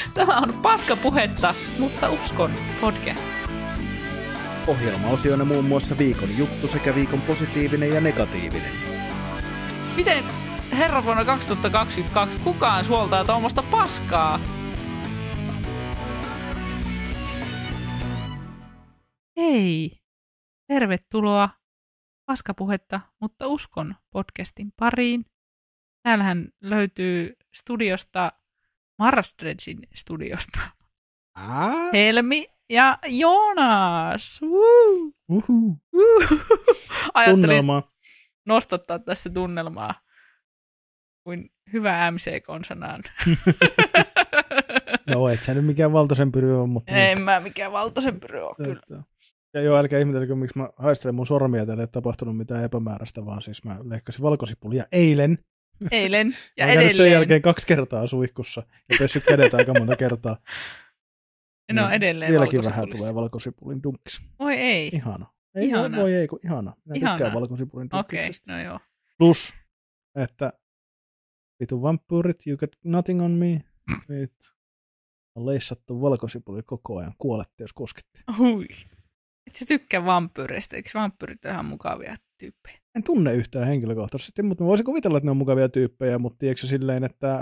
Tämä on Paskapuhetta, mutta uskon podcast. Ohjelmaosioina muun muassa viikon juttu sekä viikon positiivinen ja negatiivinen. Miten herra vuonna 2022 kukaan suoltaa tuommoista paskaa? Hei! Tervetuloa Paskapuhetta, mutta uskon podcastin pariin. Täällähän löytyy studiosta, Marrastredsin studiosta, Helmi ja Joonas. Ajattelin Tunnelmaa. nostattaa tässä tunnelmaa kuin hyvä MC-konsanaan. No et sä nyt mikään valtaisen pyry on, mutta... En mä mikään valtaisen pyry ole, kyllä. Ja joo, älkää ihmetelkö, miksi mä haistelen mun sormia, täällä ei tapahtunut mitään epämääräistä, vaan siis mä leikkasin valkosipulia eilen. Eilen ja mä edelleen. sen jälkeen 2 kertaa suihkussa ja pessyt kädet aika monta kertaa. No edelleen vieläkin vähän tulee valkosipulin dunkkis. Oi ei. Ihana. Ihana. Voi ei, kun ihana. Minä tykkään Ihana. valkosipulin dunkkiksesta. Okei, no joo. Plus, että vitu vampyyrit, you got nothing on me. On leissattu valkosipuli koko ajan. Kuolette, jos koskette. Hui. Et sä tykkää vampyyreistä, eikö vampyyrit ole ihan mukavia tyyppejä? En tunne yhtään henkilökohtaisesti, mutta mä voisin kuvitella, että ne on mukavia tyyppejä, mutta tiedätkö silleen, että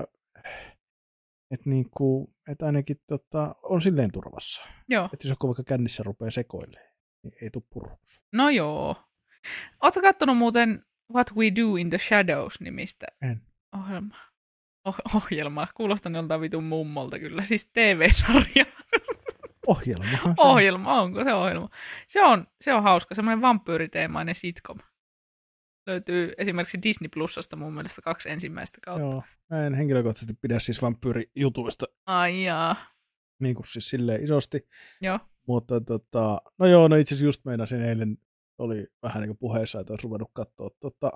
ainakin on silleen turvassa. Joo. Että jos joku vaikka kännissä rupeaa sekoilemaan, niin ei tule puruksi. No joo. Ootko kattonut muuten What We Do in the Shadows-nimistä En. ohjelmaa? Ohjelmaa. Kuulostaa joltain vitun mummolta kyllä. Siis TV-sarja. Ohjelma. Ohjelma, onko se ohjelma? Se on hauska, semmoinen vampyyriteemainen sitcom. Löytyy esimerkiksi Disney Plusasta mun mielestä 2 ensimmäistä kautta. Joo, mä en henkilökohtaisesti pidä siis vampyyrijutuista Ai jaa. niin kuin siis silleen isosti. Joo. Mutta no joo, no itse asiassa just meinasin eilen, oli vähän niin kuin puheessa, että olisi ruvennut katsoa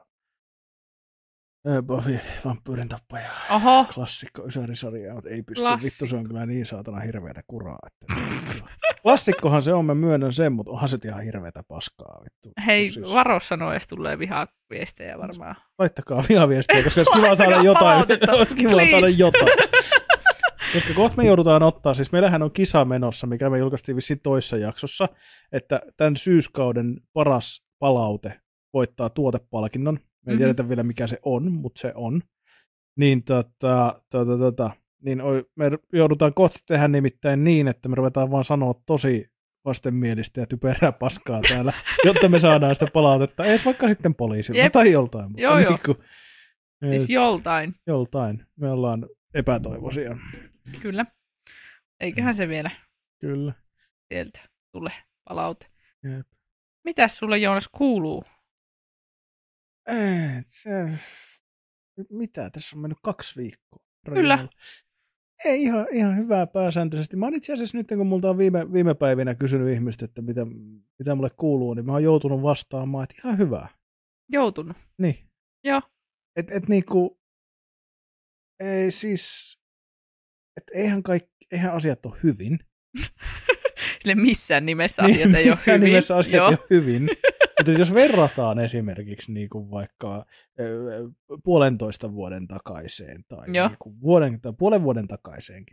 Buffy, vampyyrin tappaja. Oho. Klassikko ysärisarja, mutta ei pysty. Klassikko. Vittu, se on kyllä niin saatana hirveätä kuraa. Että... Klassikkohan se on, mä myönnän sen, mutta onhan se ihan hirveätä paskaa. Vittu. Hei, Siis... varo sanoo, jos tulee vihaviestejä varmaan. Laittakaa vihaviestejä, koska olisi kiva saada jotain. Kiva saada jotain. Koska kohta me joudutaan ottaa, siis meillähän on kisa menossa, mikä me julkaistiin vissiin toissa jaksossa, että tämän syyskauden paras palaute voittaa tuotepalkinnon. Me ei tiedetä vielä mikä se on, mutta se on. Niin, niin me joudutaan kohta tehdä nimittäin niin, että me ruvetaan vaan sanoa tosi vastenmielistä ja typerää paskaa täällä, jotta me saadaan sitä palautetta. Ei vaikka sitten poliisilta tai joltain. Mutta joo. niin kuin, Siis joltain. Joltain. Me ollaan epätoivoisia. Kyllä. Eiköhän se vielä Kyllä. sieltä tule palaute. Jep. Mitäs sulle, Joonas, kuuluu? Mitä? Tässä on mennyt 2 viikkoa. Kyllä. Ei ihan hyvää pääsääntöisesti. Mä oon itse asiassa nyt, kun multa on viime päivinä kysynyt ihmistä, että mitä mulle kuuluu, niin mä oon joutunut vastaamaan, että ihan hyvää. Joutunut. Niin. Joo. Et niinku, ei siis, eihän asiat ole hyvin. Sille missään nimessä asiat ei ole hyvin. Missään nimessä asiat ei ole hyvin. Mutta jos verrataan esimerkiksi niinku vaikka 1,5 vuoden takaiseen tai niinku puolen vuoden takaiseenkin,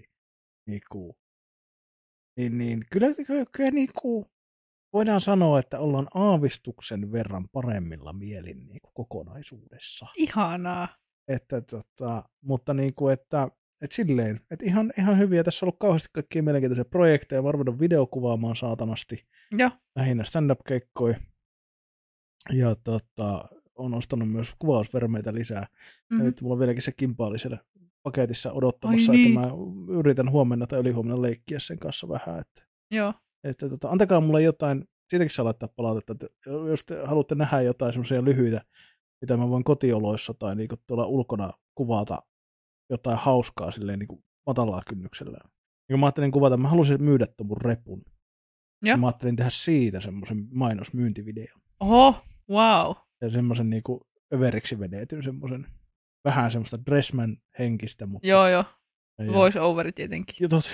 niin kyllä niinku voidaan sanoa, että ollaan aavistuksen verran paremmilla mielin niinku kokonaisuudessa. Ihanaa. Mutta niinku, että silleen, että ihan hyviä. Tässä on ollut kauheasti kaikkia mielenkiintoisia projekteja. Mä oon ruvennut videokuvaamaan saatanasti. Joo. Lähinnä stand-up-keikkoja. Ja on ostanut myös kuvausvermeitä lisää. Ja nyt mulla on vieläkin se kimpaali siellä paketissa odottamassa, niin. että mä yritän huomenna tai ylihuomenna leikkiä sen kanssa vähän. Joo. Että antakaa mulle jotain, siitäkin saa laittaa palautetta, että jos te haluatte nähdä jotain semmoisia lyhyitä, mitä mä voin kotioloissa tai niinku tuolla ulkona kuvata jotain hauskaa silleen niinku matalaa kynnyksellä. Ja mä ajattelin kuvata, mä haluaisin myydä tuon mun repun. Ja mä ajattelin tehdä siitä semmoisen mainosmyyntivideon. Oho, wow. Ja semmoisen niinku överiksi vedetyn semmoisen, vähän semmoista Dressman henkistä, mutta... Joo. Voice over tietenkin.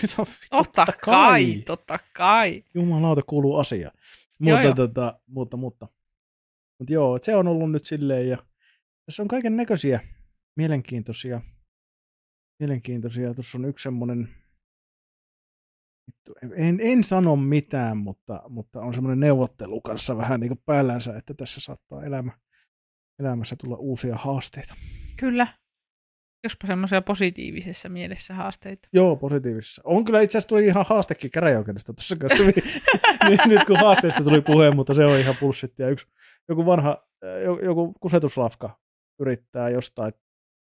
Totta kai. Jumalauta, kuuluu asia. Mutta joo, se on ollut nyt silleen, ja tässä on kaiken näköisiä mielenkiintoisia. Tuossa on yksi semmoinen En sano mitään, mutta on semmoinen neuvottelu kanssa vähän niin kuin päällänsä, että tässä saattaa elämässä tulla uusia haasteita. Kyllä. Jospa semmoisia positiivisessa mielessä haasteita. Joo, positiivisessa. On kyllä itse asiassa tuo ihan haastekin käräjäoikeudesta tuossa kanssa. Nyt kun haasteista tuli puheen, mutta se on ihan bullshittia. Joku kusetuslafka yrittää jostain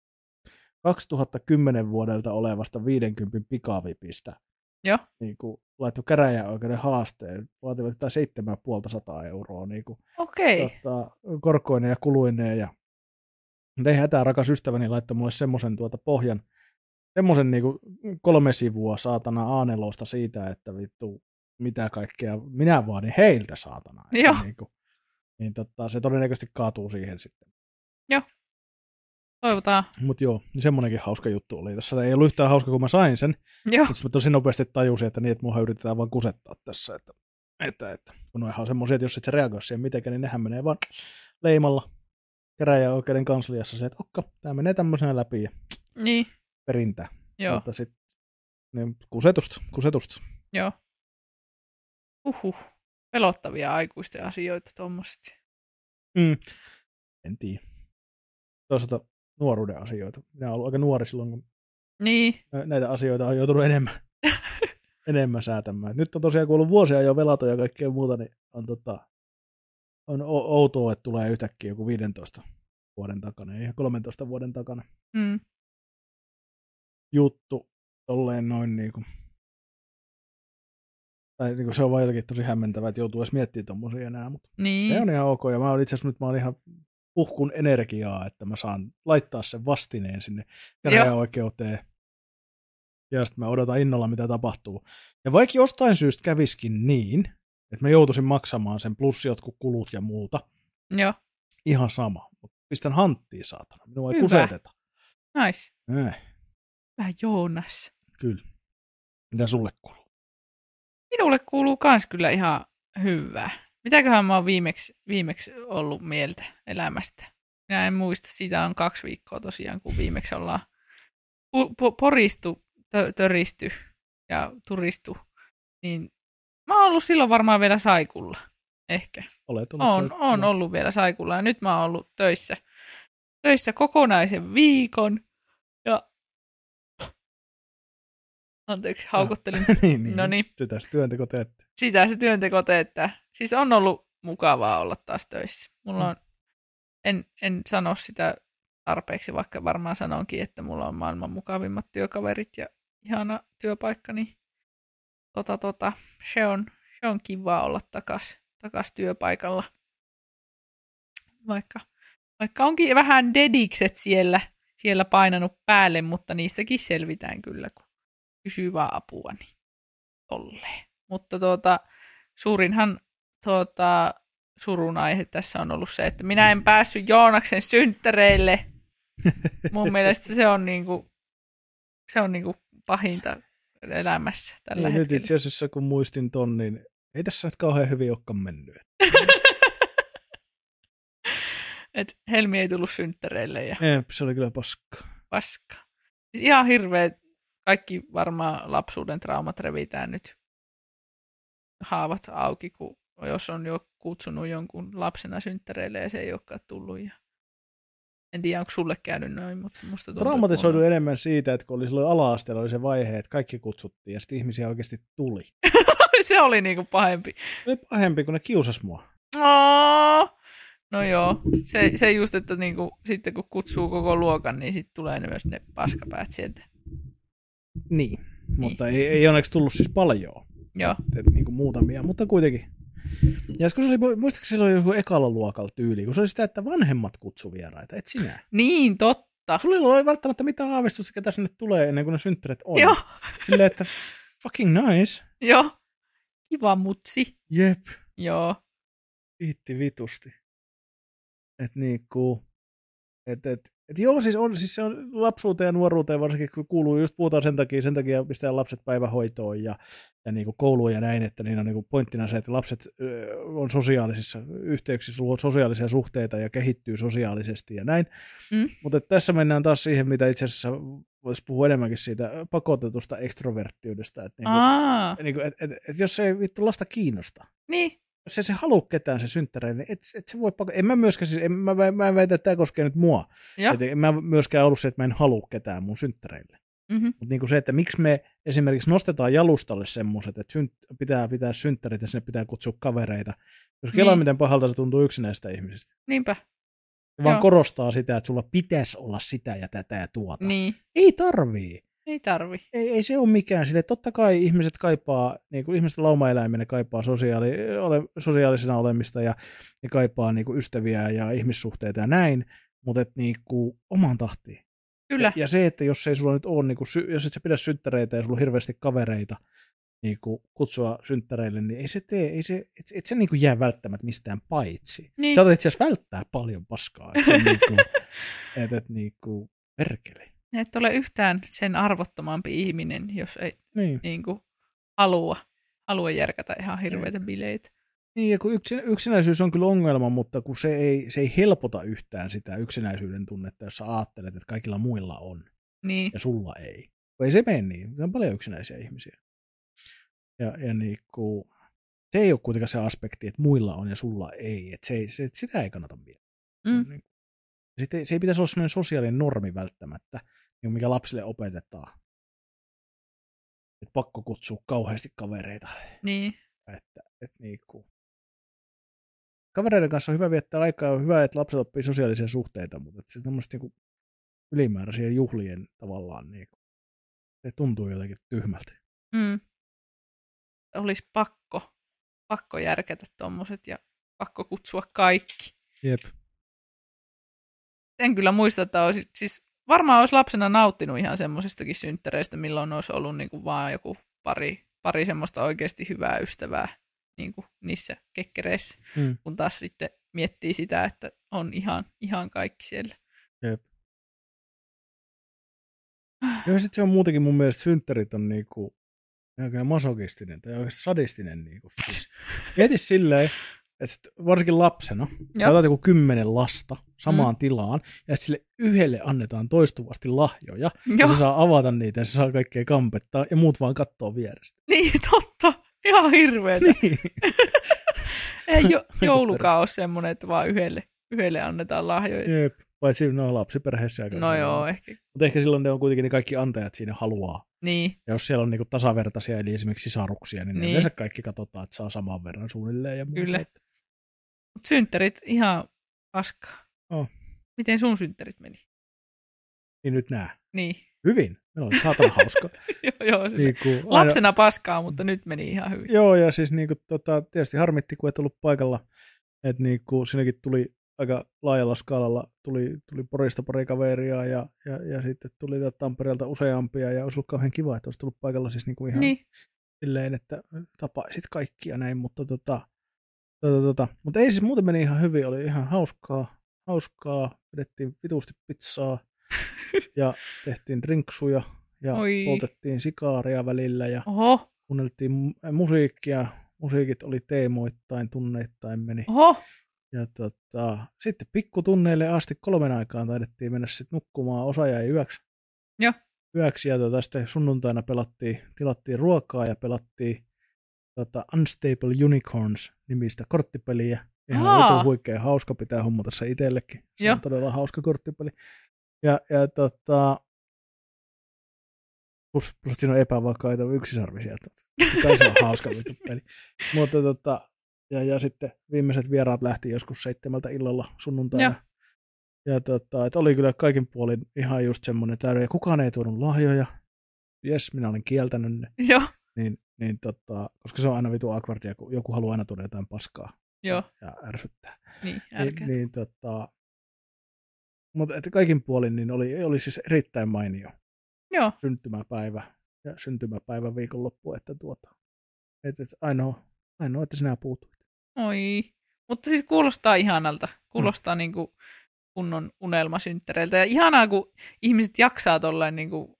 2010 vuodelta olevasta 50 pikavipistä. Joo. Niin kuin laittoi käräjäoikeuden haasteen. Vaativat jotain 750 euroa. Niin kuin, korkoineen ja kuluineen. Ja ei hätää, rakas ystäväni laittoi mulle semmoisen pohjan. Semmoisen niin 3 sivua saatana A4 siitä, että vittu mitä kaikkea minä vaadin heiltä saatana. Joo. Niin se todennäköisesti kaatuu siihen sitten. Joo. Toivotaan. Mutta joo, niin semmoinenkin hauska juttu oli. Tässä ei ollut yhtään hauska, kun mä sain sen. Joo. Mutta mä tosi nopeasti tajusin, että niin, että mua yritetään vaan kusettaa tässä. Että kun on ihan semmoisia, että jos et sä reagoi siihen mitenkään, niin nehän menee vaan leimalla käräjäoikeuden kansliassa se, että tää menee tämmöisenä läpi ja niin. Perintää. Joo. Mutta sitten niin, kusetusta. Joo. Pelottavia aikuisten asioita tuommoiset. En tiedä. Toisaalta nuoruuden asioita. Minä olen ollut aika nuori silloin, kun näitä asioita on joutunut enemmän säätämään. Nyt on tosiaan, kun on ollut vuosia jo velaton ja kaikkea muuta, niin on outoa, että tulee yhtäkkiä joku 15 vuoden takana, ei 13 vuoden takana. Juttu tolleen noin niinku. Tai niinku se on vaan jotenkin tosi hämmentävää, että joutuu edes miettimään tommosia enää, mutta se on ihan ok. Ja mä oon itse asiassa nyt ihan puhkun energiaa, että mä saan laittaa sen vastineen sinne käräjäoikeuteen. Ja sitten mä odotan innolla, mitä tapahtuu. Ja vaikka jostain syystä käviskin niin, että mä joutuisin maksamaan sen plus jotkut kulut ja muuta. Joo. Ihan sama. Mutta pistän hanttiin, saatana. Minua ei kuseteta. Nice. Vähän Joonas. Kyllä. Mitä sulle kuuluu? Minulle kuuluu kans kyllä ihan hyvää. Mitäköhän mä oon viimeksi ollut mieltä elämästä? Minä en muista, siitä on 2 viikkoa tosiaan, kun viimeksi ollaan poristu, töristy ja turistu. Niin mä oon ollut silloin varmaan vielä saikulla. Ehkä. Oon ollut vielä saikulla ja nyt mä oon ollut töissä kokonaisen viikon. Ja anteeksi, haukottelin. niin. Noniin. Sitä se työnteko teette. Sitä se työnteko teettää. Siis on ollut mukavaa olla taas töissä. Mulla on, en sano sitä tarpeeksi, vaikka varmaan sanonkin, että mulla on maailman mukavimmat työkaverit ja ihana työpaikka, niin se on kiva olla takas työpaikalla. Vaikka onkin vähän dedikset siellä painanut päälle, mutta niistäkin selvitään kyllä, kun kysyy vaan apua, niin tolleen. Mutta suurinhan surun aihe tässä on ollut se, että minä en päässyt Joonaksen synttäreille. Mun mielestä se on niinku pahinta elämässä tällä hetkellä. Nyt itse asiassa kun muistin ton, niin ei tässä nyt kauhean hyvin olekaan mennyt. Et Helmi ei tullut synttäreille. Ja se oli kyllä paska. Siis ihan hirveä, kaikki varmaan lapsuuden traumat revitään nyt haavat auki, kun jos on jo kutsunut jonkun lapsena synttäreille ja se ei olekaan tullut. Ja en tiedä, onko sulle käynyt noin, mutta musta tuntuu. Traumatisoidu enemmän siitä, että kun oli silloin ala-asteella oli se vaihe, että kaikki kutsuttiin ja sitten ihmisiä oikeasti tuli. Se oli niinku pahempi. Se oli pahempi, kun ne kiusas mua. No joo, se just, että niinku, sitten kun kutsuu koko luokan, niin sitten tulee myös ne paskapäät sieltä. Niin, mutta ei onneksi tullut siis paljon. Joo. Niinku muutamia, mutta kuitenkin. Ja kun se oli, muistaakseni se oli joku ekalla luokalla tyyli, kun se oli sitä, että vanhemmat kutsu vieraita, et sinä. Niin, totta. Sulla ei ole välttämättä mitään aavistusta, ketä sinne tulee ennen kuin ne synttäret on. Joo. Silleen, että fucking nice. Joo. Kiva mutsi. Jep. Joo. Viitti vitusti. Että niinku, joo, siis se on lapsuuteen ja nuoruuteen varsinkin, kun puhutaan sen takia pistää lapset päivähoitoon ja niin kuin kouluun ja näin, että niin on niin kuin pointtina se, että lapset on sosiaalisissa yhteyksissä, luo sosiaalisia suhteita ja kehittyy sosiaalisesti ja näin. Mutta tässä mennään taas siihen, mitä itse asiassa voisi puhua enemmänkin siitä pakotetusta ekstroverttiydestä, että jos ei vittu lasta kiinnosta. Niin. Jos se halua ketään se synttäreille, niin et se voi en mä myöskään, siis mä en väitä, että tämä koskee nyt mua. En mä myöskään ollut se, että mä en halua ketään mun synttäreille. Mutta niin se, että miksi me esimerkiksi nostetaan jalustalle semmoiset, että pitää synttärit ja sinne pitää kutsua kavereita. Jos kelaa miten pahalta se tuntuu yksinäistä ihmisistä. Niinpä. Vaan korostaa sitä, että sulla pitäisi olla sitä ja tätä ja tuota. Niin. Ei tarvii. Ei se ole mikään sille. Totta kai ihmiset kaipaa, niin kuin ihmisten laumaeläimenä kaipaa sosiaalisena olemista ja kaipaa niin kuin ystäviä ja ihmissuhteita ja näin, mutta niin kuin omaan tahtiin. Kyllä. Ja se, että jos ei sulla nyt ole, niin kuin, jos et sä pidä synttäreitä ja sulla on hirveästi kavereita niin kuin kutsua synttäreille, niin et se niin kuin jää välttämättä mistään paitsi. Niin. Sä otat itse asiassa välttää paljon paskaa. Niin kuin perkele. Et ole yhtään sen arvottomampi ihminen, jos ei niin kuin halua järkätä ihan hirveitä bileitä. Niin, ja kun yksinäisyys on kyllä ongelma, mutta kun se ei helpota yhtään sitä yksinäisyyden tunnetta, jos sä ajattelet, että kaikilla muilla on, ja sulla ei. Kun ei se mene niin, se on paljon yksinäisiä ihmisiä. Ja niin kuin, se ei ole kuitenkaan se aspekti, että muilla on ja sulla ei, että sitä ei kannata miettiä. Se ei pitäisi olla sellainen sosiaalinen normi välttämättä, niin mikä lapsille opetetaan. Että pakko kutsua kauheasti kavereita. Niin. Että niinku. Kavereiden kanssa on hyvä viettää aikaa, on hyvä, että lapset oppii sosiaalisia suhteita, mutta se tämmöistä niinku ylimääräisiä juhlien tavallaan niinku, se tuntuu jotenkin tyhmältä. Olisi pakko järkätä tommoset ja pakko kutsua kaikki. Jep. En kyllä muista, että varmaan olisi lapsena nauttinut ihan semmoisistakin synttäreistä, milloin olisi ollut niinku vaan joku pari semmoista oikeasti hyvää ystävää niin kuin niissä kekkereissä, kun taas sitten miettii sitä, että on ihan kaikki siellä. Jep. Ja sitten se on muutenkin mun mielestä synttärit on niinku masokistinen tai oikeasti sadistinen. Niinku. Mieti silleen, että varsinkin lapsena, otat joku 10 lasta samaan tilaan, ja sille yhdelle annetaan toistuvasti lahjoja, ja se saa avata niitä, ja se saa kaikkea kampettaa, ja muut vaan kattoo vierestä. Niin, totta. Ihan hirveetä. Niin. Ei joulukaan ole semmoinen, että vaan yhdelle annetaan lahjoja. Jep, paitsi lapsiperheessä. No joo, ehkä. Mutta ehkä silloin ne on kuitenkin ne kaikki antajat siinä haluaa. Niin. Ja jos siellä on niinku tasavertaisia, eli esimerkiksi sisaruksia, niin yleensä kaikki katsotaan, että saa saman verran suunnilleen. Ja muuta. Kyllä. Mutta synttärit ihan paskaa. Miten sun synttärit meni? Niin nyt nää. Niin. Hyvin. Meillä oli saatana hauska. Joo, lapsena paskaa, mutta nyt meni ihan hyvin. Joo, ja siis tietysti harmitti, kun et ollut paikalla. Että siinäkin tuli aika laajalla skaalalla, tuli Porista pari kaveria ja sitten tuli Tampereelta useampia, ja olisi ollut kauhean kiva, että olisi tullut paikalla siis ihan silleen, että tapaisit kaikkia näin, mutta mutta ei siis muuten meni ihan hyvin, oli ihan hauskaa, vedettiin vitusti pizzaa ja tehtiin drinksuja ja poltettiin sikaaria välillä ja kuunneltiin musiikkia. Musiikit oli teemoittain, tunneittain meni. Ja sitten pikkutunneille asti 3 aikaan taidettiin mennä sitten nukkumaan, osa jäi yöksi ja sitten sunnuntaina tilattiin ruokaa ja pelattiin Unstable Unicorns -nimistä korttipeliä. Ihan vitun huikea hauska, pitää hommata se itsellekin. Se on todella hauska korttipeli. Ja plus siinä on epävakaita yksisarvisia. Kai se on hauska vitun peli. Mutta ja sitten viimeiset vieraat lähti joskus 7 illalla sunnuntaina. Ja että oli kyllä kaikin puolin ihan just semmoinen täyden. Ja kukaan ei tuonut lahjoja. Jes, minä olen kieltänyt ne. Joo. Niin koska se on aina vitu awkwardia, kun joku haluaa aina tuoda jotain paskaa. Joo. Ja ärsyttää. Niin, älkää. Mutta että kaikin puolin niin oli siis erittäin mainio. Joo. Syntymäpäivä ja syntymäpäivän viikonloppu, että että ainoa, että sinä puutuit. Oi, mutta siis kuulostaa ihanalta. Kuulostaa niinku kunnon unelmasynttäreiltä. Ja ihanaa, kun ihmiset jaksaa tolleen niin kuin,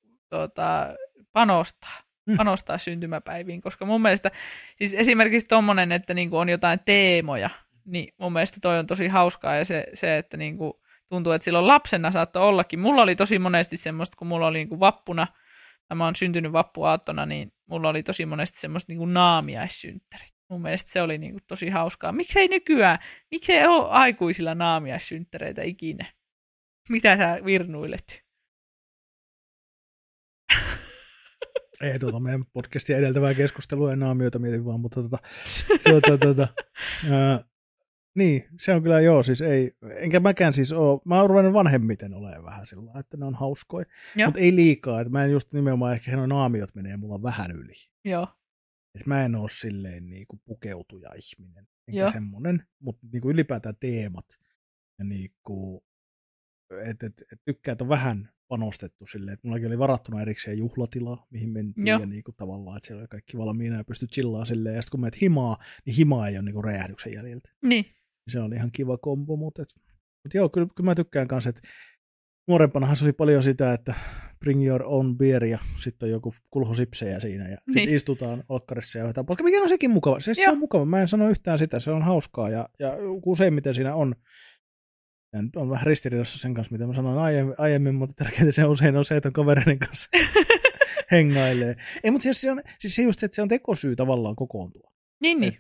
panostaa syntymäpäiviin, koska mun mielestä siis esimerkiksi tommonen, että niin kuin on jotain teemoja, niin mun mielestä toi on tosi hauskaa ja se että niin kuin tuntuu, että silloin lapsena saattoi ollakin. Mulla oli tosi monesti semmoista, kun mulla oli niin kuin vappuna, tai mä oon syntynyt vappuaattona, niin mulla oli tosi monesti semmoista niin kuin naamiaissynttärit. Mun mielestä se oli niin kuin tosi hauskaa. Miksei nykyään, miksei ole aikuisilla naamiaissynttäreitä ikinä? Mitä sä virnuilet? Ei meidän podcastia edeltävää keskustelua ja naamioita mietin vaan, mutta niin, se on kyllä joo, siis ei, enkä mäkään siis ole, mä oon ruvennut vanhemmiten olemaan vähän sillä, että ne on hauskoja, mutta ei liikaa, että mä en just nimenomaan ehkä nuo naamiot menee mulla vähän yli. Joo. Että mä en ole silleen niinku pukeutuja ihminen, enkä semmonen, mutta niinku ylipäätään teemat ja niinku, että tykkää, että on vähän panostettu silleen, että mullakin oli varattuna erikseen juhlatila, mihin mentiin ja niinku tavallaan, että siellä oli kaikki valmiina ja pystyi chillaa silleen, ja sitten kun menet himaa, niin himaa ei ole niinku räjähdyksen jäljiltä. Niin. Se on ihan kiva kombo, mutta joo, kyllä mä tykkään kanssa, että nuorempanahan se oli paljon sitä, että bring your own beer ja sitten on joku kulhosipsejä siinä ja sitten istutaan olkkarissa ja jotain polkkaa, mikä on sekin mukava. Se on mukava, mä en sano yhtään sitä, se on hauskaa ja useimmiten siinä on. Ja nyt on vähän ristiriidassa sen kanssa, mitä mä sanoin aiemmin, mutta tärkeintä se usein on se, että on kavereiden kanssa hengailee. Ei, mutta siis se just, että se on tekosyy tavallaan kokoontua. Niin.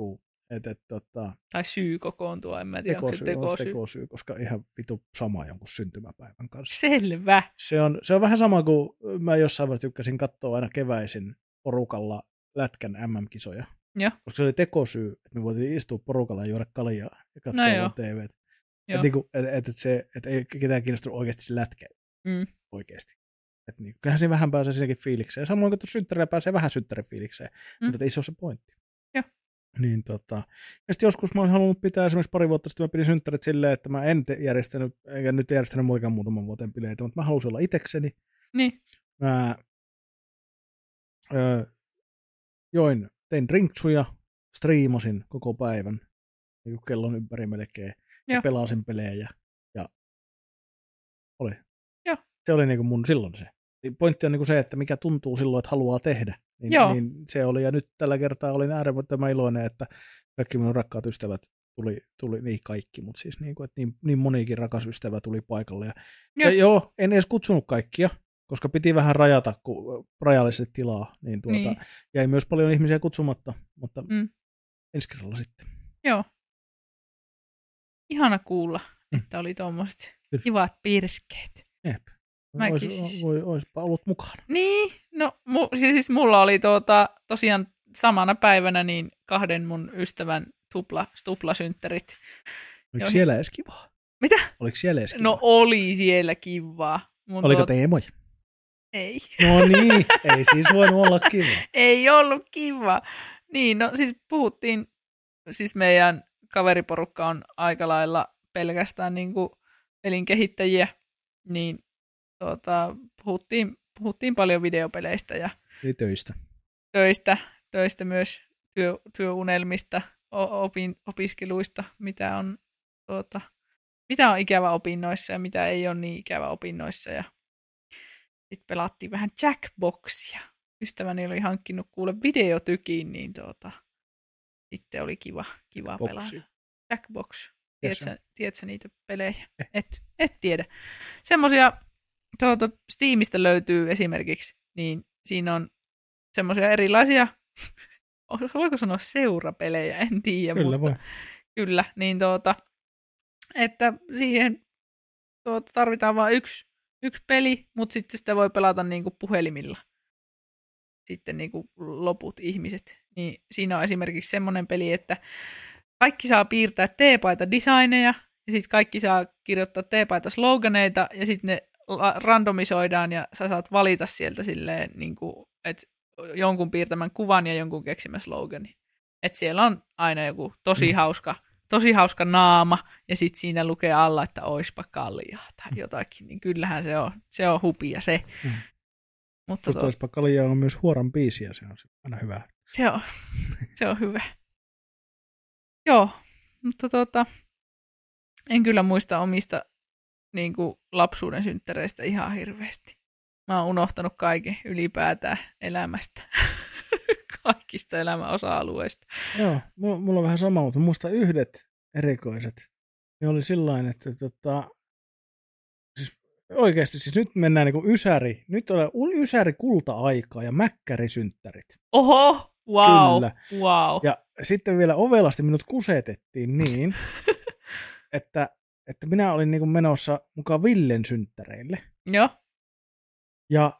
Tai syy kokoontua, en mä tiedä, onko se tekosyy, koska ihan vitu sama jonkun syntymäpäivän kanssa. Selvä. Se on vähän sama kuin mä jossain vaiheessa tykkäsin katsoa aina keväisin porukalla Lätkän MM-kisoja. Joo. Koska se oli tekosyy, että me voitiin istua porukalla ja juoda kaljaa ja katsoa TVtä. Että ei ketään kiinnostunut oikeasti se lätkä. Oikeasti. Että niin, kyllähän siinä vähän pääsee siinäkin fiilikseen. Samoin kuin synttärillä pääsee vähän synttärifiilikseen. Mutta ei se ole se pointti. Joo. Niin, ja sitten joskus mä olin halunnut pitää esimerkiksi pari vuotta sitten, mä pidin synttärit silleen, että mä en järjestänyt, eikä nyt järjestänyt muikaan muutaman vuoden bileitä, mutta mä halusin olla itekseni. Niin. Mä tein drinksuja, striimasin koko päivän, niin kuin kellon ympäri melkein, ja pelasin pelejä, ja oli. Joo. Se oli niinku mun silloin se. Pointti on niinku se, että mikä tuntuu silloin, että haluaa tehdä. Niin se oli, ja nyt tällä kertaa olin äärettömän iloinen, että kaikki minun rakkaat ystävät tuli niin kaikki, mutta siis niinku, että niin monikin rakas ystävä tuli paikalle. Ja en edes kutsunut kaikkia, koska piti vähän rajata, kun rajallisesti tilaa, niin jäi myös paljon ihmisiä kutsumatta, mutta ensi kerralla sitten. Joo. Ihana kuulla, että oli tuommoiset kivat pirskeet. Jep. Oispa ollut mukana. Niin, no siis mulla oli tosiaan samana päivänä niin 2 mun ystävän tuplasynttärit. Oliko siellä edes kivaa? Mitä? Oliko siellä edes kivaa? No oli siellä kivaa. Oliko teemoja? Ei. No niin, ei siis voinut olla kiva. Ei ollut kiva. Niin, no siis puhuttiin, siis meidän kaveriporukka on aika lailla pelkästään niin kuin pelinkehittäjiä, niin puhuttiin paljon videopeleistä ja töistä myös työunelmista, opiskeluista, mitä on ikävä opinnoissa ja mitä ei ole niin ikävä opinnoissa. Ja sitten pelattiin vähän Jackboxia. Ystäväni oli hankkinut kuule videotykin, niin sitten oli kiva pelata. Jackbox. Tiedätkö niitä pelejä? Et tiedä. Semmoisia Steamista löytyy esimerkiksi, niin siinä on semmoisia erilaisia, voiko sanoa seurapelejä, en tiedä. Kyllä voi. Kyllä, niin että siihen tarvitaan vain yksi peli, mutta sitten sitä voi pelata niinku puhelimilla. Sitten niinku loput ihmiset. Niin siinä on esimerkiksi semmoinen peli, että kaikki saa piirtää teepaita-designeja, ja sitten kaikki saa kirjoittaa teepaita-sloganeita, ja sitten ne randomisoidaan, ja sä saat valita sieltä silleen, niinku, että jonkun piirtämän kuvan ja jonkun keksimän slogani. Että siellä on aina joku tosi hauska naama, ja sitten siinä lukee alla, että oispa kaljaa tai jotakin, niin kyllähän se on hupia se. Mutta oispa kaljaa on myös huoran biisi, ja se on aina hyvä. Se on hyvä. Joo, mutta en kyllä muista omista niin kuin lapsuuden synttäreistä ihan hirveästi. Mä oon unohtanut kaiken ylipäätään elämästä. Kaikista elämän osa-alueista. Joo, mulla on vähän sama, mutta muista yhdet erikoiset. Ne oli sillain, että siis oikeasti siis nyt mennään niin kuin ysäri. Nyt on ysäri kulta-aikaa ja mäkkärisynttärit. Oho, wow, Kyllä. wow. Ja sitten vielä ovelasti minut kusetettiin niin, että minä olin niin kuin menossa mukaan Villen synttäreille. Joo. Ja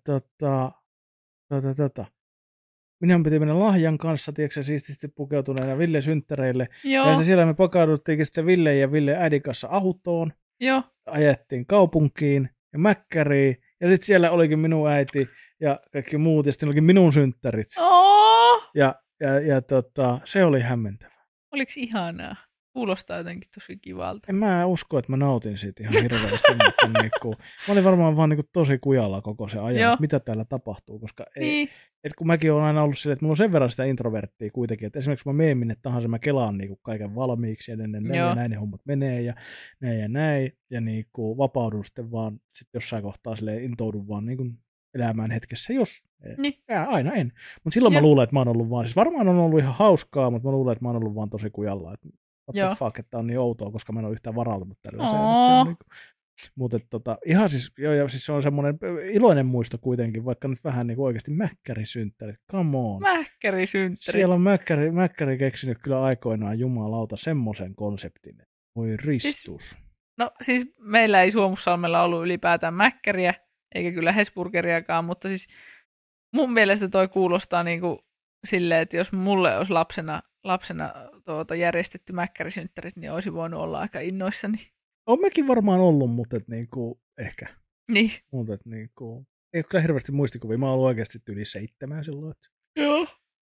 minun piti mennä lahjan kanssa, tiedätkö, siististi pukeutuneena Ville synttäreille. Joo. Ja siellä me pakauduttiinkin sitten Ville ja Ville äidin kanssa autoon. Joo. Ajettiin kaupunkiin ja mäkkäriin. Ja sitten siellä olikin minun äiti ja kaikki muut. Ja sitten olikin minun synttärit. Oh! Ja se oli hämmentävää. Oliko ihanaa? Kuulostaa jotenkin tosi kivalta. En mä usko, että mä nautin siitä ihan hirveästi. Mutta niinku, mä olin varmaan vaan niinku tosi kujalla koko se ajan, että mitä täällä tapahtuu. Koska niin. et kun mäkin olen aina ollut silleen, että mulla on sen verran sitä introverttia kuitenkin, että esimerkiksi kun mä menen minne tahansa, mä kelaan niinku kaiken valmiiksi ja näin ne hommat menee ja näin. Ja niinku vapaudun sitten vaan sit jossain kohtaa silleen intoudun vaan niinku elämään hetkessä, jos. Niin. Aina en. Mutta silloin mä luulen, että mä oon ollut vaan, siis varmaan on ollut ihan hauskaa, mutta mä luulen, että mä oon ollut vaan tosi kujalla. Että what the fuck, että on niin outoa, koska mä en ole yhtään varautunut tällaiseen. Niinku, mutta ihan siis, ja siis se on semmoinen iloinen muisto kuitenkin, vaikka nyt vähän niin kuin oikeasti mäkkärisynttärit. Come on. Mäkkärisynttärit. Siellä on mäkkäri keksinyt kyllä aikoinaan jumalauta semmoisen konseptin. Voi ristus. Siis meillä ei Suomussalmella ollut ylipäätään mäkkäriä, eikä kyllä Hesburgeriakaan, mutta siis mun mielestä toi kuulostaa niinku silleen, että jos mulle olisi lapsena järjestetty mäkkärisynttärit, niin olisi voinut olla aika innoissani. On mekin varmaan ollut, mutta niinku, ehkä. Niin. Mutta niinku, ei ole kyllä hirveästi muistikuvia. Mä oon ollut oikeasti yli 7 silloin. Joo.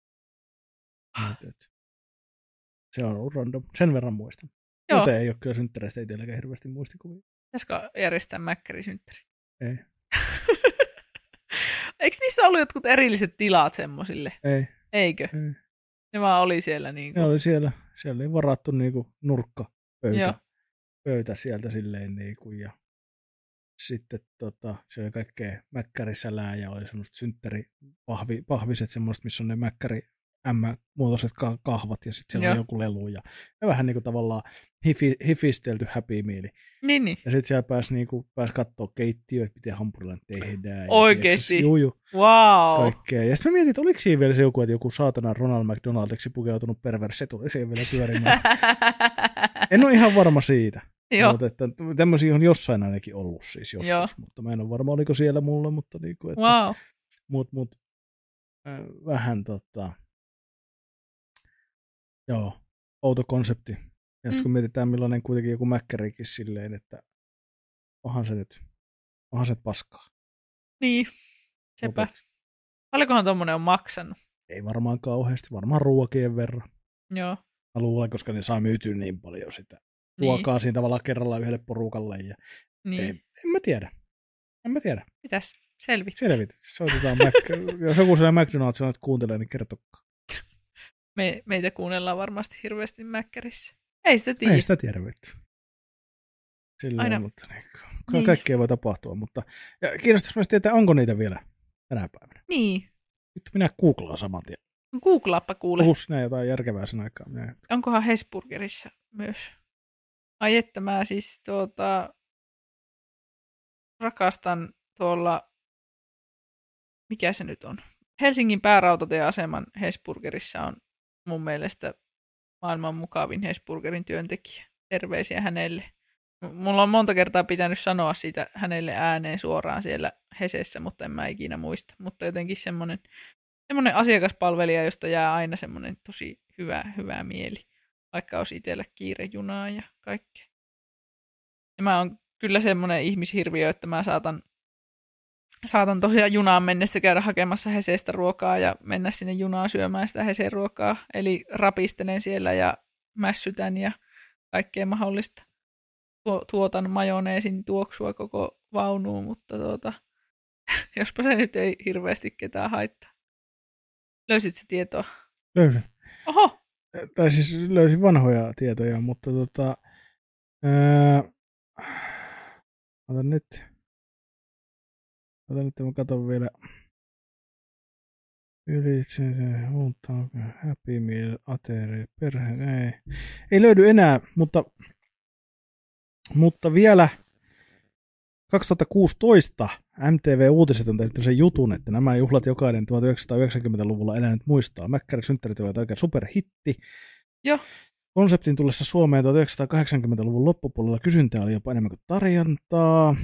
Se on ollut random. Sen verran muistan. Joo. Mutta ei ole kyllä synttäreistä itselläkään hirveästi muistikuvia. Pitäisikö järjestää mäkkärisynttärit? Ei. Eikö niissä ollut jotkut erilliset tilat semmosille? Ei. Eikö? Ei. Ne vaan oli siellä niinku. Ne oli siellä. Siellä oli varattu niinku nurkkapöytä sieltä silleen niinku ja sitten siellä oli kaikkea mäkkärisälää ja oli semmoiset synttäripahviset semmoiset, missä on ne M-muotoiset kahvat ja sitten siellä on joku lelu ja vähän niinku tavallaan hifistelty happy meal. Niin. Ja sitten siellä pääsi katsoa keittiöä, että miten hampurilainen tehdään. Oikeesti? Juu. Wow. Kaikkea. Ja sitten mä mietin, että oliko siinä vielä se joku, että joku saatana Ronald McDonaldiksi pukeutunut perverse tuli siihen vielä pyörimään. En ole ihan varma siitä. Joo. Mutta että tämmöisiä on jossain ainakin ollut siis joskus, mutta mä en ole varma, oliko siellä mulle, mutta niinku, että wow. Vähän joo, outo konsepti. Ja kun mietitään millainen kuitenkin joku mäkkärikin silleen, että onhan se nyt paskaa. Niin, sepä. Paljonkohan tommonen on maksanut? Ei varmaan kauheasti, varmaan ruokien verran. Joo. Mä luulen, koska ne saa myytyä niin paljon sitä ruokaa siinä tavallaan kerralla yhdelle porukalle. Ja en mä tiedä. Pitäis selvittää. Soitetaan jos joku siellä McDonald's sanoo, että kuuntelee, niin kertokaa. Meitä kuunnellaan varmasti hirveästi mäkkärissä. Ei sitä tiedä. Ei sitä tiedä vittu. Silleen, mutta niin. Kaikkea voi tapahtua. Mutta kiinnostaisi myös tietää, onko niitä vielä tänä päivänä. Niin. Nyt minä googlaan saman tien. Googlaappa kuule. Puhu sinä jotain järkevää sen aikaa. Onkohan Hesburgerissa myös? Ai että mä siis rakastan tuolla, mikä se nyt on? Helsingin päärautatieaseman Hesburgerissa on mun mielestä maailman mukavin Hesburgerin työntekijä. Terveisiä hänelle. Mulla on monta kertaa pitänyt sanoa siitä hänelle ääneen suoraan siellä Hesessä, mutta en mä ikinä muista. Mutta jotenkin semmoinen asiakaspalvelija, josta jää aina semmoinen tosi hyvä mieli. Vaikka olisi itsellä kiire junaa ja kaikkea. Ja mä oon kyllä semmoinen ihmishirviö, että mä saatan tosiaan junaan mennessä käydä hakemassa Hesestä ruokaa ja mennä sinne junaan syömään sitä Heseen ruokaa. Eli rapistelen siellä ja mässytän ja kaikkea mahdollista. Tuotan majoneesin tuoksua koko vaunuun, mutta jospa se nyt ei hirveästi ketään haittaa. Löysit se tietoa? Löysin. Oho! Tai siis löysin vanhoja tietoja, mutta Ota nyt, mä katson vielä. Ylitse, uutta, Happy Meal, ateria, perhe, ei löydy enää, mutta vielä 2016 MTV Uutiset on tehty sen jutun, että nämä juhlat jokainen 1990-luvulla elänyt muistaa. Mäkkärin synttärit olivat oikein superhitti. Joo. Konseptin tullessa Suomeen 1980-luvun loppupuolella kysyntää oli jopa enemmän kuin tarjontaa.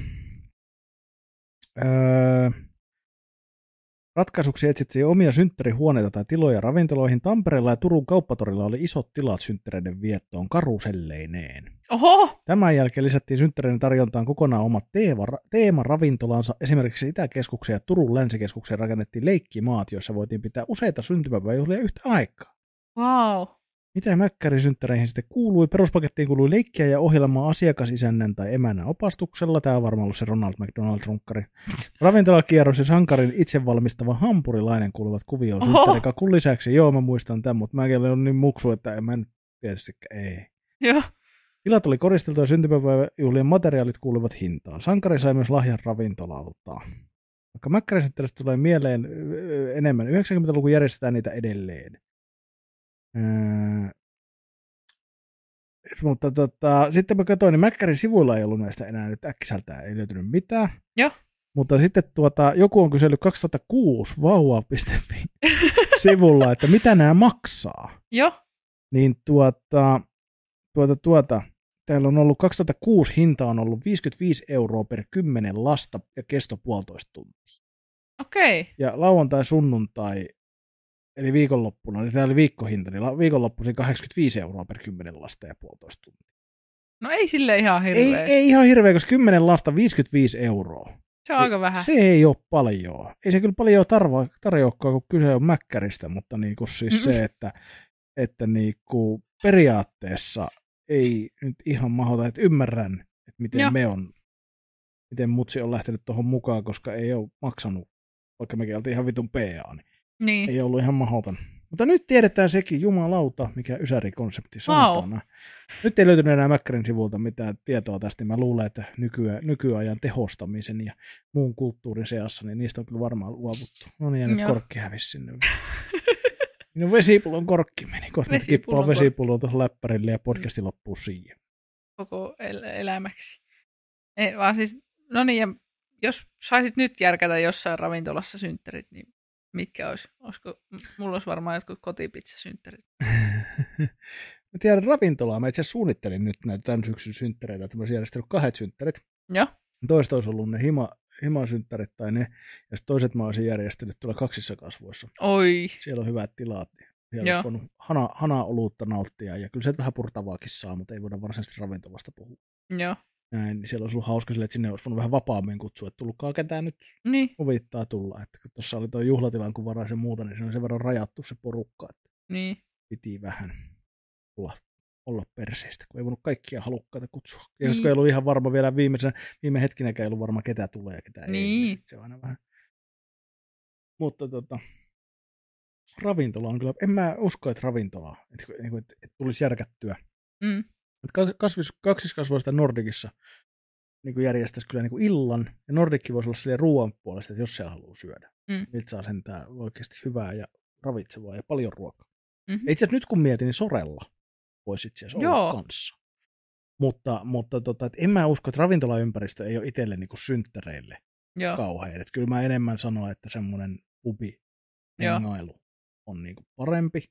Ratkaisuksi etsittiin omia synttärihuoneita tai tiloja ravintoloihin. Tampereella ja Turun kauppatorilla oli isot tilat synttäreiden viettoon karuselleineen. Oho! Tämän jälkeen lisättiin synttäreiden tarjontaan kokonaan omat teemaravintolansa. Esimerkiksi Itäkeskuksen ja Turun länsikeskukseen rakennettiin leikkimaat, joissa voitiin pitää useita syntymäpäiväjuhlia yhtä aikaa. Wow. Mitä Mäkkärin synttäreihin sitten kuului? Peruspakettiin kuului leikkiä ja ohjelmaa asiakasisännän tai emännän opastuksella. Tämä on varmaan ollut se Ronald McDonald-runkkari. Ravintolakierros ja sankarin itse valmistava hampurilainen kuuluvat kuvioon synttärikakun lisäksi. Joo, mä muistan tämän, mutta mäkin olen niin muksu, että mä tietystikään ei. Joo. Tilat oli koristeltu ja syntymäpäiväjuhlien materiaalit kuuluvat hintaan. Sankari sai myös lahjan ravintolalta. Vaikka Mäkkärin synttäristä tulee mieleen enemmän, 90-luku järjestetään niitä edelleen. Mutta sitten mä katsoin, niin Mäkkärin sivuilla ei ollut näistä enää nyt äkkiseltään, ei löytynyt mitään. Joo. Mutta sitten joku on kysellyt 2006 vauva.fi sivulla, että mitä nämä maksaa. Joo. Niin täällä on ollut 2006 hinta on ollut 55 € per 10 lasta ja kesto 1,5 tuntia. Okei. Ja lauantai, sunnuntai, eli viikonloppuna, niin tämä oli viikkohinta, niin viikonloppuisin 85 € per 10 lasta ja 1,5 tuntia. No ei sille ihan hirveä. Ei ihan hirveä, koska 10 lasta 55 €. Se on aika vähän. Se ei ole paljon. Ei se kyllä paljon tarjoakaan, kun kyse on Mäkkäristä, mutta niinku siis se, että niinku periaatteessa ei nyt ihan mahdota, että ymmärrän, että miten mutsi on lähtenyt tuohon mukaan, koska ei ole maksanut, vaikka mekin oltiin ihan vitun PA, niin ei ollut ihan mahdoton. Mutta nyt tiedetään sekin, jumalauta, mikä ysärikonsepti sanotaan. Wow. Nyt ei löytynyt enää Mäkkärin sivulta mitään tietoa tästä. Mä luulen, että nykyajan tehostamisen ja muun kulttuurin seassa, niin niistä on kyllä varmaan luovuttu. No niin, ja nyt korkki hävisi sinne. Minun vesipullon korkki meni. Kohta kippaa vesipullon tuohon läppärille ja podcasti loppuu siihen. Koko elämäksi. Ei, vaan siis, no niin, ja jos saisit nyt järkätä jossain ravintolassa synttärit, niin mitkä olisi? Mulla olisi varmaan jotkut kotipizzasynttärit. Mä tiedän ravintolaa. Mä itse asiassa suunnittelin nyt näitä tämän syksyn synttäreitä, että mä olisin järjestänyt 2 synttärit. Joo. Toista olisi ollut ne himasynttärit tai ne, ja sitten toiset mä olisin järjestänyt tuolla 2 kasvoissa. Oi. Siellä on hyvät tilat. Siellä olisi voinut hana-oluutta nauttia, ja kyllä se vähän purtavaakin saa, mutta ei voida varsinaisesti ravintolasta puhua. Joo. Näin, niin siellä olisi ollut hauska sille, että sinne olisi voinut vähän vapaammin kutsua, että tullutkaan ketään nyt huvittaa tulla. Että kun tuossa oli tuo juhlatilan kuvara ja muuta, niin se on sen verran rajattu se porukka, että piti vähän olla perseistä, kun ei voinut kaikkia halukkaita kutsua. Ja koska ei ollut ihan varma vielä viime hetkinäkään ei ollut varma, ketä tulee ja ketä ei. Se on aina vähän. Mutta ravintola on kyllä, en mä usko, että ravintola, että tulisi järkättyä. Kaksiskasvoista Nordicissa niin järjestäisi kyllä niin illan, ja Nordicki voisi olla silleen ruoan puolesta, että jos se haluaa syödä. Niiltä saa sentään oikeasti hyvää ja ravitsevaa ja paljon ruokaa. Itse asiassa nyt kun mietin, niin Sorella voisi itse asiassa olla kanssa. Mutta en mä usko, että ravintolaympäristö ei ole itselle niin kuin synttäreille kauhean. Että kyllä mä enemmän sanon, että semmoinen pubi-hengailu on niin kuin parempi.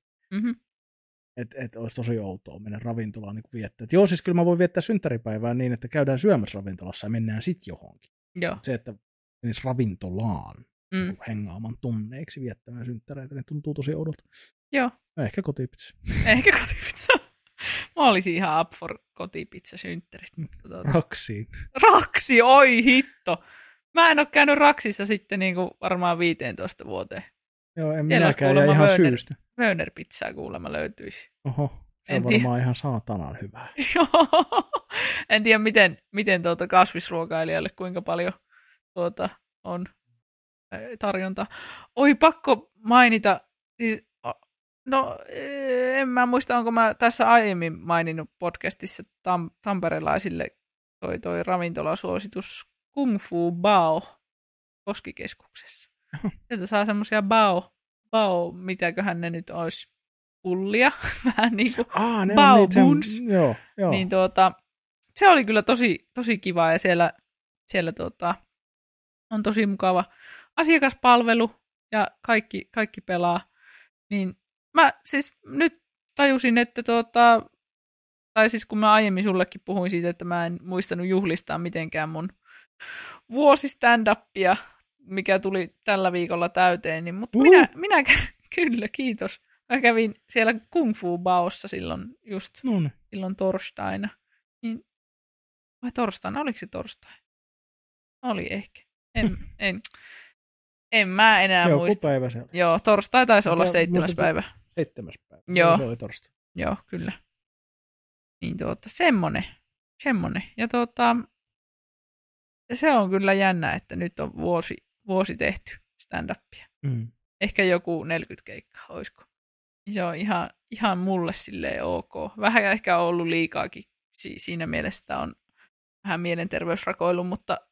Että olisi tosi outoa mennä ravintolaan niin viettää. Joo, siis kyllä mä voin viettää synttäripäivää niin, että käydään syömässä ravintolassa ja mennään sitten johonkin. Joo. Se, että menisi ravintolaan niin hengaamaan tunneiksi viettämään synttäreitä, niin tuntuu tosi oudolta. Joo. Ehkä kotipizza. Ehkä kotipizza. Mä olisin ihan up for kotipizza-synttärit. Raksi, oi hitto. Mä en ole käynyt Raksissa sitten niin kuin varmaan 15 vuoteen. Joo, en minäkään ja ihan syystä. Wöner-pizzaa kuulemma löytyisi. Oho, se on varmaan ihan saatanan hyvää. Joo, en tiedä miten kasvisruokailijalle kuinka paljon on tarjontaa. Oi, pakko mainita, siis, no en mä muista, onko mä tässä aiemmin maininnut podcastissa tamperelaisille toi ravintolasuositus Kung Fu Bao Koskikeskuksessa. Sieltä saa semmoisia bao, mitäköhän ne nyt olisi, pullia, vähän niin kuin bao buns. Joo. Niin se oli kyllä tosi kiva ja siellä on tosi mukava asiakaspalvelu ja kaikki pelaa. Niin mä siis nyt tajusin, että tai siis kun mä aiemmin sullekin puhuin siitä, että mä en muistanut juhlistaa mitenkään mun vuosi stand-upia, mikä tuli tällä viikolla täyteen, niin mutta minä kyllä, kiitos. Mä kävin siellä Kung Fu Baossa silloin torstaina. Niin, vai torstaina? Oliko se torstai? Oli ehkä. En mä enää muista. Joku päivä se oli. Joo, torstai taisi olla 7. päivä. 7. päivä. Joo. Se oli torstai. Joo, kyllä. Niin semmonen. Ja se on kyllä jännä, että nyt on vuosi tehty stand-upia. Ehkä joku 40 keikkaa, olisiko. Se on ihan mulle silleen ok. Vähän ehkä on ollut liikaakin. Siinä mielessä on vähän mielenterveysrakoilu, mutta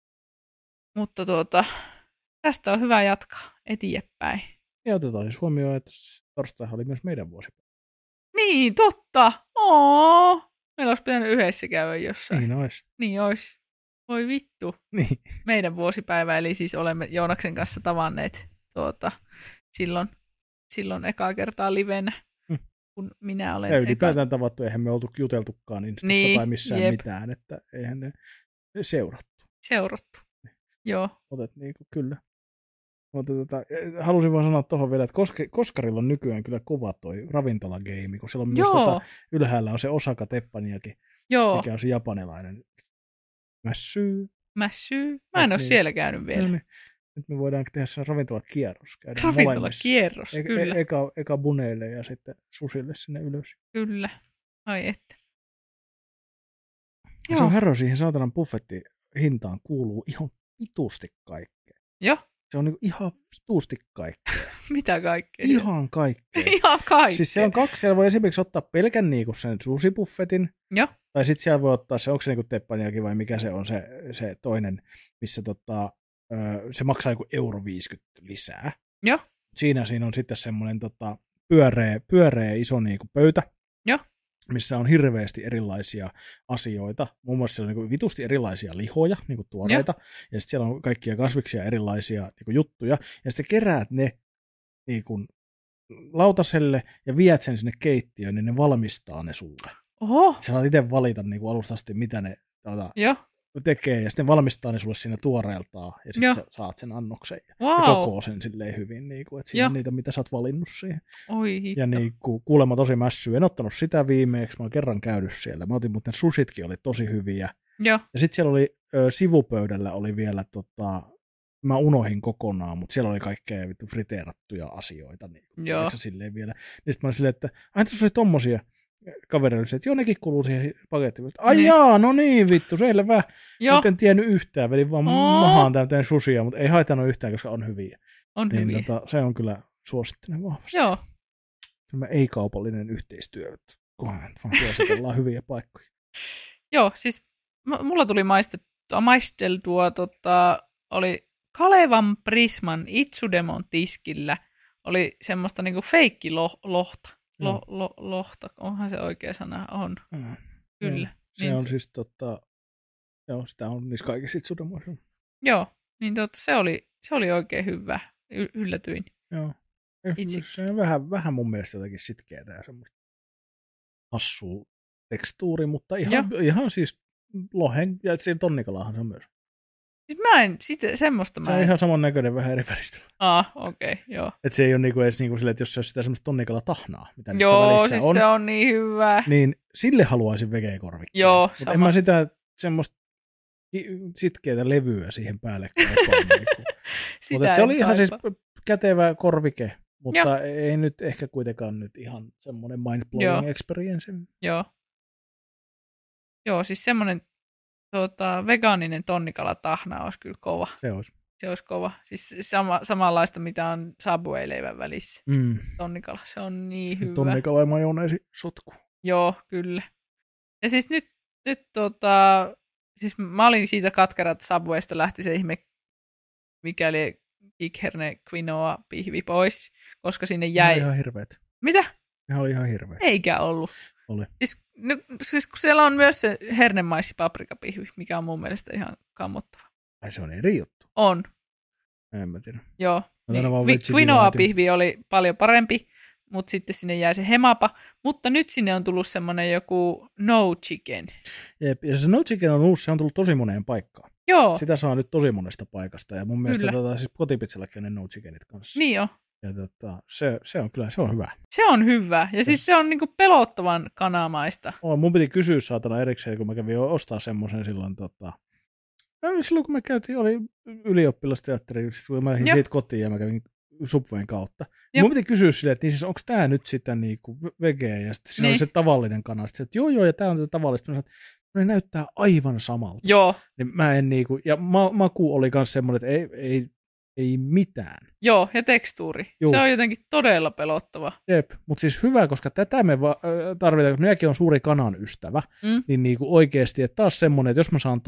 tästä on hyvä jatkaa eteenpäin. Ja otetaan siis huomioon, että torstaihan oli myös meidän vuosipäivä. Niin, totta. Meillä olisi pitänyt yhdessä käydä jossain. Niin olisi. Voi vittu. Niin. Meidän vuosipäivä, eli siis olemme Joonaksen kanssa tavanneet silloin ekaa kertaa livenä, kun minä olen... Ja ylipäätään tavattu, eihän me oltu juteltukaan Instassa tai missään mitään, että eihän ne seurattu. Joo. Kyllä. Mutta halusin vaan sanoa tuohon vielä, että Koskarilla on nykyään kyllä kova toi ravintolageimi, kun siellä on myös ylhäällä on se Osaka Teppaniakin, mikä on se japanilainen mässyy. Mä en ole siellä käynyt vielä. Niin. Nyt me voidaan tehdä sen ravintolakierros. Ravintolakierros, kyllä. Eka buneille ja sitten susille sinne ylös. Kyllä. Ai että. Se on härö siihen saatanan buffetti hintaan kuuluu ihan vitusti kaikkea. Joo. Se on niinku ihan vitusti kaikkea. Mitä kaikkea? Ihan kaikkea. Ihan kaikkea. Siis siellä on kaksi, siellä voi esimerkiksi ottaa pelkän niinku sen susibuffetin. Joo. Tai sitten siellä voi ottaa se, onko se niinku teppaniakin vai mikä se on se toinen, missä se maksaa joku €50 lisää. Joo. Siinä on sitten semmoinen pyöreä iso niinku pöytä. Joo. Missä on hirveästi erilaisia asioita. Muun muassa siellä on niin vitusti erilaisia lihoja, niin kuin tuoreita. Ja sitten siellä on kaikkia kasviksia erilaisia niin kuin juttuja. Ja sitten keräät ne niin kuin lautaselle ja viet sen sinne keittiöön, niin ne valmistaa ne sulle. Oho. Sä saat itse valita niin kuin alusta asti, mitä ne tekee. Ja sitten valmistaa ne sulle siinä tuoreeltaan. Ja sitten sä saat sen annoksen. Ja kokoo sen silleen hyvin. Niin kuin, että siinä on niitä, mitä sä oot valinnut siihen. Oi hitto. Ja niin kuin, kuulemma tosi mässyä. En ottanut sitä viimeeksi. Mä oon kerran käynyt siellä. Mä otin, mutta ne susitkin oli tosi hyviä. Joo. Ja sitten siellä oli sivupöydällä oli vielä, mä unohin kokonaan, mutta siellä oli kaikkea vittu friteerattuja asioita. Niin kuin, silleen vielä. Niin sitten mä olin silleen, että tässä oli tommosia. Kaverille, että joo, nekin kuuluu siihen pakettiin. Ai jaa, no niin vittu, selvä. Mä en tiennyt yhtään, vedin vaan mahaan täyteen susia, mutta ei haitannut yhtään, koska on hyviä. Hyviä. Se on kyllä suosittelen vahvasti. Joo. Semmoinen ei-kaupallinen yhteistyö, kunhan vaan suositellaan hyviä paikkoja. Joo, siis mulla tuli maisteltua, oli Kalevan Prisman Itsudemon tiskillä, oli semmoista niinku feikkilohta. Lohta, onhan se oikea sana, on. Kyllä. Se niin, on siis sitä on niissä kaikissa Itsudemoissa. Joo, niin se oli oikein hyvä, yllätyin. Joo. Se on vähän mun mielestä jotakin sitkeätä ja semmoista hassua tekstuuri, mutta ihan siis lohen, ja siinä tonnikalahan se on myös. Siis semmoista se on ihan saman näköinen, vähän eri väristä. Okei, joo. Että se ei ole niinku edes niinku silleen, että jos se olisi sitä semmoista tonnikala-tahnaa, mitä niissä välissä on. Joo, siis se on niin hyvä. Niin sille haluaisin vegekorvikkeja. Joo, mutta en mä sitä semmoista sitkeätä levyä siihen päälle kaipaa. Mutta se oli ihan siis kätevä korvike, mutta ei nyt ehkä kuitenkaan nyt ihan semmoinen mind-blowing experience. Joo, siis semmoinen vegaaninen tonnikala-tahna olisi kyllä kova. Se olisi kova. Siis samanlaista, mitä on Subway-leivän välissä. Tonnikala, se on niin hyvä. Tonnikala ja majoneesi sotku. Joo, kyllä. Ja siis nyt siis mä olin siitä katkera, että Subwaysta lähti se ihme, mikäli Kikherne Quinoa pihvi pois, koska sinne jäi... Ihan hirveet. Mitä? Ne oli ihan hirveet. Eikä ollut. Oli. Siis kun siellä on myös se hernemaissi paprikapihvi, mikä on mun mielestä ihan kammottava. Ai se on eri juttu. On. En mä tiedä. Joo. Niin, Quinoa-pihvi oli paljon parempi, mutta sitten sinne jäi se hemapa. Mutta nyt sinne on tullut semmoinen joku no chicken. Jep, ja se no chicken on uusi, se on tullut tosi moneen paikkaan. Joo. Sitä saa nyt tosi monesta paikasta. Ja mun mielestä siis kotipizzallakin on ne no chickenit kanssa. Niin jo. Ja se on kyllä, se on hyvä. Se on hyvä. Ja siis se on niinku pelottavan kanamaista. Mun piti kysyä saatana erikseen, kun mä kävin ostaa semmoisen silloin silloin kun me käytiin, oli ylioppilasteatteri, kun mä lähdin siitä kotiin ja mä kävin Subwayn kautta. Mun piti kysyä silleen, että niin siis onko tää nyt sitä niinku vegeä, ja sitten siinä oli se tavallinen kana. Sitten että joo, ja tää on tätä tavallista. Mä sanoin, että ne näyttää aivan samalta. Joo. Niin mä en niinku, ja maku oli kans semmoinen, että ei mitään. Joo, ja tekstuuri. Se on jotenkin todella pelottava. Jep, mutta siis hyvä, koska tätä me tarvitaan, kun minäkin on suuri kanan ystävä, niin niinku oikeasti, että taas semmoinen, että jos mä saan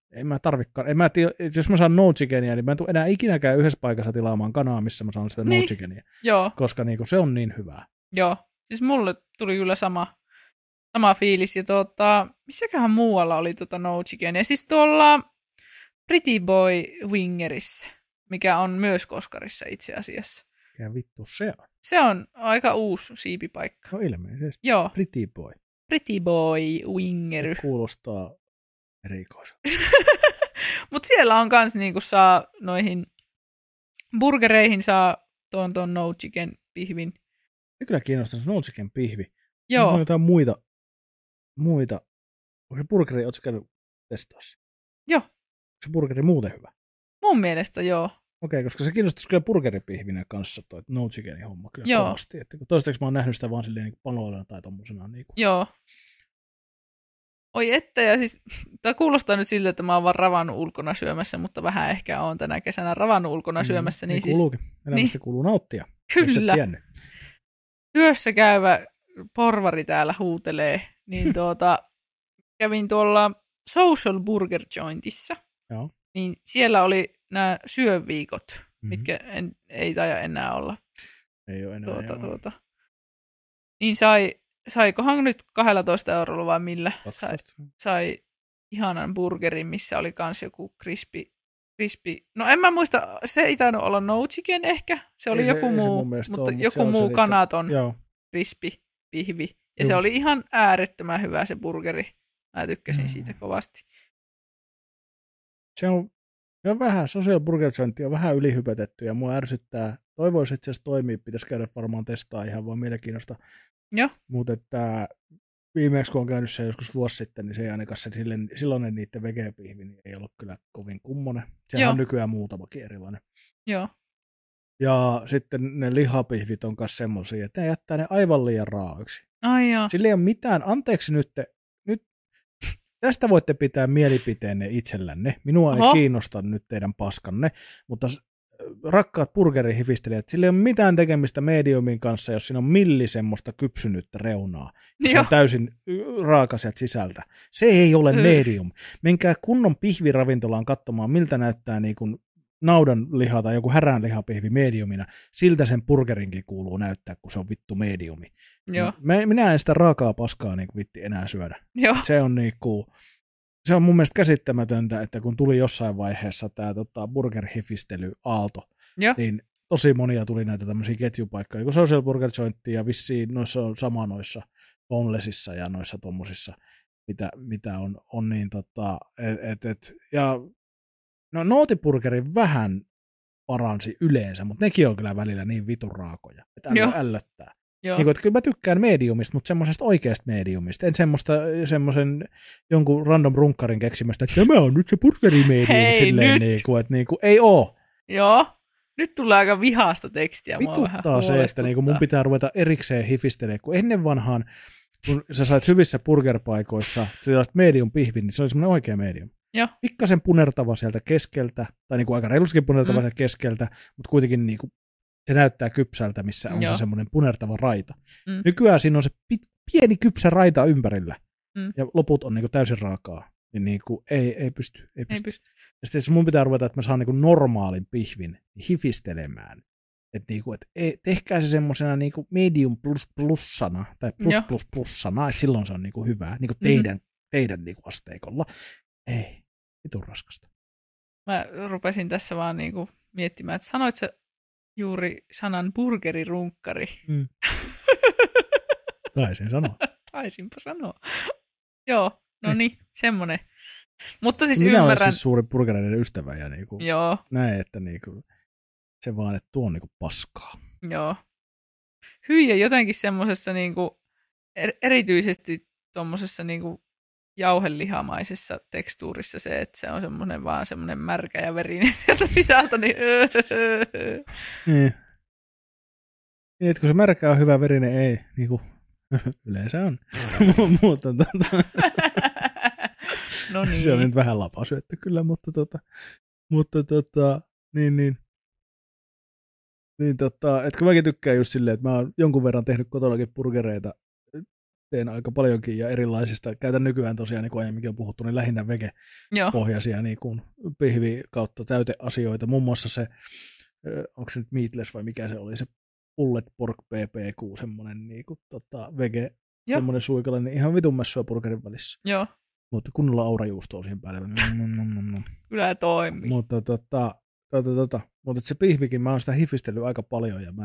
jos mä saan no chickenia, niin mä en tule enää ikinäkään yhdessä paikassa tilaamaan kanaa, missä mä saan sitä no chickenia. Joo. Koska niinku se on niin hyvää. Joo, siis mulle tuli kyllä sama fiilis, ja missäköhän muualla oli no chickenia, siis tuolla Pretty Boy Wingerissä, mikä on myös Koskarissa itse asiassa. Ja vittu se on. Se on aika uusi siipipaikka. No ilmeisesti. Joo. Pretty Boy. Pretty Boy Winger. Se kuulostaa erikoiselta. Mutta siellä on kans niinku saa noihin burgereihin saa tuon no chicken pihvin. Se kyllä kiinnostaa se no chicken pihvi. Joo. On jotain muita. Onko se burgeri, ootko käynyt testaassa? Joo. Onko se burgeri muuten hyvä? Mun mielestä joo. Okei, koska se kiinnostaisi kyllä burgeripihvinä kanssa toi no chickenin homma kyllä kovasti. Että toistaiseksi mä oon nähnyt sitä vaan silleen niin paloilla tai tommosena. Niin joo. Oi että, ja siis tämä kuulostaa nyt siltä, että mä oon vaan ravannut ulkona syömässä, mutta vähän ehkä oon tänä kesänä ravannut ulkona syömässä. Niin siis, kuuluukin. Elämästä kuuluu nauttia. Kyllä. Työssä käyvä porvari täällä huutelee. Niin kävin tuolla Social Burger Jointissa. Joo. Niin siellä oli nämä syöviikot, mitkä ei taida enää olla. Ei ole enää. Niin saikohan nyt 12 eurolla vai millä? Sai ihanan burgerin, missä oli kans joku crispy. No en mä muista, se ei tainnut olla no chicken ehkä. Se oli joku muu, mutta joku muu kanaton crispy pihvi. Ja se oli ihan äärettömän hyvä se burgeri. Mä tykkäsin siitä kovasti. Se on vähän, Social Burger Joint on vähän ylihypätetty ja mua ärsyttää. Toivoisin, että se toimii, pitäisi käydä varmaan testaa ihan vaan mielenkiinnosta. Joo. Mutta että viimeksi kun on käynyt se joskus vuosi sitten, niin se ei ainakaan silloin niiden vegepihvi niin ei ollut kyllä kovin kummonen. Sehän on nykyään muutamakin erilainen. Joo. Ja sitten ne lihapihvit on myös semmoisia, että ne jättää ne aivan liian raaoiksi. Ai joo. Sillä ei ole mitään, anteeksi nyt tästä voitte pitää mielipiteenne itsellänne. Minua ei kiinnosta nyt teidän paskanne, mutta rakkaat burgerihifistelijät, sillä ei ole mitään tekemistä mediumin kanssa, jos siinä on milli semmoista kypsynyttä reunaa. Se on täysin raaka sieltä sisältä. Se ei ole medium. Menkää kunnon pihviravintolaan katsomaan, miltä näyttää niin kuin naudanliha tai joku häränlihapihvi mediumina. Siltä sen burgerinkin kuuluu näyttää, kun se on vittu mediumi. Minä en sitä raakaa paskaa niin kuin vitti enää syödä. Joo. Se on mun mielestä käsittämätöntä, että kun tuli jossain vaiheessa tämä burgerhifistely-aalto, niin tosi monia tuli näitä tämmöisiä ketjupaikkoja, niin kuin Social Burger Joint ja vissiin noissa on sama noissa Bonelessissa ja noissa tommosissa, mitä on niin ja no Nootiburgeri vähän paransi yleensä, mutta nekin on kyllä välillä niin vitun raakoja, että ällöttää. Niin, että kyllä mä tykkään mediumista, mutta semmoisesta oikeasta mediumista. En semmoisen jonkun random runkkarin keksimästä, että tämä on nyt se burgerimedium silleen, että ei oo. Joo, nyt tulee aika vihasta tekstiä. Vituttaa se, että mun pitää ruveta erikseen hifistelemään, kun ennen vanhaan, kun sä sait hyvissä burgerpaikoissa sellaiset medium pihvin, niin se oli semmoinen oikea medium. Pikkasen punertava sieltä keskeltä, tai niin kuin aika reilustikin punertava sieltä keskeltä, mutta kuitenkin niin kuin se näyttää kypsältä, missä on se semmoinen punertava raita. Nykyään siinä on se pieni kypsä raita ympärillä, ja loput on niinku täysin raakaa. niin niinku, ei pysty. Ja sitten mun pitää ruveta, että mä saan niinku normaalin pihvin hifistelemään. Että niinku, tehkää se semmosena niinku medium plussana tai plussana, että silloin se on niinku hyvää. Niinku teidän niinku asteikolla. Ei, vitun raskasta. Mä rupesin tässä vaan niinku miettimään, että sanoit sä juuri sanan burgerirunkkari. Taisinpa sanoa. Joo, no niin, semmonen. Mutta siis minä ymmärrän. Olen siis suuri burgereiden ystävä ja niinku näin, että niinku, se vaan, että tuo on niinku paskaa. Joo. Hyi ja jotenkin semmosessa niinku, erityisesti tuommoisessa niinku jauhelihamaisessa tekstuurissa se, että se on semmoinen vaan semmoinen märkä ja verinen sieltä sisältä, niin Niin, että kun se märkä on hyvä, verinen ei, niinku yleensä on. No niin. Se on nyt vähän lapasyöttä kyllä, mutta että kun mäkin tykkään just silleen, että mä oon jonkun verran tehnyt kotonakin burgereita, teen aika paljonkin ja erilaisista, käytän nykyään tosiaan, niin kuin aiemminkin on puhuttu, niin lähinnä vege-pohjaisia niin kuin pihvi kautta täyteasioita, muun muassa se, onko se nyt meatless vai mikä se oli, se pulled pork PPQ, semmoinen niin kuin, vege, semmoinen suikale, niin ihan vitun mässyä burgerin välissä. Joo. Mutta kunnolla aurajuustoa siihen päälle. Kyllä toimii. Mutta mutta se pihvikin, mä oon sitä hifistellyt aika paljon ja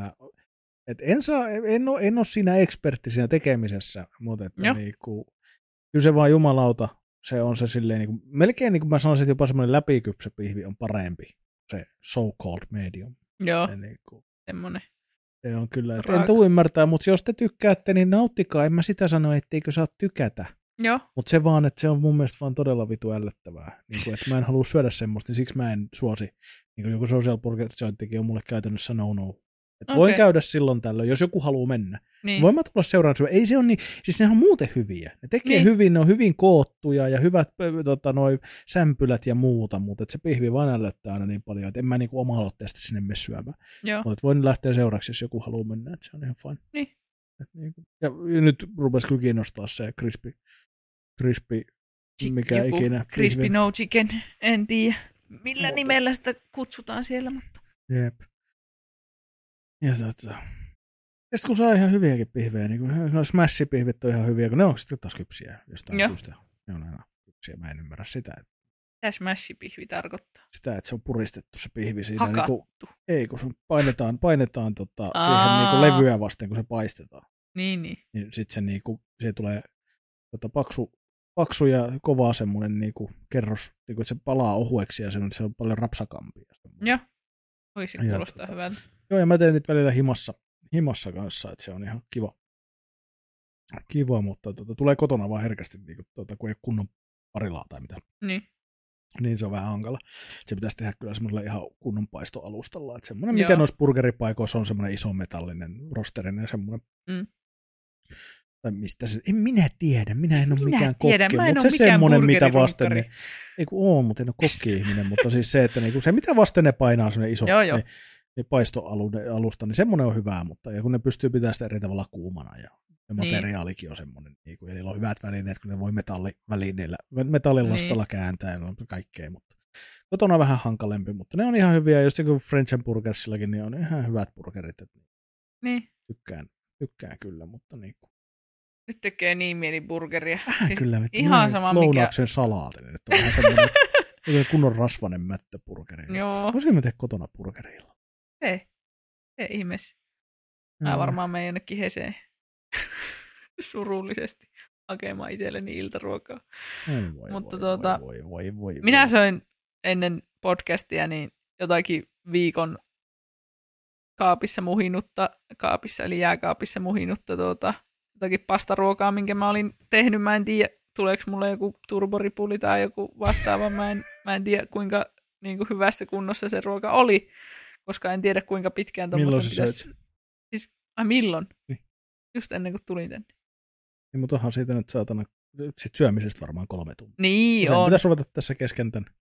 en ole siinä ekspertti siinä tekemisessä, mutta että niinku, kyllä se vaan jumalauta, se on se silleen niinku, melkein niin kuin mä sanoisin, että jopa semmoinen läpikypsä pihvi on parempi, se so-called medium. Joo, niinku, semmoinen. Se on kyllä, että en tuu ymmärtää, mutta jos te tykkäätte, niin nauttikaa, en mä sitä sano, etteikö saa tykätä. Joo. Mutta se vaan, että se on mun mielestä vaan todella vitu ällöttävää. Niin että mä en halua syödä semmoista, niin siksi mä en suosi. Niin kuin joku social burger jointtikin on mulle käytännössä no. Että voin käydä silloin tällöin, jos joku haluaa mennä. Niin. Voin mä tulla seuraan syödä. Ei se on niin, siis ne on muuten hyviä. Ne tekee hyvin, ne on hyvin koottuja ja hyvät noi sämpylät ja muuta, mutta se pihvi vaan ällöttää aina niin paljon, että en mä niinku oma-aloitteesta sinne mene syömään. Mutta voin lähteä seuraksi, jos joku haluaa mennä, että se on ihan fine. Niin. Ja nyt rupesi kyllä kiinnostaa se crispy, mikä joku ikinä. Crispy no chicken, en tiedä millä nimellä sitä kutsutaan siellä, mutta. Jep. Ja sitten kun saa ihan hyviäkin pihvejä, niin kuin no smash-pihvit on ihan hyviä, kun ne on sitten taas kypsiä jostain syystä. Ne on aina kypsiä, mä en ymmärrä sitä. Mitä smash-pihvi tarkoittaa? Sitä, että se on puristettu se pihvi siinä. Hakattu. Ei, kun se painetaan siihen niinku levyä vasten, kun se paistetaan. Niin. Sitten se niinku, siihen tulee paksu ja kova semmoinen niinku kerros, niinku, että se palaa ohueksi ja se on paljon rapsakampia. Joo, voisi kuulostaa hyvältä. Joo, ja mä teen nyt välillä himassa kanssa, että se on ihan kiva, mutta tulee kotona vaan herkästi, niinku, kun ei kunnon parilaa tai mitä. Niin se on vähän hankala. Se pitäisi tehdä kyllä semmoisella ihan kunnon paistoalustalla, että semmoinen, mikä noissa burgeripaikoissa on semmoinen iso metallinen rosterinen semmoinen. Tai mistä se, en minä tiedä, minä en ole mikään kokki, mutta se semmoinen, mitä vasten ne, ei kun oo, mutta en ole kokki-ihminen, mutta siis se, että niinku, se mitä vasten ne painaa semmoinen iso niin paistoalusta, niin semmoinen on hyvää, mutta ja kun ne pystyy pitämään sitä eri tavalla kuumana ja materiaalikin on semmoinen, niinku, eli on hyvät välineet, kun ne voi metallilastalla kääntää ja kaikkea, mutta kotona on vähän hankalempi, mutta ne on ihan hyviä, just kuin French and Burgersillakin, niin on ihan hyvät burgerit, että tykkään kyllä, mutta niinku. Nyt tekee niin mieli burgeria. Siis kyllä, ihan sama mikä. Lounauksen salaatin, että on vähän semmoinen kunnon rasvainen mättöburgeri. Joo. Voisinko me tehdä kotona burgerilla? Ei ihmeessä. Mä varmaan menen jonnekin Heseen surullisesti hakemaan itselleni iltaruokaa. Mutta minä söin ennen podcastia niin jotakin viikon kaapissa eli jääkaapissa muhinutta jotakin pastaruokaa, minkä mä olin tehnyt. Mä en tiedä, tuleeko mulle joku turboripuli tai joku vastaava. Mä en tiedä, kuinka niin kuin hyvässä kunnossa se ruoka oli, koska en tiedä, kuinka pitkään tuommoista pitäisi. Siis, milloin? Niin. Just ennen kuin tulin tänne. Niin, mutta onhan siitä nyt saatana sit syömisestä varmaan 3 tuntia. Niin on. Pitäisi ruveta tässä kesken tämän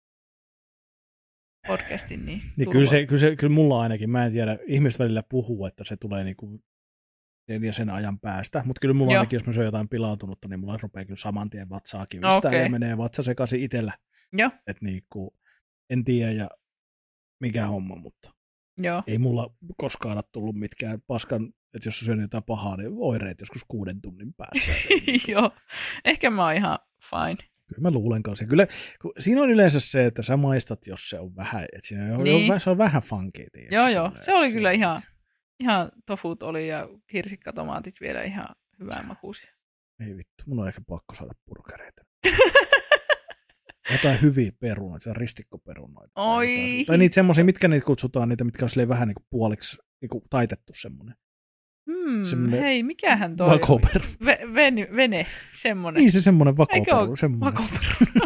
podcastin. Niin kyllä mulla ainakin, mä en tiedä, ihmiset välillä puhuu, että se tulee niinku sen ajan päästä. Mutta kyllä mulla ainakin, jos mä syön jotain pilautunutta, niin mulla rupeaa kyllä saman tien vatsaa kivistää ja menee vatsa sekaisin itsellä. Joo. Että niinku, en tiedä ja mikä homma, mutta Joo. ei mulla koskaan ole tullut mitkään paskan, että jos syön jotain pahaa, niin oireet joskus 6 tunnin päässä. Joo, ehkä mä oon ihan fine. Kyllä mä luulen kanssa. Kyllä, siinä on yleensä se, että sä maistat, jos se on vähän, että siinä on, se on vähän funky. Joo, se oli kyllä ihan tofut oli ja kirsikkatomaatit vielä ihan hyvää makuisia. Ei vittu, mun on ehkä pakko saada burgereita. Jotain hyviä perunoita, ristikkoperunoita. Oi. Tai niitä semmoisia, mitkä niitä kutsutaan, niitä, mitkä on vähän niin kuin puoliksi niin kuin taitettu semmoinen. Hei, mikähän toi? Vakoperu. Vene, semmoinen. Niin se semmoinen vakoperu. Vakoperu.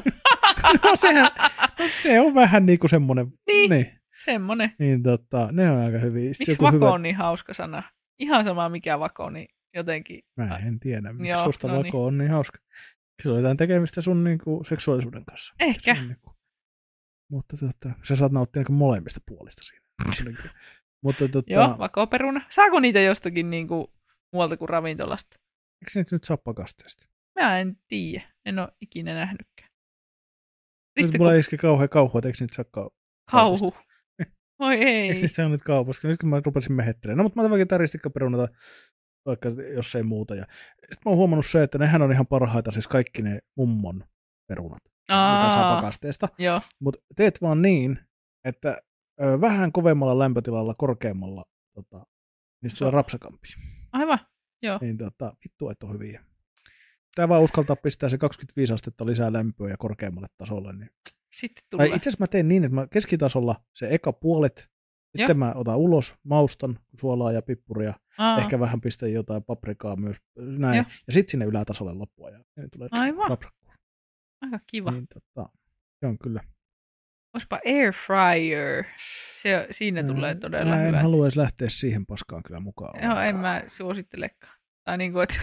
Se on vähän niin kuin semmoinen. Niin. Semmoinen. Niin ne on aika hyviä. Miksi vako on niin hauska sana? Ihan sama mikä vako, niin jotenkin. Mä en tiedä, miksi susta vako on niin hauska. Se on jotain tekemistä sun niinku seksuaalisuuden kanssa. Ehkä. Niinku, mutta sä saat nauttia niinku molemmista puolista siinä. Mutta joo, vakoperuna. Saako niitä jostakin niinku muualta kuin ravintolasta? Eikö niitä nyt saa pakasteesta? Mä en tiedä. En ole ikinä nähnytkään. Nyt mulla iski kauhean kauhu, että eikö niitä saa kauhu? Oi ei. Eikö niitä saa nyt kaupasta? Nyt kun mä rupesin mehettelemään. No, mutta mä otan vaikka ristikkaperunata, vaikka jos ei muuta. Ja sitten mä oon huomannut se, että nehän on ihan parhaita, siis kaikki ne mummon perunat, mitä saa pakasteesta. Mutta teet vaan niin, että vähän kovemmalla lämpötilalla, korkeammalla, niin se on rapsakampia. Aivan, joo. Niin vittu, että on hyviä. Tää vaan uskaltaa pistää se 25 astetta lisää lämpöä ja korkeammalle tasolle. Niin. Sitten tulee. Itse asiassa mä teen niin, että mä keskitasolla se eka puolet, sitten mä otan ulos, maustan suolaa ja pippuria, ehkä vähän pistän jotain paprikaa myös, näin, ja sitten sinne ylätasolle loppua. Ja niin tulee rapsakkuus. Aika kiva. Niin, se on kyllä. Olisipa air fryer. Siinä tulee todella hyvä. En haluaisi lähteä siihen paskaan kyllä mukaan. Joo, en mä suosittelekaan. Tai niin kuin, että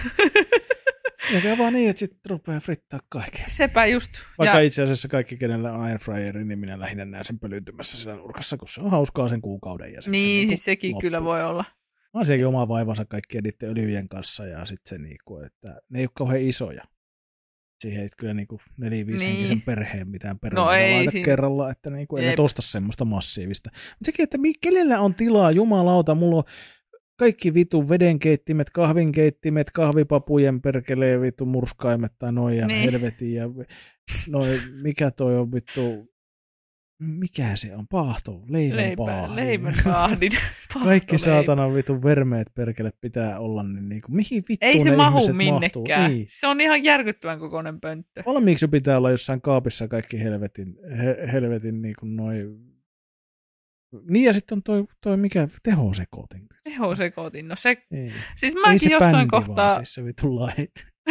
ja vaan niin, että sitten rupeaa frittaa kaiken. Sepä just. Vaikka itse asiassa kaikki, kenellä on airfryeri, niin minä lähinnä näen sen pölyyntymässä siellä nurkassa, kun se on hauskaa sen kuukauden. Ja niin, siis sekin loppuu. Kyllä voi olla. Mä oon sielläkin oma vaivansa kaikkien niiden öljyjen kanssa, ja sitten se niinku, että ne ei ole kauhean isoja. Siihen ei kyllä niinku 4-5 henkisen perheen mitään perunoita laita kerralla, että niinku ei ne osta semmoista massiivista. Mutta sekin, että kenellä on tilaa, jumalauta, mulla on kaikki vitun vedenkeittimet, kahvinkeittimet, kahvipapujen perkeleen vittu murskaimet tai noin ja helvetin ja noin, mikä toi on vittu, mikä se on, paahto, leivänpaahdin. Kaikki saatanan vitun vermeet perkele pitää olla, niin niinku, mihin vittuun ei se ne mahu ihmiset minnekään. mahtuu? Ei. Se on ihan järkyttävän kokoinen pönttö. Valmiiksi pitää olla jossain kaapissa kaikki helvetin niinku noin. Niin ja sitten on toi mikä tehosekotin. Tehosekotin, no se, ei. Siis mäkin ei jossain kohtaa. Vaan, siis se vitun lait.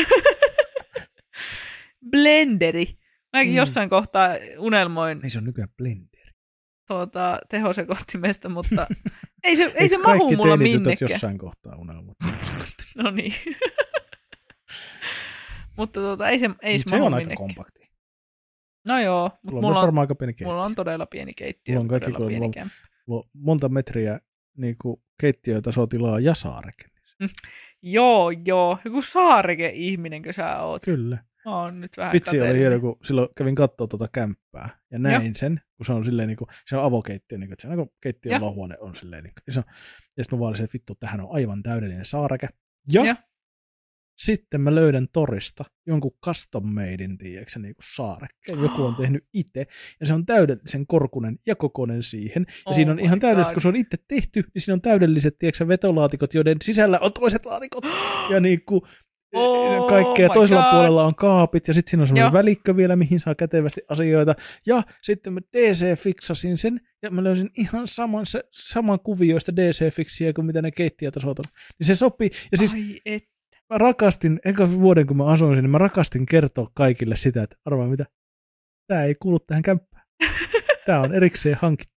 Blenderi. Mäkin jossain kohtaa unelmoin. Ei se on nykyään blenderi. Tehosekottimesta, mutta ei se mahu mulla minnekään. Jossain kohtaa unelmoin. No niin. Mutta ei se mahu minnekään. Se on aika kompakti. No joo, mutta mulla on todella pieni keittiö. Mulla on monta metriä niin keittiötasotilaa ja saareke. Joo, joku saareke-ihminenkö sä oot? Kyllä. On nyt vähän vitsi oli hieno, kun silloin kävin katsoa tuota kämppää ja näin sen, kun se on silleen niin kuin, se on avokeittiö, niin kuin, että se on keittiön olohuone on silleen niin kuin, ja sitten mä vaan että vittu, tähän on aivan täydellinen saareke. Ja sitten mä löydän torista jonkun custom madein, tiedätkö, niin kuin saarekkeen. Joku on tehnyt itse, ja se on täydellisen korkunen ja kokonen siihen. Ja siinä on ihan täydellistä, kun se on itse tehty, niin siinä on täydelliset, tiedätkö, vetolaatikot, joiden sisällä on toiset laatikot. Ja niin kuin kaikkea. Toisella puolella on kaapit, ja sitten siinä on semmoinen välikkö vielä, mihin saa kätevästi asioita. Ja sitten mä DC-fiksasin sen, ja mä löysin ihan saman kuvioista DC-fiksiä kuin mitä ne keittiötasot on. Niin se sopii. Ja siis mä rakastin, eka vuoden kun mä asuin sinne, mä rakastin kertoa kaikille sitä, että arvaa mitä, tää ei kuulu tähän kämppään. Tää on erikseen hankittu.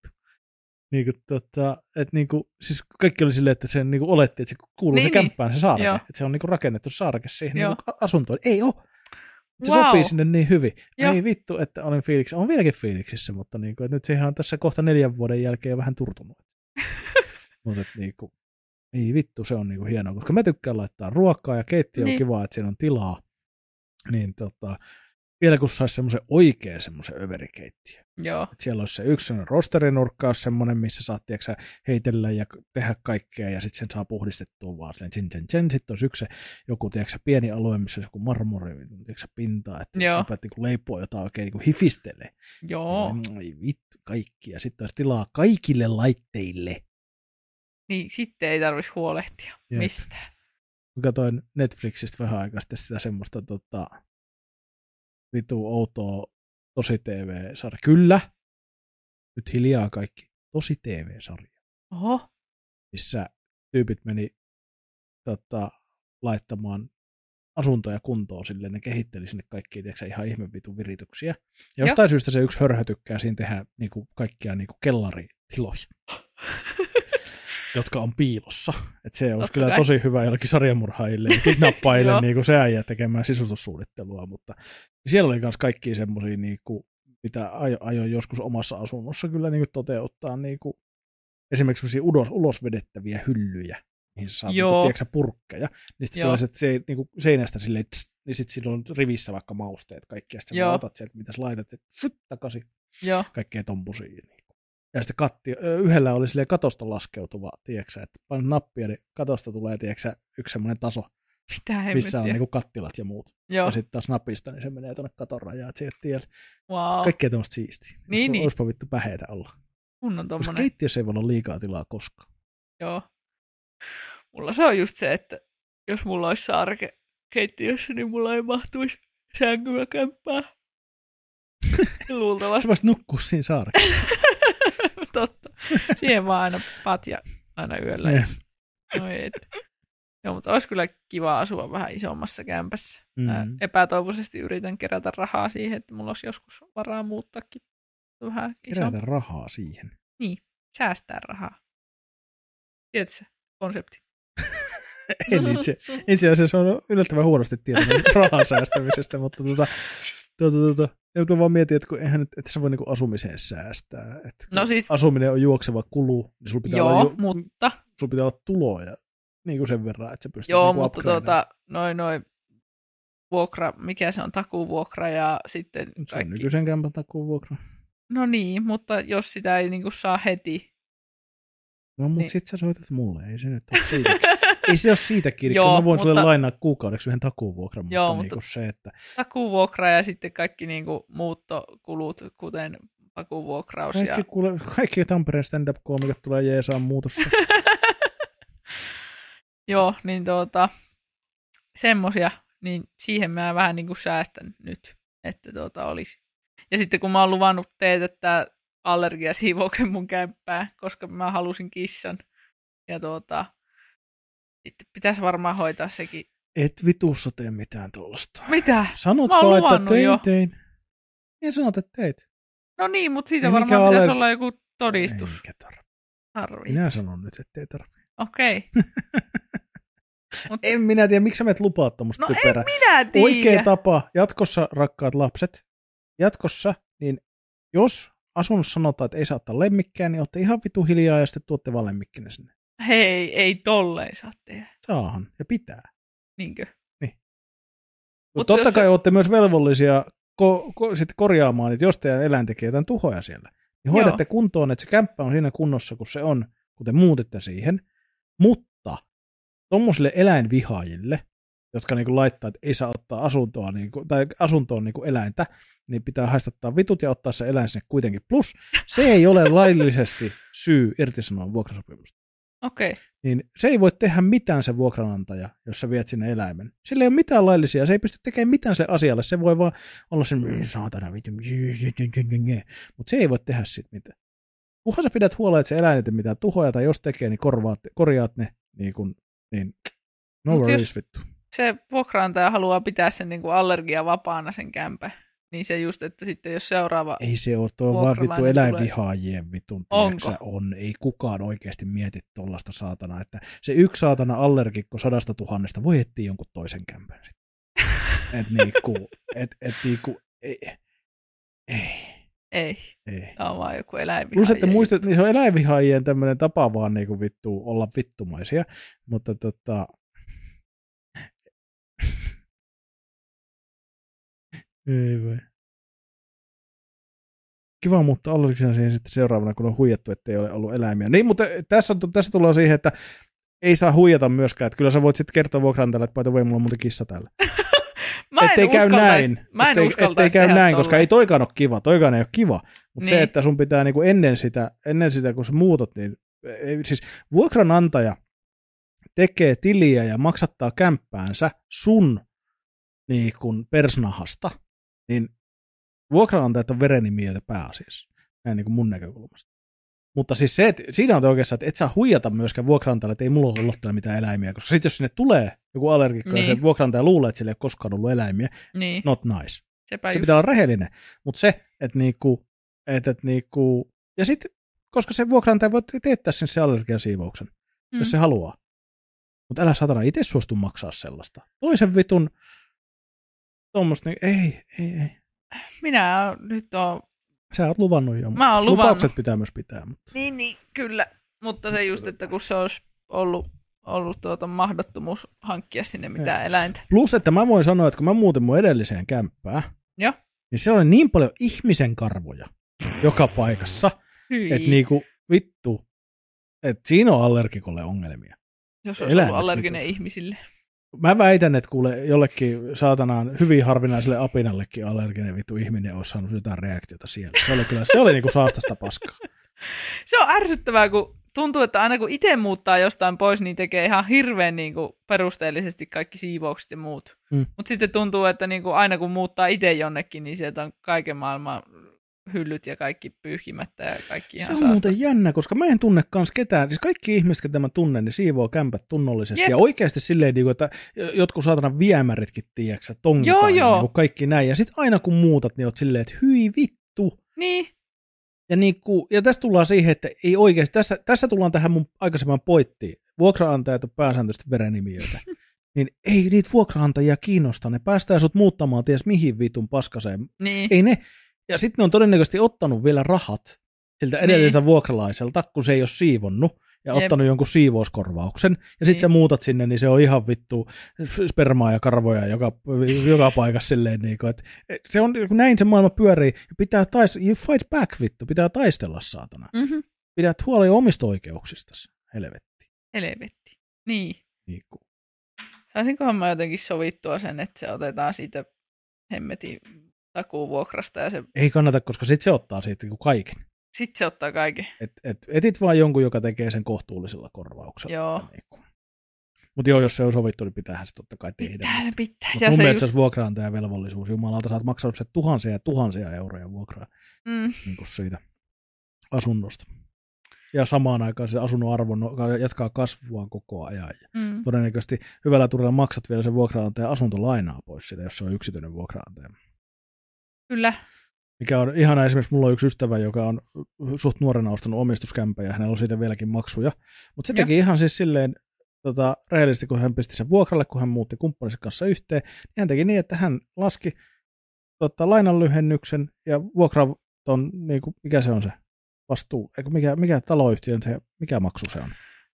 Siis kaikki oli silleen, että se niinku oletti, että se kuuluu se kämppään se saareke. Että se on niinku rakennettu saareke siihen niinku asuntoon. Ei oo. Se sopii sinne niin hyvin. Ei vittu, että olen fiiliksissä. Olen vieläkin fiiliksissä, mutta niinku, että nyt siihen on tässä kohta 4 vuoden jälkeen vähän turtunut. Mutta niinku, Ei vittu, se on niinku hienoa, koska mä tykkään laittaa ruokaa ja keittiö on kiva, että siinä on tilaa. Niin vielä kun saisi semmoisen oikein semmoisen överikeittiö. Joo. Et siellä olisi se yksi rosterinurkkaus semmoinen, missä saat tiiäksä, heitellä ja tehdä kaikkea ja sitten sen saa puhdistettua vaan sen. Sitten olisi yksi joku tiiäksä, pieni alue, missä on joku marmori tiiäksä, pintaa, että jos sä niinku leipoa jotain oikein niinku hifistelee. Joo. Ai vittu, kaikki. Ja sitten olisi tilaa kaikille laitteille. Niin sitten ei tarvitsisi huolehtia mistään. Mä katsoin Netflixistä vähän aikaa sitten sitä semmoista vitu outoa Tosi TV-sarja. Kyllä, nyt hiljaa kaikki. Tosi TV-sarja. Oho. Missä tyypit meni laittamaan asuntoja kuntoon silleen, ne kehitteli sinne kaikkia ihan ihme vitun virityksiä. Ja jostain syystä se yksi hörhö tykkää siinä tehdä niinku kaikkia niinku kellaritiloja. jotka on piilossa. Että se olisi kyllä tosi hyvä jollakin sarjamurhaajille ja kidnappaajille niin se äijä tekemään sisustussuunnittelua, mutta siellä oli myös kaikkia semmoisia, niin mitä ajoin joskus omassa asunnossa kyllä niin toteuttaa, niin kuin, esimerkiksi semmoisia ulosvedettäviä hyllyjä, mihin sä saat niin purkkeja, niin sitten tulee se, niin kuin seinästä silleen, niin sitten silloin on rivissä vaikka mausteet kaikki, ja sitten sä otat sieltä, mitä sä laitat, ja takaisin kaikkea tommosia. Niin. Ja sitten yhdellä oli silleen katosta laskeutuva, tiiäksä, että painat nappia, niin katosta tulee, tiiäksä, yksi semmoinen taso, missä on niinku kattilat ja muut. Joo. Ja sitten taas napista, niin se menee tuonne katon rajaan, että sieltä tiellä. Wow. Kaikkea tuommoista siistiä. Niin. Olisipa vittu päheitä olla. Kunnon tommonen. Koska keittiössä ei voi olla liikaa tilaa koskaan. Joo. Mulla se on just se, että jos mulla olisi saareke keittiössä, niin mulla ei mahtuisi sänkyä kämppää. Luultavasti. Sä voisit nukkua siinä saarekessa. Totta. Siihen vaan aina patja aina yöllä. No ei, joo, mutta olisi kyllä kiva asua vähän isommassa kämpässä. Epätoivoisesti yritän kerätä rahaa siihen, että mulla olisi joskus varaa muuttaakin vähän isompi. Kerätä rahaa siihen? Niin, säästää rahaa. Tiedätkö konsepti? Itse asiassa on yllättävän huonosti tietoinen rahan säästämisestä, mutta vaan mietin, että että sä voi niinku asumiseen säästää. Että no siis, asuminen on juokseva kulu, niin sulla pitää, mutta sulla pitää olla tuloja niin kuin sen verran, että sä pystyt niinku mutta noin vuokra, mikä se on, takuvuokra ja sitten kaikki. Se on nykyisen kämpän takuvuokra. No niin, mutta jos sitä ei niinku saa heti. No mutta niin. Sit sä soitat mulle, ei se nyt ole siitä. Ei se ole siitä kiinni, mä voin sulle lainaa kuukaudeksi yhden takuvuokran, mutta niinku se, että takuvuokra ja sitten kaikki niinku muuttokulut, kuten pakuvuokraus. Kaikki Tampereen stand-up-koomikot tulee jeesaan muutossa. Joo, niin semmosia, niin siihen mä vähän niinku säästän nyt, että olisi. Ja sitten kun mä oon luvannut teetättää allergiasiivouksen mun kämppää, koska mä halusin kissan. Ja pitäisi varmaan hoitaa sekin. Et vitussa tee mitään tuollaista. Mitä? Sanot vaan, että tein. Ja sanot, että teit. No niin, mutta siitä varmaan pitäisi olla joku todistus. Eikä tarvii. Minä sanon nyt, että ei tarvii. Okei. En minä tiedä, miksi sä menet lupaa tuommoista typerää. En minä tiedä. Oikea tapa jatkossa, rakkaat lapset, niin jos asunnossa sanotaan, että ei saa ottaa lemmikkejä, niin olette ihan vitu hiljaa ja sitten tuotte vaan lemmikkinä sinne. Hei, ei tolleen saa tehdä. Saahan, ja pitää. Niinkö? Niin. Mutta totta kai olette myös velvollisia sitten korjaamaan, että jos teidän eläin tekee jotain tuhoja siellä, niin hoidatte kuntoon, että se kämppä on siinä kunnossa, kun se on, kun te muutitte siihen. Mutta tommosille eläinvihaajille, jotka niinku laittaa, että ei saa ottaa asuntoon niinku eläintä, niin pitää haistattaa vitut ja ottaa se eläin sinne kuitenkin. Plus, se ei ole laillisesti syy irtisanoa vuokrasopimusta. Okei. Niin se ei voi tehdä mitään se vuokranantaja, jos sä viet sinne eläimen. Sillä ei ole mitään laillisia, se ei pysty tekemään mitään sille asialle. Se voi vaan olla sen, saatana vitu, mutta se ei voi tehdä siitä mitään. Kunhan sä pidät huolta, että se eläin ei tee mitään tuhoja, tai jos tekee, niin korjaat ne, niin no worries vittu. Se vuokraantaja haluaa pitää sen niin kuin allergiavapaana sen kämpän, niin se just, että sitten jos seuraava ei se ole, tuo vaan vittu eläinvihaajien vitun, tiiäksä, on. Ei kukaan oikeasti mieti tollaista saatana, että se yksi saatana allergikko 100 000 voi etsiä jonkun toisen kämpän. Ei. Ei. Tämä on vaan joku eläinvihaajia. Plus, että muistat, niin se on eläinvihaajien tämmöinen tapa vaan niinku olla vittumaisia, mutta ei vai. Kiva muuttaa allergisena siihen sitten seuraavana, kun on huijattu, ettei ole ollut eläimiä. Niin, mutta tässä tullaan siihen, että ei saa huijata myöskään. Että kyllä sä voit sitten kertoa vuokranantajalle, että paita voi, mulla on muuten kissa täällä. Ettei käy näin. Ettei käy näin, koska ei toikaan ole kiva. Toikaan ei ole kiva. Mutta se, että sun pitää niinku ennen sitä, kun sä muutat, niin siis vuokranantaja tekee tiliä ja maksattaa kämppäänsä sun niin kun persnahasta, niin vuokranantajat on verenimijöitä pääasiassa, näin niin kuin mun näkökulmasta. Mutta siis se, että siinä on oikeassa, että et saa huijata myöskään vuokranantajalle, että ei mulla ole ollut mitään eläimiä, koska sitten jos sinne tulee joku allergikko ja se vuokranantaja luulee, että sillä ei ole koskaan ollut eläimiä, not nice. Se pitää olla rehellinen. Mutta se, että ja sitten, koska se vuokranantaja voi teettää sen se allergian siivouksen, jos se haluaa. Mutta älä satana itse suostu maksaa sellaista. Toisen vitun tuommoista, niin ei. Minä nyt oon... Sä oot luvannut jo. Mä oon luvannut. Lupaukset pitää myös pitää. Mutta... Niin, kyllä. Mutta se just, että kun se olisi ollut mahdottomuus hankkia sinne mitään eläintä. Plus, että mä voin sanoa, että kun mä muutin mun edelliseen kämppään, niin siellä oli niin paljon ihmisen karvoja joka paikassa, että niinku vittu, että siinä on allergikolle ongelmia. Jos olisi ollut allerginen ihmisille. Mä väitän, että kuule jollekin saatanaan hyvin harvinaiselle apinallekin allerginen vittu ihminen olisi saanut jotain reaktiota siellä. Se oli niinku saastasta paskaa. Se on ärsyttävää, kun tuntuu, että aina kun itse muuttaa jostain pois, niin tekee ihan hirveän niinku perusteellisesti kaikki siivoukset ja muut. Mutta sitten tuntuu, että niinku aina kun muuttaa itse jonnekin, niin sieltä on kaiken maailman hyllyt ja kaikki pyyhkimättä ja kaikki ihan saastasta. Se on muuten jännä, koska mä en tunne kans ketään. Siis kaikki ihmiset, ketä mä tunnen, niin siivoo kämpät tunnollisesti. Jep. Ja oikeasti silleen, että jotkut saatana viemäritkin, tiedätkö, tongitaan niin kaikki näin. Ja sitten aina kun muutat, niin oot silleen, että hyi vittu. Niin. Ja tässä tullaan siihen, että ei oikeasti, tässä tullaan tähän mun aikaisemman pointtiin. Vuokraantajat on pääsääntöisesti verenimijöitä. Niin ei niitä vuokraantajia kiinnosta. Ne päästää sut muuttamaan ties mihin vitun paskaseen. Niin. Ei ne. Ja sitten ne on todennäköisesti ottanut vielä rahat siltä edelliseltä vuokralaiselta, kun se ei ole siivonnut, ja ottanut jonkun siivouskorvauksen. Ja sitten sä muutat sinne, niin se on ihan vittu spermaa ja karvoja joka paikassa silleen. Niin kuin, että se on, näin se maailma pyörii. Ja pitää you fight back, vittu. Pitää taistella, saatana. Mm-hmm. Pidät huoli omista oikeuksistasi. Helvetti. Niin. Saisinkohan mä jotenkin sovittua sen, että se otetaan siitä hemmetin takuuvuokrasta. Ja se... Ei kannata, koska sitten se ottaa siitä kaiken. Sitten se ottaa kaiken. Etit vaan jonkun, joka tekee sen kohtuullisella korvauksella. Joo. Mutta jos se on sovittu, niin pitäähän se totta kai tehdä. Pitää. Mutta mun mielestä se vuokraantajan velvollisuus. Jumalauta, sä oot maksanut se tuhansia ja tuhansia euroja vuokraa niin siitä asunnosta. Ja samaan aikaan se asunnon arvo jatkaa kasvuaan koko ajan. Todennäköisesti hyvällä turilla maksat vielä sen vuokraantajan asuntolainaa pois siitä, jos se on yksityinen vuokraantaja. Kyllä. Mikä on ihana, esimerkiksi mulla on yksi ystävä, joka on suht nuorena ostanut omistuskämpä ja hänellä on siitä vieläkin maksuja. Mutta se teki ihan siis silleen rehellisesti, kun hän pisti sen vuokralle, kun hän muutti kumppaninsa kanssa yhteen, niin hän teki niin, että hän laski lainanlyhennyksen ja vuokraton, niin kuin, mikä se on se vastuu, eikö mikä taloyhtiön, mikä maksu se on?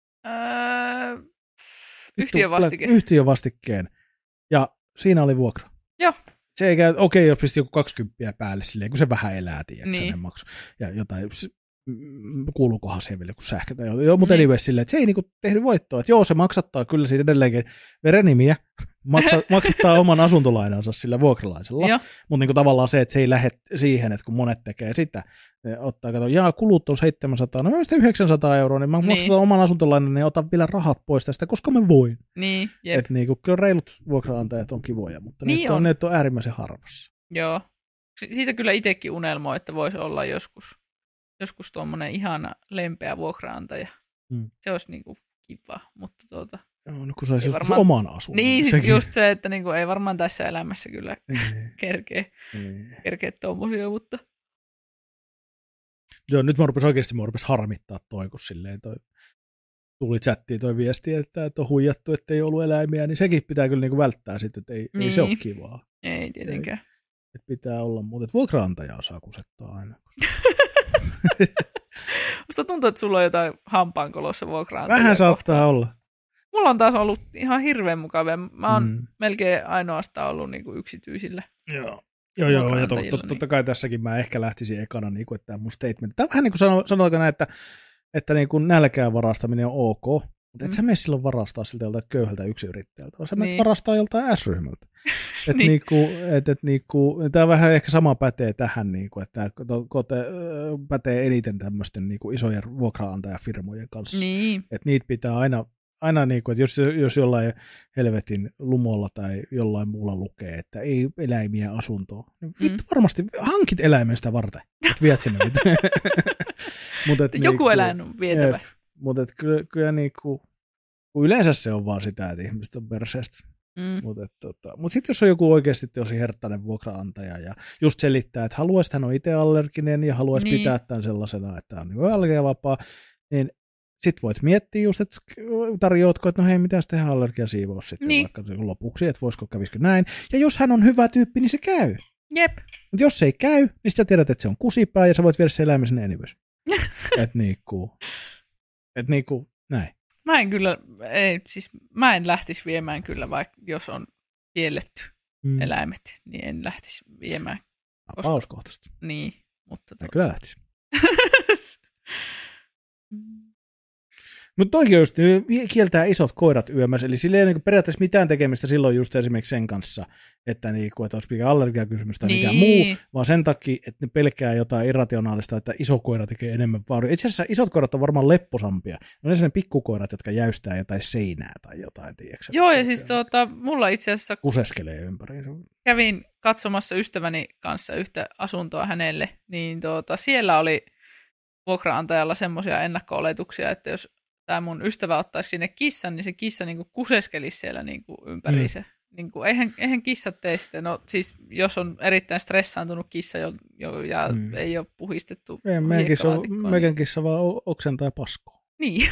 Yhtiövastike. Yhtiövastikkeen. Ja siinä oli vuokra. Joo. Se ei käy, jos pisti joku 20 päälle silleen, kun se vähän elää, tiedätkö, maksu. Ja jotain, kuuluukohan siihen vielä joku sähkö tai jotain. Mutta anyway silleen, että se ei niinku tehnyt voittoa. Että joo, se maksattaa kyllä siitä edelleenkin verenimiä, maksattaa oman asuntolainansa sillä vuokralaisella. Mutta niinku tavallaan se, että se ei lähde siihen, että kun monet tekee sitä, ottaa, kulut on 700, no sitten 900 euroa, niin mä maksataan oman asuntolainan ja otan vielä rahat pois tästä, koska mä voin. Niin, että niinku, kyllä reilut vuokraantajat on kivoja, mutta niin ne on äärimmäisen harvassa. Joo. Siitä kyllä itsekin unelmoi, että voisi olla joskus tuommoinen ihana lempeä vuokraantaja. Se olisi niinku kiva, mutta Joo, no kun saisi oman asunnon. Niin, siis just se, että niinku ei varmaan tässä elämässä kyllä kerkeä tuommoisia, mutta... Joo, nyt mä rupesin harmittaa kun silleen tuli chattiin toi viesti, että on huijattu, että ei ollut eläimiä, niin sekin pitää kyllä niinku välttää sitten, että ei se ole kivaa. Ei tietenkään. että pitää olla, mutta vuokraantaja osaa kusettaa aina. Musta tuntuu, että sulla on jotain hampaankolossa vuokraantajia. Vähän saattaa olla. Mulla on taas ollut ihan hirveän mukavia. Mä oon melkein ainoastaan ollut niinku yksityisillä. Joo, ja totta kai tässäkin mä ehkä lähtisin ekana, niin kuin, että tämä mun statement. Tämä on vähän niin kuin sanotaanko näin, että niin kuin nälkään varastaminen on ok, mutta et sä mene silloin varastaa siltä joltain köyhältä yksiyrittäjältä, vaan sä menet varastaa joltain S-ryhmältä. Tämä vähän ehkä sama pätee tähän, niin kuin, että pätee eniten tämmöisten niin kuin isojen vuokraantajafirmojen kanssa. Niin. Että niitä pitää aina niin kuin, että jos jollain helvetin lumolla tai jollain muulla lukee, että ei eläimiä asuntoon, niin vittu varmasti hankit eläimen sitä varten, että viet sinne. Joku eläin on vietävä. Mutta kyllä niinku, yleensä se on vaan sitä, että ihmiset on perseestä. Mutta sitten jos on joku oikeasti tosi herttainen vuokraantaja ja just selittää, että haluaisi, että hän on itse allerginen ja haluaisi pitää tämän sellaisena, että on niin allergiavapaa, niin sitten voit miettiä just, että tarjoatko, että no hei, mitäs tehdään allergiasiivous sitten vaikka lopuksi, että kävisikö näin. Ja jos hän on hyvä tyyppi, niin se käy. Jep. Mutta jos se ei käy, niin sä tiedät, että se on kusipää ja sä voit viedä se eläimen sinne anyways. Että niinku, näin. Mä en lähtisi viemään kyllä, vaikka jos on kielletty eläimet, niin en lähtisi viemään. Tapauskohtaisesti. Niin, mutta kyllä lähtisi. Mutta toikin just kieltää isot koirat yömässä, eli sillä ei ole periaatteessa mitään tekemistä silloin just esimerkiksi sen kanssa, että olisi mikä allergiakysymys tai mikään muu, vaan sen takia, että ne pelkää jotain irrationaalista, että iso koira tekee enemmän vaaroja. Itse asiassa isot koirat on varmaan lepposampia. Ne on ne pikkukoirat, jotka jäystää jotain seinää tai jotain, tiedätkö? Joo, ja siis mulla itse asiassa kuseskelee ympäri. Kävin katsomassa ystäväni kanssa yhtä asuntoa hänelle, niin siellä oli vuokraantajalla semmoisia ennakko-oletuksia, että jos tämä mun ystävä ottaisi sinne kissan, niin se kissa niinku kuseskelisi siellä niinku ympäriinsä. Niinku, eihän kissat tee sitä. No siis jos on erittäin stressaantunut kissa ja ei ole puhistettu hiekkalaatikkoa. Meidän kissa vaan oksentaa paskoa. Niin.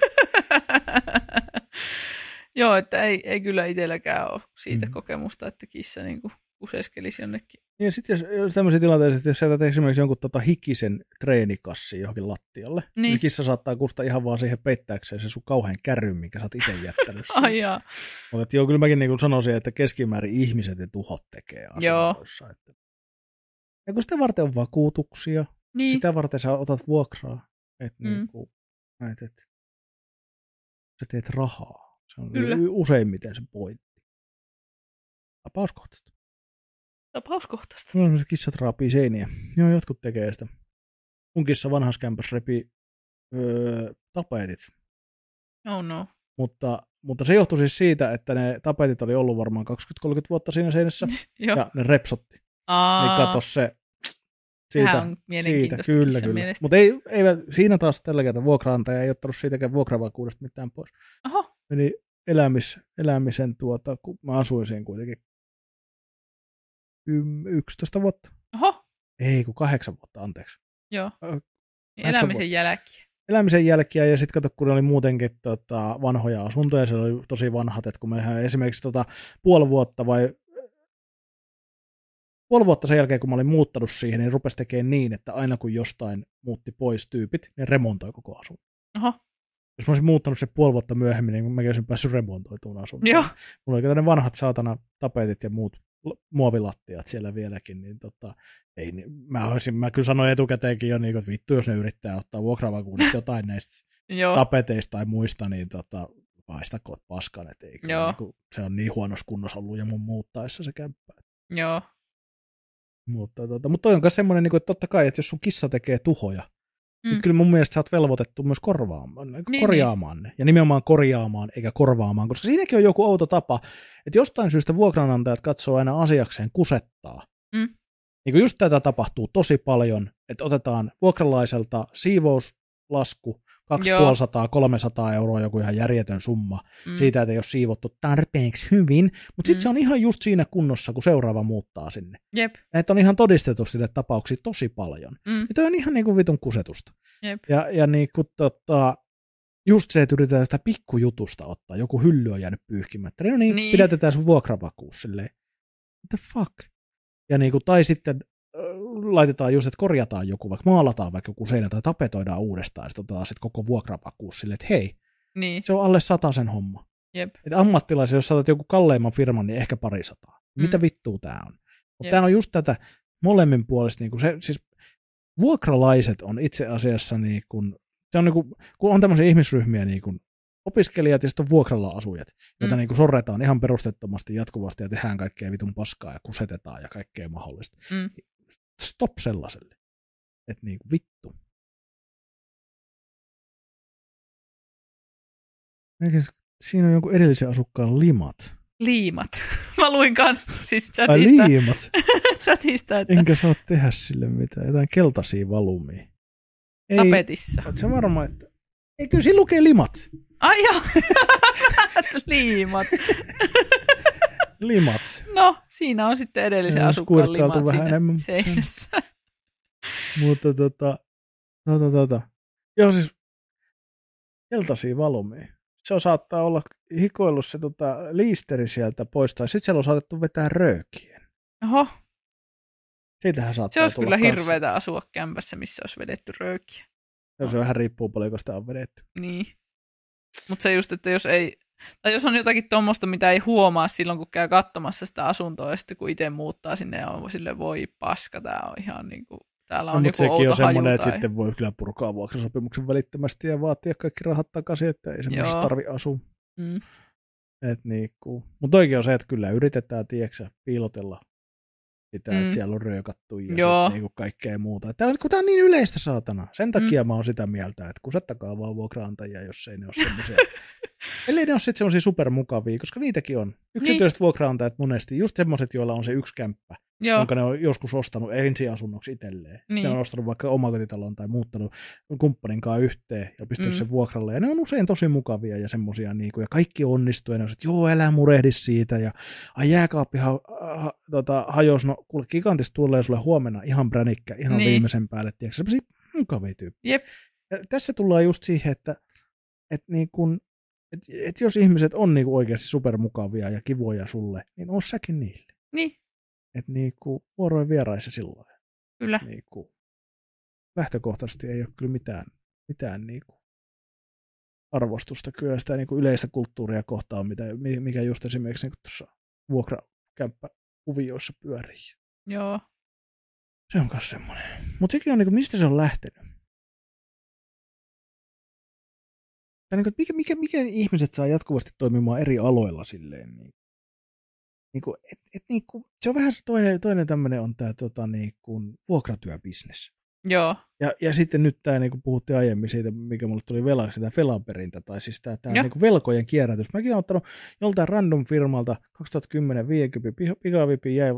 Joo, että ei kyllä itselläkään ole siitä kokemusta, että kissa niinku kuseskelisi jonnekin. Ja sitten jos tämmöisiä tilanteita, että jos sä teet esimerkiksi jonkun hikisen treenikassin johonkin lattialle, niin kissa saattaa kustaa ihan vaan siihen peittääkseen se sun kauhean kärryn, minkä sä oot itse jättänyt. Ai jaa. Mutta joo, kyllä mäkin niin sanoisin, että keskimäärin ihmiset ja tuhot tekee asunnoissa. Ja kun sitä varten on vakuutuksia, sitä varten sä otat vuokraa, että sä teet rahaa. Se on useimmiten se pointti. Tapauskohtaista. No, se kissat raapii seiniä. Joo, jotkut tekee sitä. Mun kissa vanhassa kämpässä repi tapetit. Oh no. Mutta se johtui siis siitä, että ne tapetit oli ollut varmaan 20-30 vuotta siinä seinässä. Ja ne repsotti. Niin kato se. Sehän on mielenkiintoista. Kyllä. Mutta ei siinä taas tällä kertaa vuokraantaja ei ottanut siitäkään vuokravakuudesta mitään pois. Oho. Eli elämisen kun mä asuin siinä kuitenkin 11 vuotta. Oho. Ei, kun 8 vuotta, anteeksi. Joo. Elämisen jälkiä. Elämisen jälkiä, ja sitten kato, kun oli muutenkin vanhoja asuntoja, se oli tosi vanhat, että kun me esimerkiksi puoli vuotta sen jälkeen, kun mä olin muuttanut siihen, niin rupesi tekemään niin, että aina kun jostain muutti pois tyypit, niin remontoi koko asunto. Oho. Jos mä olisin muuttanut se puoli vuotta myöhemmin, niin mä olisin päässyt remontoituun asuntoon. Joo. Mulla oli tämmöinen vanhat saatana tapetit ja muut muovilattiat siellä vieläkin, niin ei, mä kyllä sanoin etukäteenkin jo, niin, että vittu, jos ne yrittää ottaa vuokravakuudesta jotain näistä tapeteista tai muista, niin paistakoot paskan, että ei kyllä, niin kuin, se on niin huonossa kunnossa ollut ja mun muuttaessa se kämppää. Joo. Mutta toi on myös semmoinen, että totta kai, että jos sun kissa tekee tuhoja, niin kyllä mun mielestä sä oot velvoitettu myös korjaamaan ne. Ja nimenomaan korjaamaan eikä korvaamaan, koska siinäkin on joku outo tapa, että jostain syystä vuokranantajat katsoo aina asiakseen kusettaa. Niin kuin just tätä tapahtuu tosi paljon, että otetaan vuokralaiselta siivouslasku, 250-300 euroa, joku ihan järjetön summa, siitä, että ei ole siivottu tarpeeksi hyvin, mutta sitten se on ihan just siinä kunnossa, kun seuraava muuttaa sinne. Jep. Että on ihan todistettu sille tapauksia tosi paljon. Ja toi on ihan niin kuin vitun kusetusta. Jep. Ja niin kuin just se, että yritetään sitä pikkujutusta ottaa, joku hylly on jäänyt pyyhkimättä, no niin. Pidätetään sun vuokravakuus silleen. What the fuck? Ja niin kuin, tai sitten laitetaan just, että korjataan joku, vaikka maalataan vaikka joku seinä tai tapetoidaan uudestaan, ja sitten otetaan sitten koko vuokravakuus silleen, että hei, Niin. se on alle 100 sen homma. Jep. Että ammattilaisia, jos saatat joku kalleimman firman, niin ehkä 200. Mitä vittua tää on? Mutta tää on just tätä molemmin puolesta, niin kuin se, siis vuokralaiset on itse asiassa, niin kuin, se on niin kuin, kun on tämmöisiä ihmisryhmiä, niin kuin opiskelijat ja sitten vuokralla asujat, joita niin kuin sorretaan ihan perustettomasti jatkuvasti ja tehdään kaikkea vitun paskaa ja kusetetaan ja kaikkea mahdollista. Stop sellaiselle. Että niin kuin vittu. Siinä on jonkun edellisen asukkaan limat. Liimat. Mä luin kans siis chatista. Liimat. Chatista, että... Enkä saa tehdä sille mitään. Jotain keltaisia valumia. Ei, tapetissa. Oot sä varma, että... Ei, kyllä siinä lukee limat. Ai joo. Liimat. Limat. No, siinä on sitten edellisen asukkaan limat vähän enemmän, seinässä. Mutta Joo, siis keltaisia valumia. Se on saattaa olla hikoillut se liisteri sieltä pois, tai sitten siellä on saatettu vetää röökien. Oho. Siitähän saattaa se olisi tulla kyllä kanssa. hirveätä asua kämpässä, missä olisi vedetty röökiä. Se vähän riippuu paljonko sitä on vedetty. Niin. Mutta se just, että jos ei, tai jos on jotakin tuommoista, mitä ei huomaa silloin, kun käy katsomassa sitä asuntoa, ja sitten kun itse muuttaa sinne, ja on sille voi paska, tää on ihan niinku, täällä on joku outo haju. Mutta sekin on semmoinen, että sitten voi kyllä purkaa vuokrasopimuksen välittömästi ja vaatia kaikki rahat takaisin, että ei semmoisessa tarvi asua. Mutta oikein on se, että kyllä yritetään, tiedätkö, piilotella sitä, että siellä on röökattu ja niinku kaikkea muuta. Tämä on niin yleistä, saatana. Sen takia mä oon sitä mieltä, että kusettakaa vaan vuokraantajia, jos ei ne ole semmoisia. Ellei ne ole sitten semmoisia supermukavia, koska niitäkin on. Yksityiset vuokraantajat monesti, just semmoiset, joilla on se yksi kämppä, jonka ne on joskus ostanut ensiasunnoksi itselleen. Sitten ne on ostanut vaikka omakotitalon tai muuttanut kumppanin kanssa yhteen ja pistänyt sen vuokralle. Ja ne on usein tosi mukavia ja semmoisia, niinku, ja kaikki onnistuu. Ja ne on, että joo, älä murehdi siitä. Ja jääkaappi hajosi. No kuule, gigantista tulee sulle huomenna ihan bränikkä, ihan viimeisen päälle. Tiedätkö, semmoisia mukavia tyyppejä. Ja tässä tullaan just siihen, että jos ihmiset on niinku oikeasti supermukavia ja kivoja sulle, niin on säkin niille. Niin. Että niinku vuoroin vieraissa silloin. Kyllä. Niinku, lähtökohtaisesti ei ole kyllä mitään niinku arvostusta kyllä sitä niinku yleistä kulttuuria kohtaan, mikä just esimerkiksi niinku tuossa vuokrakämppäkuvioissa pyörii. Joo. Se on myös semmoinen. Mutta sekin on, niinku, mistä se on lähtenyt? Mikä ihmiset saa jatkuvasti toimimaan eri aloilla silleen? Se on vähän se toinen tämmöinen on tämä vuokratyöbisnes. Joo. Ja sitten nyt tämä, niin kuin puhuttiin aiemmin siitä, mikä mulle tuli velaksi, tämä velanperintä, tai siis tämä niin kuin velkojen kierrätys. Mäkin olen ottanut joltain random firmalta 2010 50 pikavipin jäi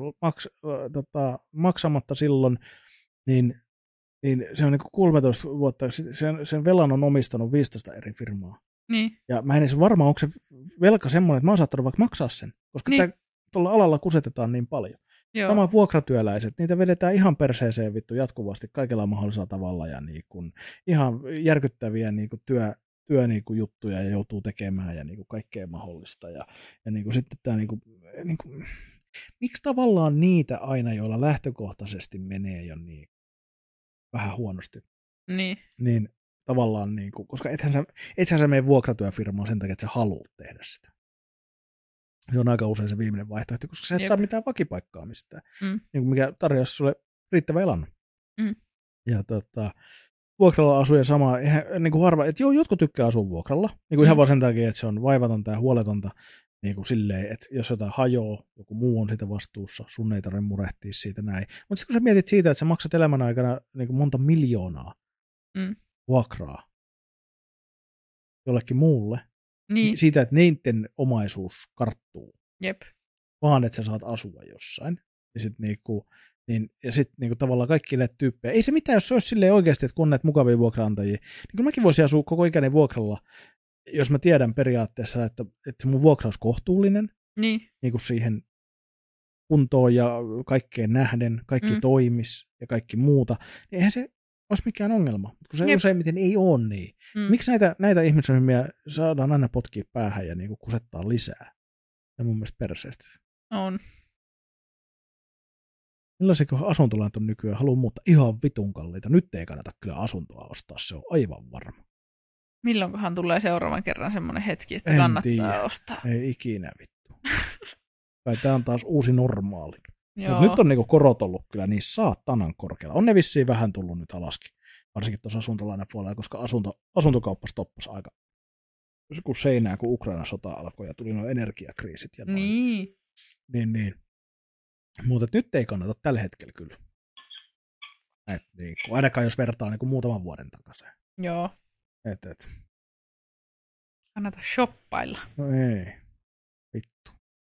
maksamatta silloin, niin se on niin kuin 13 vuotta, sen velan on omistanut 15 eri firmaa. Niin. Ja mä en edes varmaan, onko se velka semmoinen, että mä oon saattanut vaikka maksaa sen, koska tuolla alalla kusetetaan niin paljon. Sama vuokratyöläiset, niitä vedetään ihan perseeseen vittu jatkuvasti kaikella mahdollisella tavalla ja niin kuin ihan järkyttäviä niin kuin työ niin kuin juttuja ja joutuu tekemään ja niin kuin kaikkea mahdollista. Ja niin kuin sitten tämä, niin kuin, miksi tavallaan niitä aina, joilla lähtökohtaisesti menee jo niin vähän huonosti, niin tavallaan, niin kuin, koska ethän sä mene vuokratyöfirmaan sen takia, että sä haluat tehdä sitä. Se on aika usein se viimeinen vaihtoehto, koska sä et saa mitään vakipaikkaa mistään, niin mikä tarjoaa sulle riittävä elannon. Ja vuokralla asuja sama, niin kuin harva, että jotkut tykkää asua vuokralla, niin kuin ihan vaan sen takia, että se on vaivatonta ja huoletonta, niin kuin silleen, että jos jotain hajoaa, joku muu on sitä vastuussa, sun ei tarvitse murehtia siitä näin. Mutta sitten kun sä mietit siitä, että sä maksat elämän aikana niin kuin monta miljoonaa vuokraa jollekin muulle, siitä, että neiden omaisuus karttuu, vaan että sä saat asua jossain. Ja sitten niinku tavallaan kaikki näitä tyyppejä. Ei se mitään, jos se olisi silleen oikeasti, että kun on näitä mukavia vuokraantajia, niin kyllä mäkin voisin asua koko ikäinen vuokralla, jos mä tiedän periaatteessa, että se mun vuokra olisi kohtuullinen, niin kuin siihen kuntoon ja kaikkeen nähden, kaikki toimis ja kaikki muuta, niin eihän se olisi mikään ongelma, kun se useimmiten ei ole niin. Miksi näitä ihmisryhmiä saadaan aina potkia päähän ja niin kuin kusettaa lisää? Ja mun mielestä perseestä. On. Millaisia asuntolainat on nykyään? Haluan muuttaa ihan vitun kalliita. Nyt ei kannata kyllä asuntoa ostaa, se on aivan varma. Milloinkohan tulee seuraavan kerran semmoinen hetki, että En kannattaa tiedä. ostaa? Ei ikinä vittu. Tämä on taas uusi normaali. Joo. Nyt on niinku korot ollut kyllä niin saatanan korkealla. On ne vissiin vähän tullut nyt alaskin. Varsinkin tuossa asuntolainen puolella, koska asuntokauppa stoppasi aika kun seinää, kun Ukrainan sota alkoi ja tuli nuo energiakriisit. Ja noin. Niin. Mutta nyt ei kannata tällä hetkellä kyllä. Niin, ainakaan jos vertaa niin kuin muutaman vuoden takaisin. Joo. Et. Kannata shoppailla. No ei. Vittu.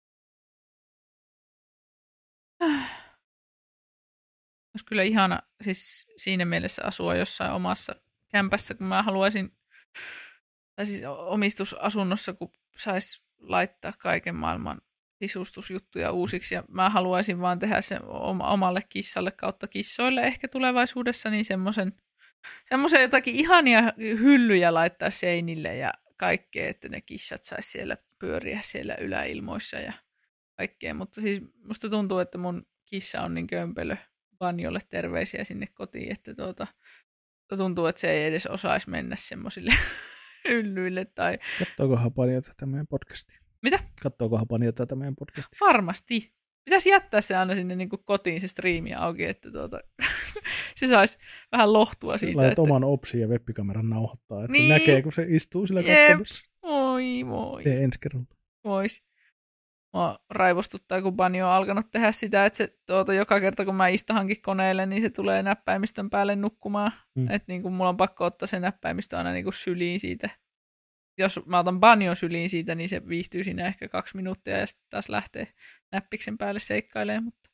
Olisi kyllä ihana siis siinä mielessä asua jossain omassa kämpässä, kun mä haluaisin, tai siis omistusasunnossa, kun saisi laittaa kaiken maailman sisustusjuttuja uusiksi, ja mä haluaisin vaan tehdä sen omalle kissalle kautta kissoille ehkä tulevaisuudessa, niin semmoisen jotakin ihania hyllyjä laittaa seinille ja kaikkea, että ne kissat saisi siellä pyöriä siellä yläilmoissa ja kaikkea, mutta siis musta tuntuu, että mun kissa on niin kömpelö. Banjolle terveisiä sinne kotiin, että tuntuu, että se ei edes osaisi mennä semmoisille hyllyille. Tai... Kattookohan Banjo tätä meidän podcastia? Mitä? Kattookohan Banjo tätä meidän podcastia? Varmasti. Pitäisi jättää se aina sinne niin kuin kotiin se striimi auki, että se saisi vähän lohtua siitä. Laitat oman opsin ja webikameran nauhoittaa, että niin. näkee, kun se istuu sillä katsomassa. Moi. Tee ensi kerralla. Vois. Mua raivostuttaa, kun Banjo on alkanut tehdä sitä, että se joka kerta, kun mä istahankin koneelle, niin se tulee näppäimistön päälle nukkumaan. Että niin mulla on pakko ottaa se näppäimistö aina niin syliin siitä. Jos mä otan Banjon syliin siitä, niin se viihtyy siinä ehkä 2 minuuttia ja sitten taas lähtee näppiksen päälle seikkailemaan. Mutta...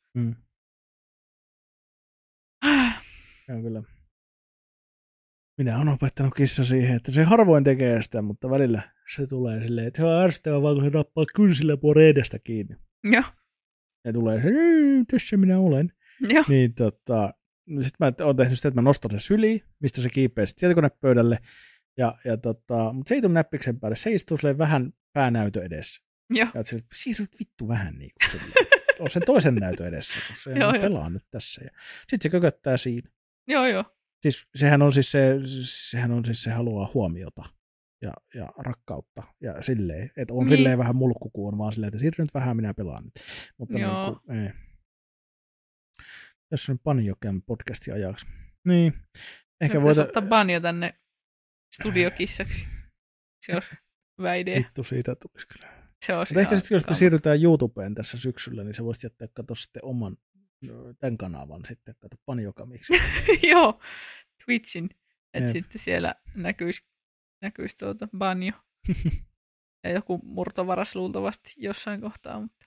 Ja kyllä. Minä olen opettanut kissa siihen, että se harvoin tekee sitä, mutta välillä se tulee silleen, että se on ärsyttävää vaan, kun se nappaa kynsillä puolella edestä kiinni. Joo. Ja tulee se, tässä minä olen. Joo. Niin sitten mä oon tehnyt sitä, että mä nostan sen syliin, mistä se kiipeää sitten tietokonepöydälle. Mutta se ei tule näppiksen päälle, se istuu silleen vähän päänäytö edessä. Joo. Ja se siirryt vittu vähän niin kuin silleen. On sen toisen näytö edessä, kun se pelaa nyt tässä. Sitten se kököttää siinä. Joo. Siis sehän on se haluaa huomiota ja rakkautta ja silleen, että on silleen vähän mulkku, kun on vaan silleen, että siirry nyt vähän, minä pelaan nyt. Mutta niin kuin, ei. Tässä on Banjokäm podcasti ajaksi. Niin. Ehkä voitaisiin ottaa Banjo tänne studiokissaksi. Se olisi hyvä idea. Vittu siitä tulisi kyllä. Se olisi ehkä sitten, jos me siirrytään YouTubeen tässä syksyllä, niin se voisi jättää katsoa sitten oman tämän kanavan sitten, kato Banjokamiksi. Joo, Twitchin, että sitten siellä näkyisi Banjo. Ja joku murtovaras luultavasti jossain kohtaa, mutta...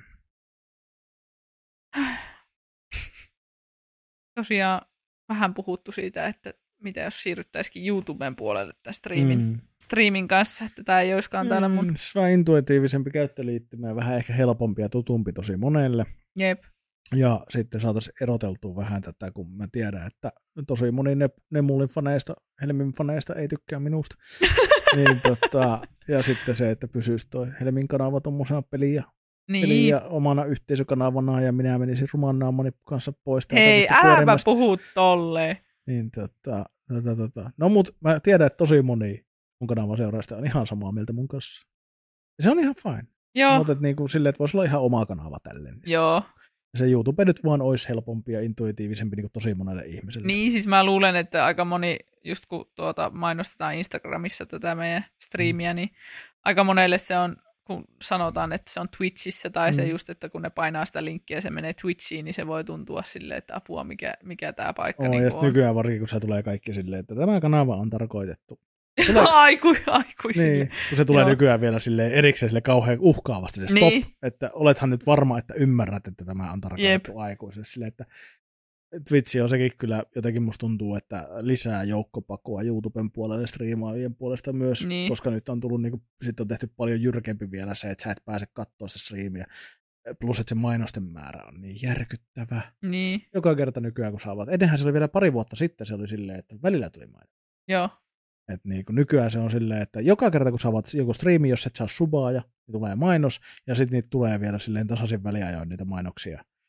Tosiaan vähän puhuttu siitä, että mitä jos siirryttäisikin YouTuben puolelle tämän striimin kanssa, että tämä ei olisikaan täällä mun... Se on intuitiivisempi käyttöliittymä ja vähän ehkä helpompi ja tutumpi tosi monelle. Jep. Ja sitten saataisiin eroteltua vähän tätä, kun mä tiedän, että tosi moni Nemulin faneista, Helmin faneista ei tykkää minusta. Niin, ja sitten se, että pysyisi toi Helmin kanava tommosena peliä omana yhteisökanavana ja minä menisin ruman naamani kanssa pois. Hei, älä puhu tolleen. Niin, No mut mä tiedän, että tosi moni mun kanavan seuraajista on ihan samaa mieltä mun kanssa. Ja se on ihan fine. Joo. Mutta niin silleen, että voisi olla ihan oma kanava tälleen. Joo. Ja se YouTube nyt vaan olisi helpompi ja intuitiivisempi niin kuin tosi monelle ihmiselle. Niin, siis mä luulen, että aika moni, just kun mainostetaan Instagramissa tätä meidän striimiä, niin aika monelle se on, kun sanotaan, että se on Twitchissä, tai se just, että kun ne painaa sitä linkkiä ja se menee Twitchiin, niin se voi tuntua silleen, että apua, mikä tämä paikka niin ja on. Nykyään varsinkin, kun se tulee kaikki silleen, että tämä kanava on tarkoitettu. Aikuisille. Niin, kun se tulee nykyään vielä silleen erikseen silleen kauhean uhkaavasti se stop, että olethan nyt varma, että ymmärrät, että tämä on tarkoitettu aikuisille. Silleen, että Twitch on sekin kyllä, jotenkin musta tuntuu, että lisää joukkopakoa YouTuben puolelle striimaavien puolesta myös, koska nyt on tullut, sitten on tehty paljon jyrkempi vielä se, että sä et pääse katsoa sitä striimiä. Plus, että se mainosten määrä on niin järkyttävä. Niin. Joka kerta nykyään, kun saavat. Ennenhän se oli vielä 2 vuotta sitten, se oli silleen, että välillä tuli mainos. Joo. Että nykyään se on silleen, että joka kerta kun saavat joku striimi, jos et saa subaa, niin tulee mainos, ja sitten niitä tulee vielä silleen tasaisin väliajoin niitä mainoksia.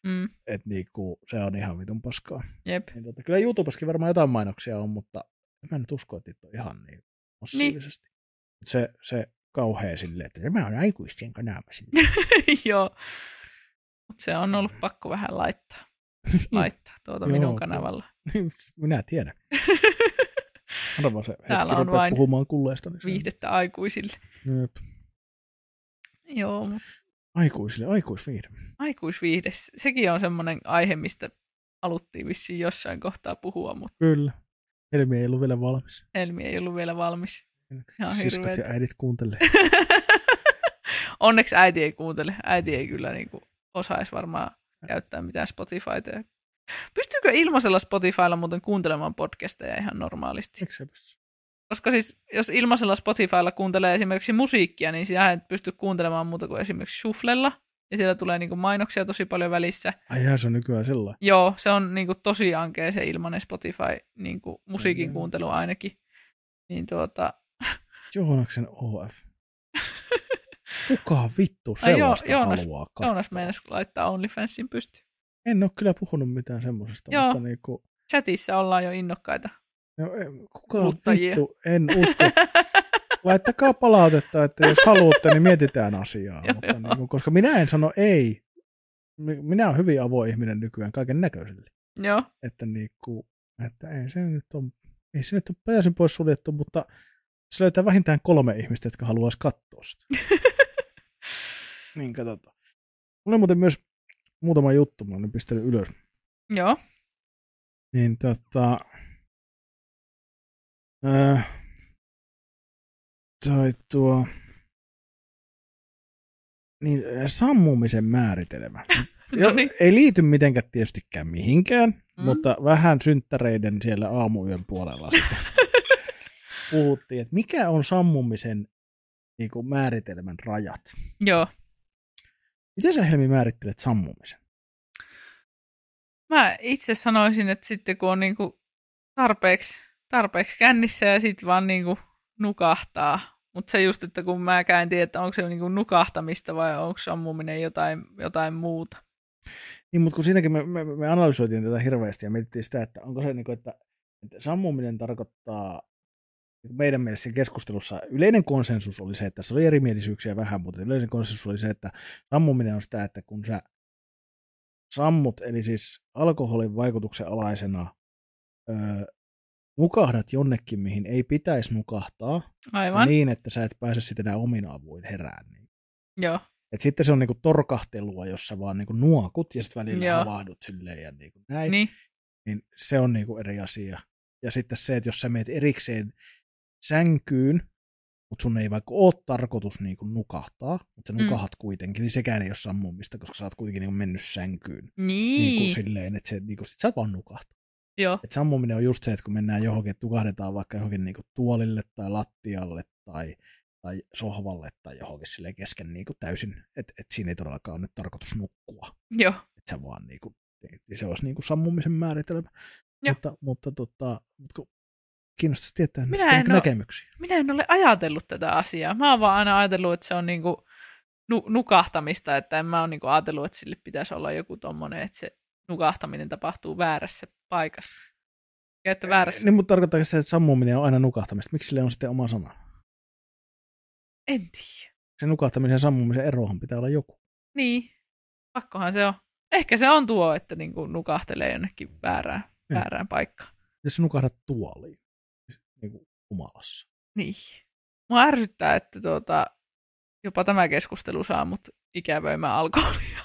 Että niinku, se on ihan vitun paskaa. Jep. Niin, kyllä YouTubessakin varmaan jotain mainoksia on, mutta mä en nyt usko, että niitä on ihan niin massiivisesti. Niin. Se kauhea silleen, että mä oon aikuisten kanava sinne. Joo. Mutta se on ollut pakko vähän laittaa minun kanavalla. Minä tiedän. Arvaa se Täällä hetki rupeaa puhumaan kulleista. Niin viihdettä aikuisille. Jep. Joo. Aikuisille, aikuisviihde. Aikuisviihde. Sekin on semmoinen aihe, mistä haluttiin vissiin jossain kohtaa puhua. Mutta... Kyllä. Helmi ei ollut vielä valmis. Ihan siskot ja äidit kuuntelee. Onneksi äiti ei kuuntele. Äiti ei kyllä niinku osaisi varmaan käyttää mitään Spotifyta. Pystyykö ilmaisella Spotifylla muuten kuuntelemaan podcasteja ihan normaalisti? Miksi se pystyy? Koska siis, jos ilmaisella Spotifylla kuuntelee esimerkiksi musiikkia, niin siellä ei pysty kuuntelemaan muuta kuin esimerkiksi shufflella. Ja siellä tulee niinku mainoksia tosi paljon välissä. Ai se on nykyään sellainen? Joo, se on niinku tosi ankea se ilmainen Spotify niinku musiikin kuuntelu ainakin. Niin Joonaksen OF. Kuka vittu sellaista haluaa katsoa? Joonas meinasi laittaa OnlyFansin pystyyn. En ole kyllä puhunut mitään semmoisesta. Joo, mutta niinku... chatissa ollaan jo innokkaita. Kuka vittu, en usko. Laittakaa palautetta, että jos haluatte, niin mietitään asiaa. Mutta niinku, koska minä en sano ei. Minä olen hyvin avoin ihminen nykyään kaiken näköiselle. Joo. Että ei se nyt ole pääsin pois suljettu, mutta se löytää vähintään 3 ihmistä, jotka haluaisi katsoa sitä. Niin katsotaan. Mulla on muuten myös muutama juttu, mä olen pistänyt ylös. Joo. Niin sammumisen määritelmä. Ei liity mitenkään tietystikään mihinkään, mutta vähän synttäreiden siellä aamuyön puolella sitten puhuttiin, että mikä on sammumisen niin kuin määritelmän rajat. Joo. Miten sä, Helmi, määrittelet sammumisen? Mä itse sanoisin, että sitten kun on niin kuin tarpeeksi kännissä ja sitten vaan niin kuin nukahtaa. Mutta se just, että kun mäkään en tiedä, että onko se niin kuin nukahtamista vai onko sammuminen jotain muuta. Niin, mutta kun siinäkin me analysoitiin tätä hirveästi ja mietittiin sitä, että onko se niin kuin, että sammuminen tarkoittaa meidän mielestä keskustelussa yleinen konsensus oli se, että tässä oli erimielisyyksiä vähän, mutta yleinen konsensus oli se, että sammuminen on sitä, että kun sä sammut, eli siis alkoholin vaikutuksen alaisena nukahdat jonnekin, mihin ei pitäisi nukahtaa, aivan, niin, että sä et pääse sitten enää omin avuin herään. Niin. Joo. Et sitten se on niinku torkahtelua, jossa vaan niinku nuokut ja sitten välillä havahdut silleen ja niinku näin. Niin se on niinku eri asia. Ja sitten se, että jos sä meet erikseen sänkyyn, mutta sun ei vaikka ole tarkoitus niinku nukahtaa, mutta sä nukahat kuitenkin, niin sekään ei ole sammumista, koska sä oot kuitenkin niinku mennyt sänkyyn. Niin. Silleen, että niinku, sit sä oot vaan nukahtaa. Joo. Et sammuminen on just se, että kun mennään johonkin, että tukahdetaan vaikka johonkin niinku tuolille tai lattialle tai sohvalle tai johonkin silleen kesken niinku täysin, että siinä ei todellakaan ole nyt tarkoitus nukkua. Joo. Että se vaan niinku, se olisi niinku sammumisen määritelmä. Mutta kiinnostaisi tietää näkemyksiä. Minä en ole ajatellut tätä asiaa. Mä oon vaan aina ajatellut, että se on niinku nukahtamista, että en mä ole niinku ajatellut, että sille pitäisi olla joku tommonen, että se nukahtaminen tapahtuu väärässä paikassa. Ja että väärässä... Niin, mutta tarkoittaako se, että sammuminen on aina nukahtamista? Miksi sille on sitten oma sana? En tiedä. Se nukahtamisen ja sammumisen erohan pitää olla joku. Niin, pakkohan se on. Ehkä se on tuo, että niinku nukahtelee jonnekin väärään paikkaan. Jos nukahdat tuoliin, niin kuin humalassa. Niin. Mua ärsyttää, että jopa tämä keskustelu saa mut ikävöimään alkoholia.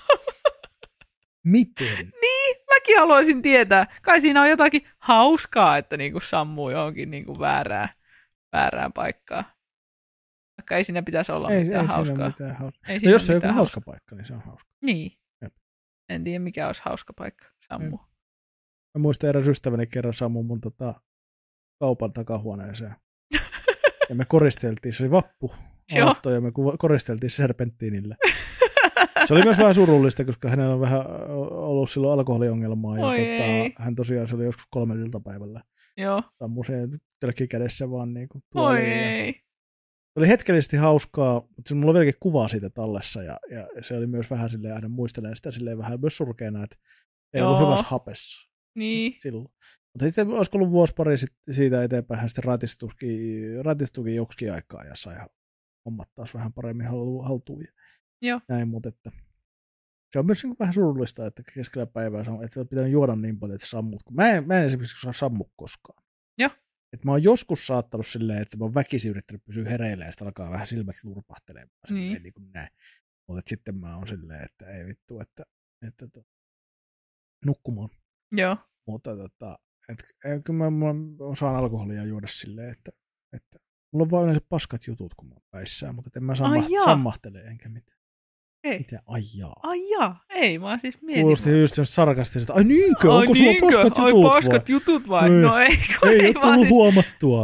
Miten? Niin, mäkin haluaisin tietää. Kai siinä on jotakin hauskaa, että niinku sammuu johonkin niinku väärään paikkaan. Vaikka ei siinä pitäisi olla mitään hauskaa. No jos se on joku hauska paikka, niin se on hauska. Niin. Jep. En tiedä, mikä olisi hauska paikka sammua. Mä muistan eräs ystäväni kerran sammui mun kaupan takahuoneeseen. Ja me koristeltiin, se oli vappu aatto, ja me koristeltiin serpenttiinillä. Se oli myös vähän surullista, koska hänellä on vähän ollut silloin alkoholiongelmaa. Ja hän tosiaan, se oli joskus 3 iltapäivällä. Joo. Sammui se tölkki kädessä vaan niinku tuoliin. oli hetkellisesti hauskaa, mutta mulla on vieläkin kuvaa siitä tallessa, ja se oli myös vähän silleen, aina muistelen sitä silleen vähän myös surkeana, että ei ollut hyvässä hapessa. Niin. Silloin. Mutta sitten olisiko ollut vuosi pari siitä eteenpäin, hän sitten ratistuikin joksikin aikaa ja sai hommat taas vähän paremmin haltuun. Joo. Näin, mutta että se on myös niin vähän surullista, että keskellä päivää että se on pitänyt juoda niin paljon, että se sammut. Mä en esimerkiksi saa sammu koskaan. Joo. Et mä oon joskus saattanut silleen, että mä oon väkisin yrittänyt pysyä hereillä ja sitten alkaa vähän silmät lurpahtelemaan. Niin kuin näin. Mutta sitten mä oon silleen, että ei vittu, että nukkumaan. Joo. Mutta kyllä mä osaan alkoholia juoda silleen, että mulla on vaan yleensä paskat jutut, kun mä oon päissään, mutta en mä sammahtele enkä mitään. Ei. Mitä? Ai jaa. Ei, mä siis mietin. Kuulosti just sarkastisesti, ai niinkö? Onko sulla paskat jutut vai? Paskat jutut vai? No ei ole vaan tullut huomattua.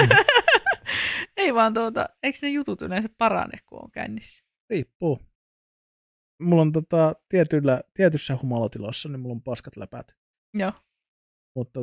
Ei vaan eikö ne jutut yleensä parane, kun on kännissä? Riippuu. Mulla on tietyssä humalatilassa, niin mulla on paskat läpät. Joo. Mutta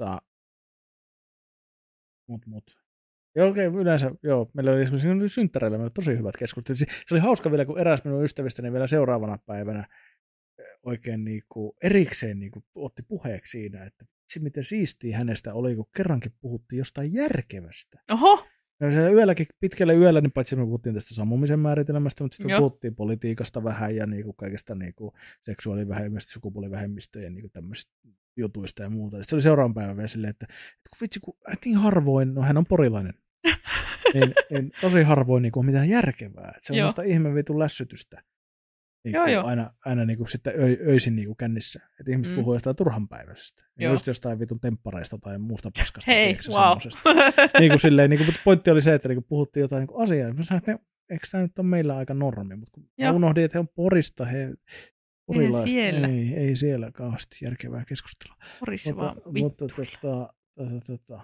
Joo, okei, yleensä, joo, meillä oli esimerkiksi synttäreillä meillä tosi hyvät keskustelut. Se oli hauska vielä, kun eräs minun ystävistäni vielä seuraavana päivänä oikein niinku erikseen niinku otti puheeksi siinä, että se miten siistiä hänestä oli, kun kerrankin puhuttiin jostain järkevästä. Oho! Ja siellä pitkällä yöllä, niin paitsi me puhuttiin tästä sammumisen määritelmästä, mutta sitten puhuttiin politiikasta vähän ja niinku kaikesta niinku seksuaalivähemmistöjen, sukupuolivähemmistöjen niinku tämmöisistä jutuista ja muuta. Sitten se oli seuraavan päivän vielä silleen, että vitsi, kun niin harvoin, no hän on porilainen, niin tosi harvoin niin on mitään järkevää. Että se on sellaista ihmeen vitun lässytystä. Aina niin kuin sitten öisin niin kuin kännissä. Että ihmiset puhuu jostain turhanpäiväisestä. Just jostain vitun temppareista tai muusta paskasta. Hei, wow. Niin kuin silleen, niin kuin, pointti oli se, että niin kuin puhuttiin jotain niin kuin asiaa. Mä sanoin, että eikö tämä nyt ole meillä aika normi? Mutta kun mä unohdin, että he on Porista, siellä. Ei siellä kauheasti järkevää keskustelua. Porissa vaan vittu.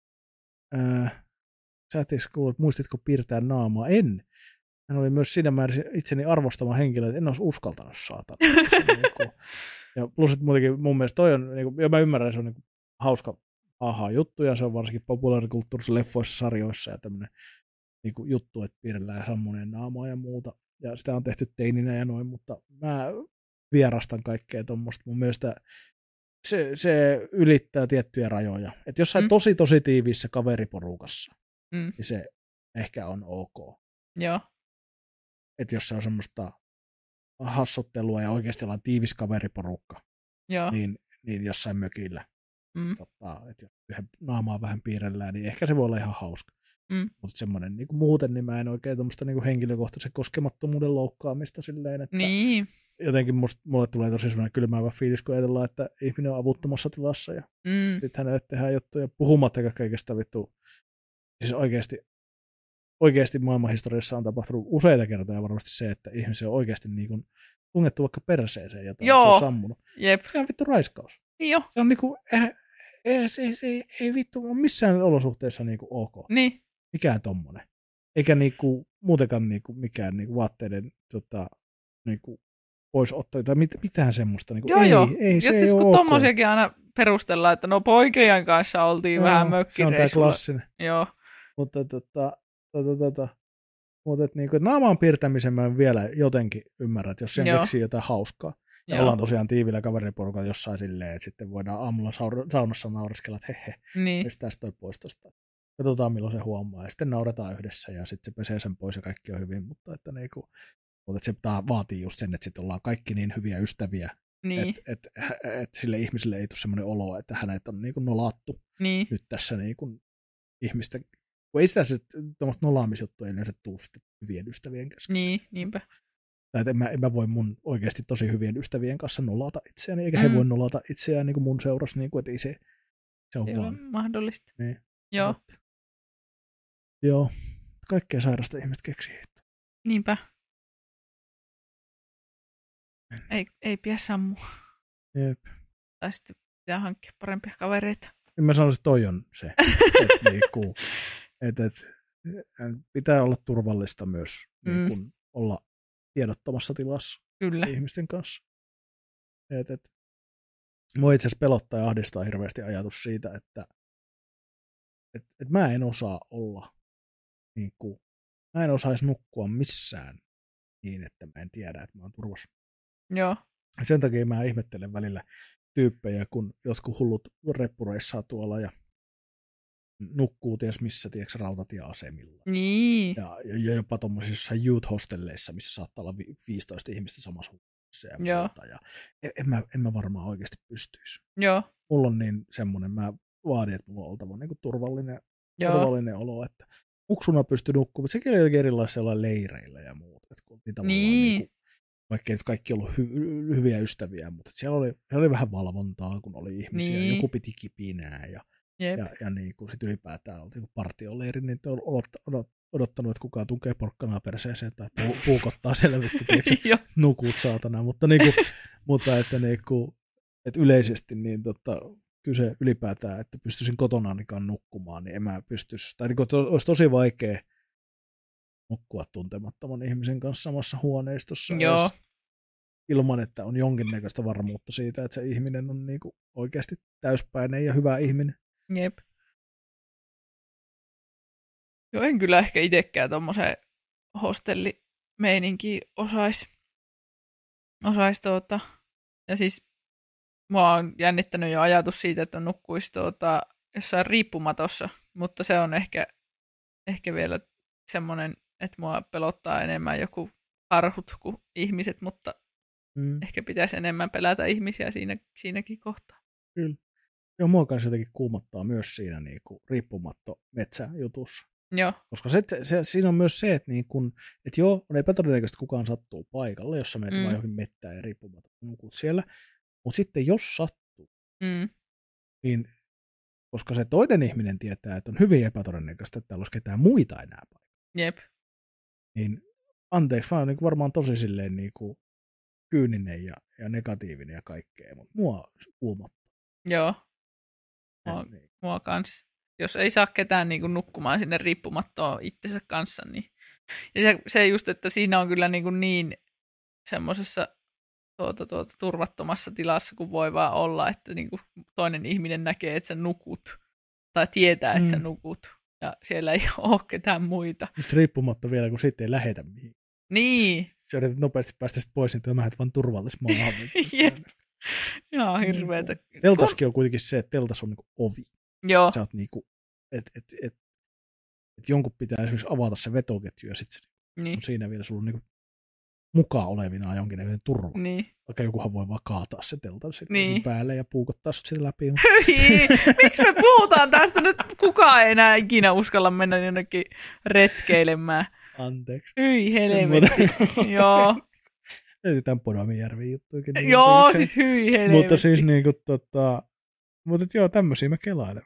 Sä et kuullut, muistitko piirtää naamaa? En. Hän oli myös siinä määrin itseni arvostama henkilö, että en olisi uskaltanut saatana. Ja plus, että muutenkin mun mielestä toi on, ja mä ymmärrän, että se on hauska juttu, ja se on varsinkin populaarikulttuurissa, leffoissa, sarjoissa ja tämmöinen juttu, että piirrellään sammuneen naamaa ja muuta. Ja sitä on tehty teininä ja noin, mutta mä vierastan kaikkea tuommoista. Mun mielestä se ylittää tiettyjä rajoja. Että jossain tosi tiiviissä kaveriporukassa, niin se ehkä on ok. Joo. Että jos se on semmoista hassuttelua ja oikeasti ollaan tiivis kaveriporukka, niin jossain mökillä, että jos yhden naamaa vähän piirrellään, niin ehkä se voi olla ihan hauska. Mutta semmoinen niin muuten, niin mä en oikein tuommoista niin henkilökohtaisen koskemattomuuden loukkaamista silleen, että jotenkin mulle tulee tosi semmoinen kylmäävä fiilis, kun ajatellaan, että ihminen on avuttomassa tilassa ja sitten hänelle tehdään juttuja puhumattakaan kaikesta vittu. Siis oikeasti maailmanhistoriassa on tapahtunut useita kertoja varmasti se, että ihmisiä on oikeasti niin kuin tungettu vaikka perseeseen jotain, se on sammunut. Jep. Se on vittu raiskaus. Joo. Se on niinku, ei vittu ole missään olosuhteessa niinku ok. Niin. Mikään tommonen. Eikä niinku, muutenkaan niinku, mikään niinku, vaatteiden niinku, pois ottaa tai mitään semmoista. Niinku, ei, ja se siis ei kun ole tommosiakin aina perustellaan, että no poikien kanssa oltiin vähän mökkireissulla. Se on tää klassinen. Joo. Mutta niinku, naaman piirtämisen mä vielä jotenkin ymmärrän, että jos sen keksii jotain hauskaa. Ja ollaan tosiaan tiivillä kaveriporukalla jossain silleen, että sitten voidaan aamulla saunassa naureskella, että hehe, tästä toi pois tosta. Katsotaan milloin se huomaa ja sitten nauretaan yhdessä ja sitten se pesee sen pois ja kaikki on hyvin, mutta että se vaatii just sen, että sitten ollaan kaikki niin hyviä ystäviä, että sille ihmiselle ei tule semmoinen olo, että hänet on niinku nolattu nyt tässä niinku ihmisten, kun ei sitä tuommoista nolaamisjuttua ei yleensä tule sitten hyvien ystävien kesken. Niin, niinpä. Tai että en mä voi mun oikeasti tosi hyvien ystävien kanssa nolata itseäni, eikä he voi nolata itseään niin kuin mun seurassa, niin kuin, että ei se on ei vaan. mahdollista. Niin. Joo. Joo, kaikkea sairasta ihmiset keksii. Niinpä. Ei pidä sammua. Jep. Tai sitten pitää hankkia parempia kavereita. Mä sanoisin, että toi on se, että pitää olla turvallista myös niin kun olla tiedottomassa tilassa ihmisten kanssa. Mua itse asiassa pelottaa ja ahdistaa hirveästi ajatus siitä, että mä en osaa olla niin kuin mä en osaisi nukkua missään niin, että mä en tiedä, että mä oon turvassa. Joo. Sen takia mä ihmettelen välillä tyyppejä, kun jotkut hullut reppureissaa tuolla ja nukkuu ties missä, tiedätkö, rautatieasemilla. Niin. Ja jopa tuommoisissa youth-hostelleissa, missä saattaa olla 15 ihmistä samassa huoneessa ja muuta. Ja en mä varmaan oikeasti pystyisi. Joo. Mulla on niin semmoinen, mä vaadin, että mulla on oltava niin kuin turvallinen olo, että uksuna pystyy nukkumaan, mutta sekin oli jotenkin erilaisilla leireillä ja muuta. Että kun niin. Vaikka ei kaikki ollut hyviä ystäviä, mutta siellä oli vähän valvontaa, kun oli ihmisiä. Niin. Joku piti kipinää ja niin kuin sit ylipäätään oltiin partioleiri, niin odottanut, että kukaan tunkee porkkanaa perseeseen tai puukottaa selvitti, nukut saatana. Mutta että yleisesti niin kyse ylipäätään, että pystyisin kotonaanikaan nukkumaan, niin en mä pystyisi. Tai niin olisi tosi vaikea nukkua tuntemattoman ihmisen kanssa samassa huoneistossa. Joo. Ilman, että on jonkinnäköistä varmuutta siitä, että se ihminen on niin kuin oikeasti täyspäinen ja hyvä ihminen. Jep. Joo, en kyllä ehkä itsekään tommoseen hostellimeininkiin osais. Ja siis mua on jännittänyt jo ajatus siitä, että nukkuisi jossain riippumatossa, mutta se on ehkä vielä semmoinen, että mua pelottaa enemmän joku karhut kuin ihmiset, mutta ehkä pitäisi enemmän pelätä ihmisiä siinäkin kohtaa. Kyllä. Joo, mua kanssa jotenkin kuumottaa myös siinä niin kuin riippumatto metsäjutussa. Joo. Koska siinä on myös se, että, niin kun, että joo, on epätodennäköistä, että kukaan sattuu paikalle, jos sä menet vaan johonkin mettään ja riippumatta nukut siellä. Mutta sitten jos sattuu, niin koska se toinen ihminen tietää, että on hyvin epätodennäköistä, että täällä olisi ketään muita enää paikalla. Jep. Niin anteeksi, mä oon niin varmaan tosi silleen niin kuin kyyninen ja negatiivinen ja kaikkea, mutta mua kuumottaa. Joo. Mua kans. Jos ei saa ketään niin kuin nukkumaan sinne riippumattoon itsensä kanssa, niin ja se just, että siinä on kyllä niin semmoisessa turvattomassa tilassa, kun voi vaan olla, että niin kuin toinen ihminen näkee, että sä nukut, tai tietää, että sä nukut, ja siellä ei ole ketään muita. Just riippumatta vielä, kun siitä ei lähetä mihin. Niin. Se yrität nopeasti päästä sitten pois, niin mä lähdet vaan turvallismaahan. Jep. Joo, hirveetä. Teltaskin on kuitenkin se, että teltas on niinku ovi. Joo. Sä oot niinku, että jonkun pitää esimerkiksi avata se vetoketju, ja sitten on siinä vielä sulla on niinku mukaan olevinaan jonkinnäköinen turva. Niin. Vaikka jokuhan voi vaan kaataa se teltan päälle ja puukottaa sut sitä läpi. Miksi me puhutaan tästä nyt? Kukaan ei enää ikinä uskalla mennä jonnekin retkeilemään. Anteeksi. Hyi helvetti. Joo. Tämän Podamijärven juttuikin. Niin joo, siis hyi helvetti. Mutta siis niinku mutta joo, tämmöisiä mä kelailen.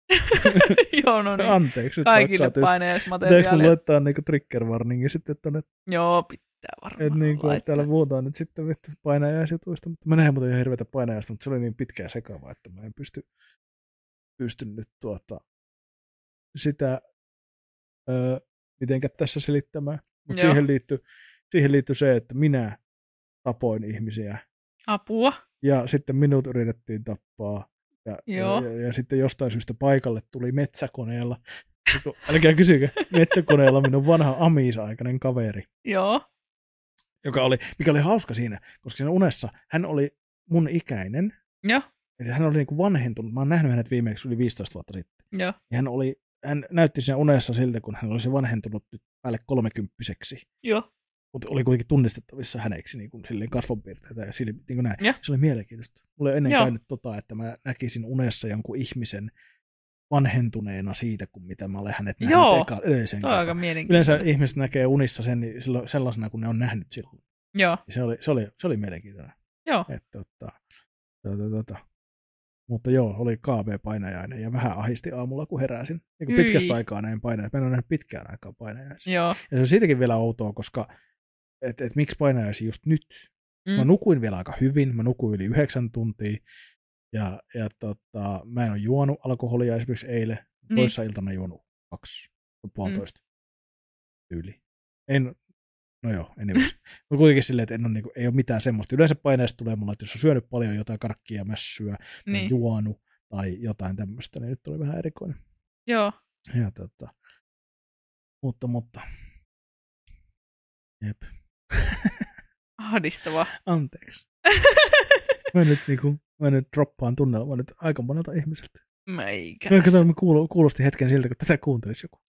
Joo, no niin. Anteeksi. Kaikille painajaismateriaaleja. Pitäisikö mun laittaa niinku trigger warningin sitten tonne? Joo, pitää varmaan niinku, laittaa. Täällä puhutaan nyt sitten vittu painajaisjutuista, mutta mä näen muuten ihan hirveätä painajaista, mutta se oli niin pitkää sekavaa, että mä en pysty nyt sitä mitenkä tässä selittämään. Mutta siihen liittyy se, että minä tapoin ihmisiä. Apua. Ja sitten minut yritettiin tappaa. Ja sitten jostain syystä paikalle tuli metsäkoneella. Älkää kysykö, metsäkoneella minun vanha Amiis-aikainen kaveri. Joo. Mikä oli hauska siinä, koska siinä unessa hän oli mun ikäinen. Joo. Eli hän oli niinku vanhentunut. Mä oon nähnyt hänet viimeksi yli 15 vuotta sitten. Joo. Ja hän näytti siinä unessa siltä, kun hän olisi vanhentunut nyt päälle 30-vuotiaaksi. Joo. Mutta oli kuitenkin tunnistettavissa häneksi niin kuin silleen kasvonpiirteitä ja niin kuin näin. Ja. Se oli mielenkiintoista. Mulla ei ennen käynyt että mä näkisin unessa jonkun ihmisen vanhentuneena siitä, kuin mitä mä olen hänet nähnyt edellisen kerran. Aika mielenkiintoista. Yleensä ihmiset näkee unissa sen sellaisena, kun ne on nähnyt silloin. Joo. Se oli mielenkiintoinen. Joo. Mutta joo, oli KB-painajainen ja vähän ahisti aamulla, kun heräsin. Niin kuin pitkästä aikaa näin painajaisia. Mä en ole nähnyt pitkään aikaa painajaisia. Joo. Ja se on siitäkin vielä outoa, koska et miksi painajaisia just nyt? Mä nukuin vielä aika hyvin. Mä nukuin yli 9 tuntia. Ja mä en ole juonut alkoholia esimerkiksi eilen. Toissa iltana juonut 2,5 yli. No joo, anyways. Mutta kuitenkin silleen, että ei ole mitään semmoista. Yleensä paineesta tulee mulla, että jos on syönyt paljon jotain karkkia, mässyä, tai juonut, tai jotain tämmöistä, niin nyt oli vähän erikoinen. Joo. Ja mutta Jep. Ahdistavaa. Anteeksi. Mä nyt droppaan tunnelmaa nyt aika monelta ihmiseltä. Meikä. Mä kuulosti hetken siltä, kun tätä kuuntelisi joku.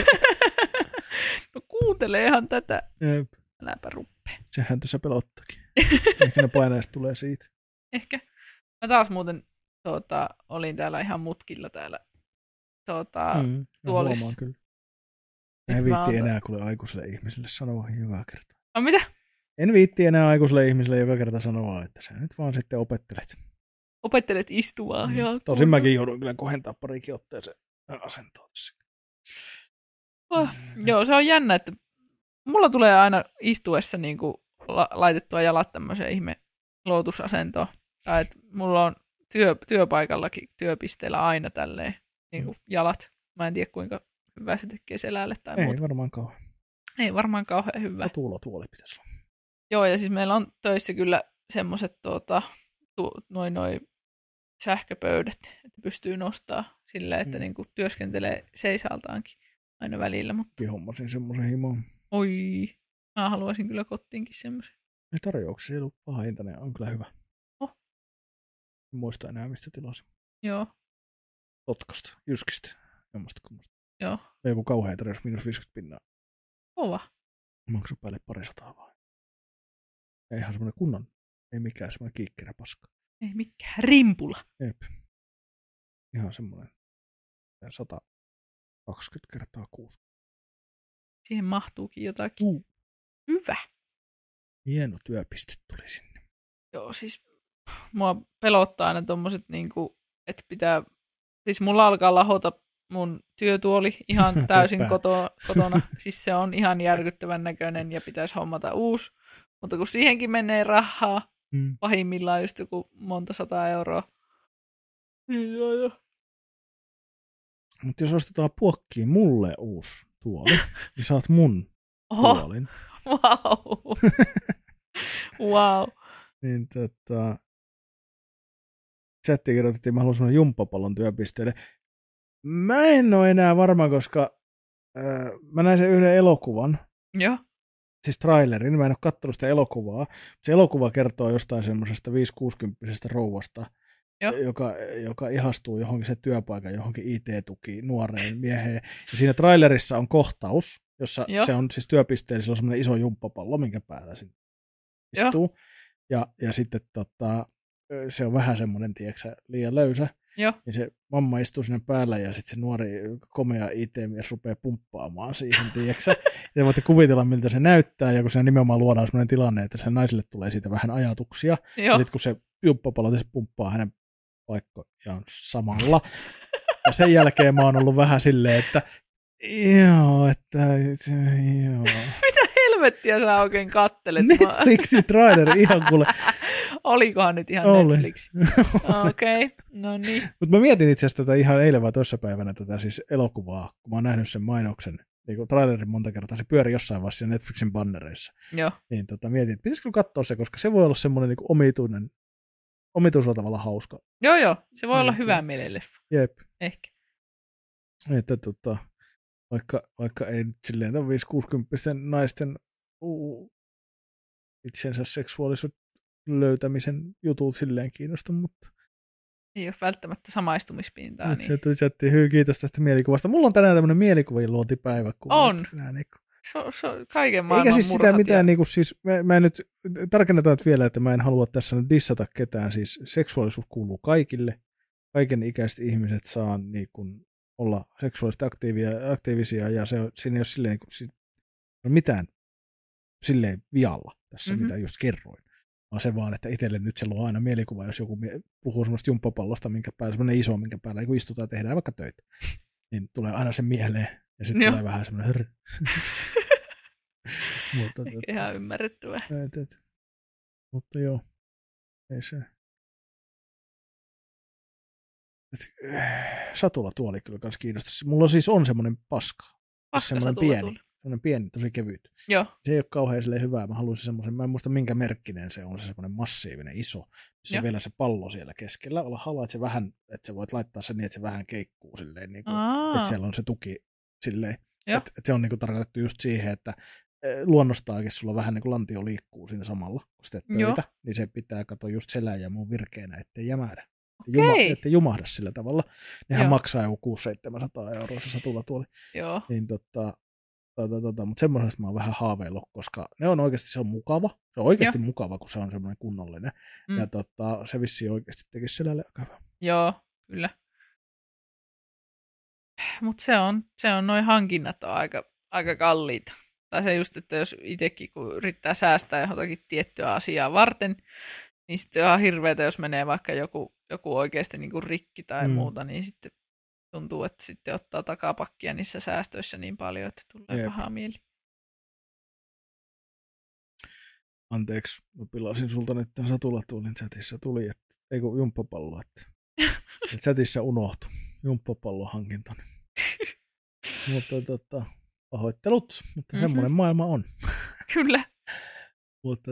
No kuunteleehan tätä. Jep. Äläpä ruppee. Sehän tässä pelottaakin. Ehkä ne painajat tulee siitä. Ehkä. Mä taas muuten olin täällä ihan mutkilla täällä tuolissa. Kyllä. Mä en viitti enää kuule aikuiselle ihmiselle sanoa joka kerta. No mitä? En viitti enää aikuiselle ihmiselle joka kerta sanoa, että sä nyt vaan sitten opettelet. Opettelet istumaan. Ja tosin mäkin joudun kyllä kohentaa parikin otteeseen asentoa tässä. Joo, se on jännä, että mulla tulee aina istuessa niinku laitettua jalat tämmöiseen ihme lootusasentoon. Tai että mulla on työpaikallakin työpisteellä aina tälleen niinku jalat. Mä en tiedä kuinka hyvää se tekee selälle tai muuta. Ei varmaan kauhean hyvää. Tuoli pitäisi olla. Joo, ja siis meillä on töissä kyllä semmoiset noin sähköpöydät, että pystyy nostaa silleen, että niinku työskentelee seisaltaankin aina välillä. Mutta hommasin semmoisen himoon. Oi, mä haluaisin kyllä kotiinkin semmoisen. Ne tarjouksia ei ollut paha hintainen, on kyllä hyvä. En muista enää mistä tilasin. Joo. Totkasta, Jyskistä, jommasta kummasta. Joo. Joku kauhea tarjous -50 €. Kova. Maksu päälle 200 vaan. Ei ihan semmoinen kunnon, ei mikään semmoinen kiikkerä paska. Ei mikään rimpula. Jep. Ihan semmoinen 120x6. Siihen mahtuukin jotakin. Hyvä. Hieno työpiste tuli sinne. Joo, siis mua pelottaa aina tommoset niinku, että pitää, siis mulla alkaa lahota mun työtuoli ihan täysin kotona. Siis se on ihan järkyttävän näköinen ja pitäisi hommata uusi. Mutta kun siihenkin menee rahaa, pahimmillaan just joku monta 100 €. Mutta jos ostetaan puokkiin mulle uusi tuoli, niin saat mun tuolin. Wow. Wow. Niin chattiin kirjoitettiin, mä haluan semmoinen jumppapallon työpisteelle. Mä en ole enää varma, koska mä näin sen yhden elokuvan. Joo. Siis trailerin, mä en ole katsonut sitä elokuvaa. Se elokuva kertoo jostain semmoisesta 5-60-vuotiaasta rouvasta, joka ihastuu johonkin se työpaikan, johonkin IT-tukiin, nuoreen mieheen. Ja siinä trailerissa on kohtaus, jossa se on siis työpisteellä, sillä on semmoinen iso jumppapallo, minkä päällä siinä istuu. Ja sitten se on vähän semmoinen, tiedätkö, liian löysä. Joo. Niin se mamma istuu sinne päällä ja sitten se nuori komea IT-mies rupeaa pumppaamaan siihen, tiedätkö. Ja voitte kuvitella, miltä se näyttää, ja kun se nimenomaan luodaan semmoinen tilanne, että sen naiselle tulee siitä vähän ajatuksia. Joo. Ja sitten kun se jumppapallo se pumppaa hänen paikkojaan samalla. Ja sen jälkeen mä oon ollut vähän silleen, että joo. Mitä helvettiä sä oikein kattelet? Netflixin traileri ihan kuule. Olikohan nyt ihan Netflix? Okei, no niin. Mutta mä mietin itse asiassa tätä ihan eilen vai toissapäivänä tätä siis elokuvaa, kun mä oon nähnyt sen mainoksen, niin kuin trailerin monta kertaa, se pyöri jossain vaiheessa Netflixin bannereissa. Joo. Niin mietin, että pitäisikö katsoa se, koska se voi olla semmoinen niin omituisella tavalla hauska. Joo, se voi olla hyvä mieleleffa. Jep. Ehkä. Että vaikka ei silleen 5-60 naisten itsensä seksuaalisuuden löytämisen jutut silleen kiinnosta, mutta ei ole välttämättä samaistumispintaa. Niin. Se tuli kiitos tästä mielikuvasta. Mulla on tänään tämmöinen mielikuvien luontipäivä. On. Se on kaiken maailman eikä siis sitä mitään, niin kuin, siis mä en nyt, tarkennetaan vielä, että mä en halua tässä nyt dissata ketään, siis seksuaalisuus kuuluu kaikille, kaiken ikäiset ihmiset saa niin kuin, olla seksuaalisesti aktiivisia, ja siinä ei ole silleen, niin kuin, mitään silleen vialla tässä, mitä just kerroin. Vaan se vaan, että itselle nyt se luo aina mielikuva, jos joku puhuu semmoista jumppapallosta, minkä päällä, semmoinen iso, minkä päällä, kun istutaan ja tehdään vaikka töitä, niin tulee aina se mieleen, ja sitten tulee vähän semmoinen Mutta, ehkä ihan ymmärrettävää. Mutta joo, ei se. Satulatuoli kyllä kans kiinnostaa. Mulla siis on semmoinen paska semmoinen pieni, tosi kevyt. Joo. Se ei ole kauhean hyvää. Mä haluaisin semmoisen, mä en muista minkä merkkinen se on, se semmoinen massiivinen iso, missä on vielä se pallo siellä keskellä. Haluat se vähän, että sä voit laittaa sen niin, että se vähän keikkuu silleen, niin kuin, että siellä on se tuki silleen. Että se on niin kuin tarkoitettu just siihen, että luonnostaakin sulla vähän niin kuin lantio liikkuu siinä samalla, kun sitä töitä, Joo. niin se pitää katsoa just selää ja muun virkeänä, ettei jämähdä. Okei. Ettei jumahda sillä tavalla. Nehän Joo. maksaa joku 600-700 euroa se satulatuoli. Joo. Niin mutta semmoisesta mä oon vähän haaveillut, koska ne on oikeasti, se on mukava. Se on oikeasti mukava, kun se on semmoinen kunnollinen. Ja se vissiin oikeasti tekisi selälle aika hyvä. Joo, kyllä. Mutta se on noin hankinnat on aika kalliita. Tai se just, että jos itsekin kun yrittää säästää johonkin tiettyä asiaa varten, niin sitten on ihan hirveätä, jos menee vaikka joku oikeasti niin kuin rikki tai muuta, niin sitten tuntuu, että sitten ottaa takapakkia niissä säästöissä niin paljon, että tulee pahaa mieli. Anteeksi, mä pilasin sulta nyt tämän satulatuolin chatissa. Tuli, ei kun jumppapallo, että chatissa unohtui jumppapallon hankintani. Mutta pahoittelut, mutta semmoinen maailma on. Kyllä. Mutta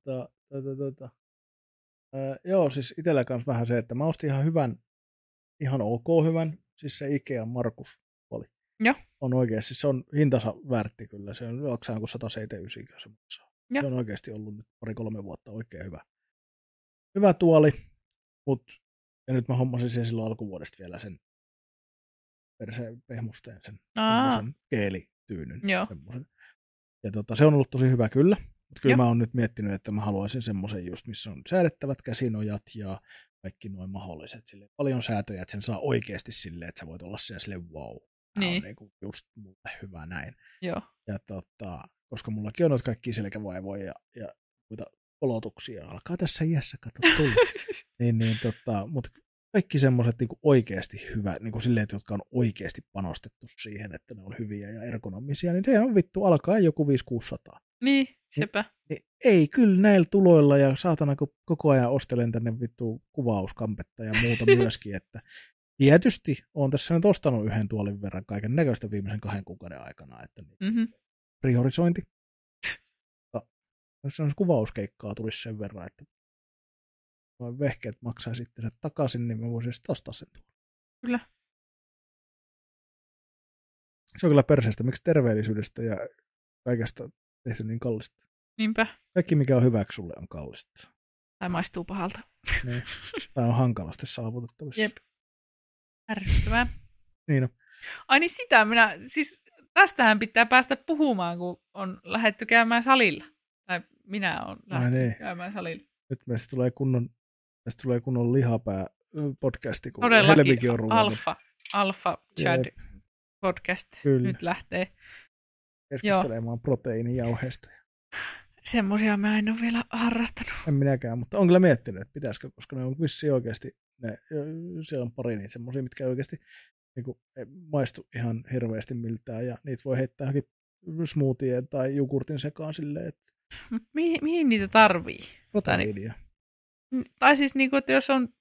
joo, siis itsellä kanssa vähän se, että mä ostin ihan hyvän, siis se Ikea Markus oli. Joo. On oikeasti, se on hintansa väärti kyllä, se on maksaa kuin 179 se maksaa. Joo. Se on oikeasti ollut nyt 2-3 vuotta oikein hyvä tuoli, ja nyt mä hommasin sen silloin alkuvuodesta vielä sen pehmusteen, sen geelityynyn. Joo. Ja se on ollut tosi hyvä kyllä. Mutta kyllä mä oon nyt miettinyt, että mä haluaisin semmoisen just, missä on säädettävät käsinojat ja kaikki noin mahdolliset. Silleen, paljon säätöjä, että sen saa oikeasti silleen, että sä voit olla siellä silleen wow. Tämä on niinku just mulle hyvä näin. Joo. Ja koska mullakin on noita kaikkia selkävaivoja ja muita olotuksia. Alkaa tässä iässä, kato tulla. Mutta kaikki semmoiset niinku oikeasti hyvät, niinku silleen, jotka on oikeasti panostettu siihen, että ne on hyviä ja ergonomisia, niin se on vittu alkaa joku 500-600. Niin, sepä. Niin, ei, kyllä näillä tuloilla ja saatana, kun koko ajan ostelen tänne vittu kuvauskampetta ja muuta myöskin, että tietysti olen tässä nyt ostanut yhden tuolin verran kaiken näköistä viimeisen 2 kuukauden aikana, että priorisointi. Jos on kuvauskeikkaa tulisi sen verran, että noin vehkeet maksaa sitten se takaisin, niin mä voisin sitten ostaa sen tuolin. Kyllä. Se on kyllä perseestä, miksi terveellisyydestä ja kaikesta tehty niin kallista. Niinpä. Kaikki, mikä on hyväksi sulle, on kallista. Tai maistuu pahalta. Niin. Tai on hankalasti saavutettavissa. Jep. Ärsyttävää. Niin on. Ai niin sitä siis tästähän pitää päästä puhumaan, kun on lähdetty käymään salilla. Tai minä olen lähtenyt käymään salilla. Nyt meistä tulee kunnon lihapää podcasti, kun todellakin Helmikin on ruvennut. Alfa Chad podcast Kyllä. Nyt lähtee. Keskustelemaan proteiinijauheesta. Semmoisia mä en ole vielä harrastanut. En minäkään, mutta on kyllä miettinyt, että pitäisikö, koska ne on vissiin oikeasti, siellä on pari niitä semmoisia, mitkä oikeasti niin kuin, ei maistu ihan hirveästi miltään, ja niitä voi heittää johonkin smoothien tai jogurtin sekaan silleen, että... Mihin niitä tarvii? Proteiinia. Tai siis, niin kuin, että jos on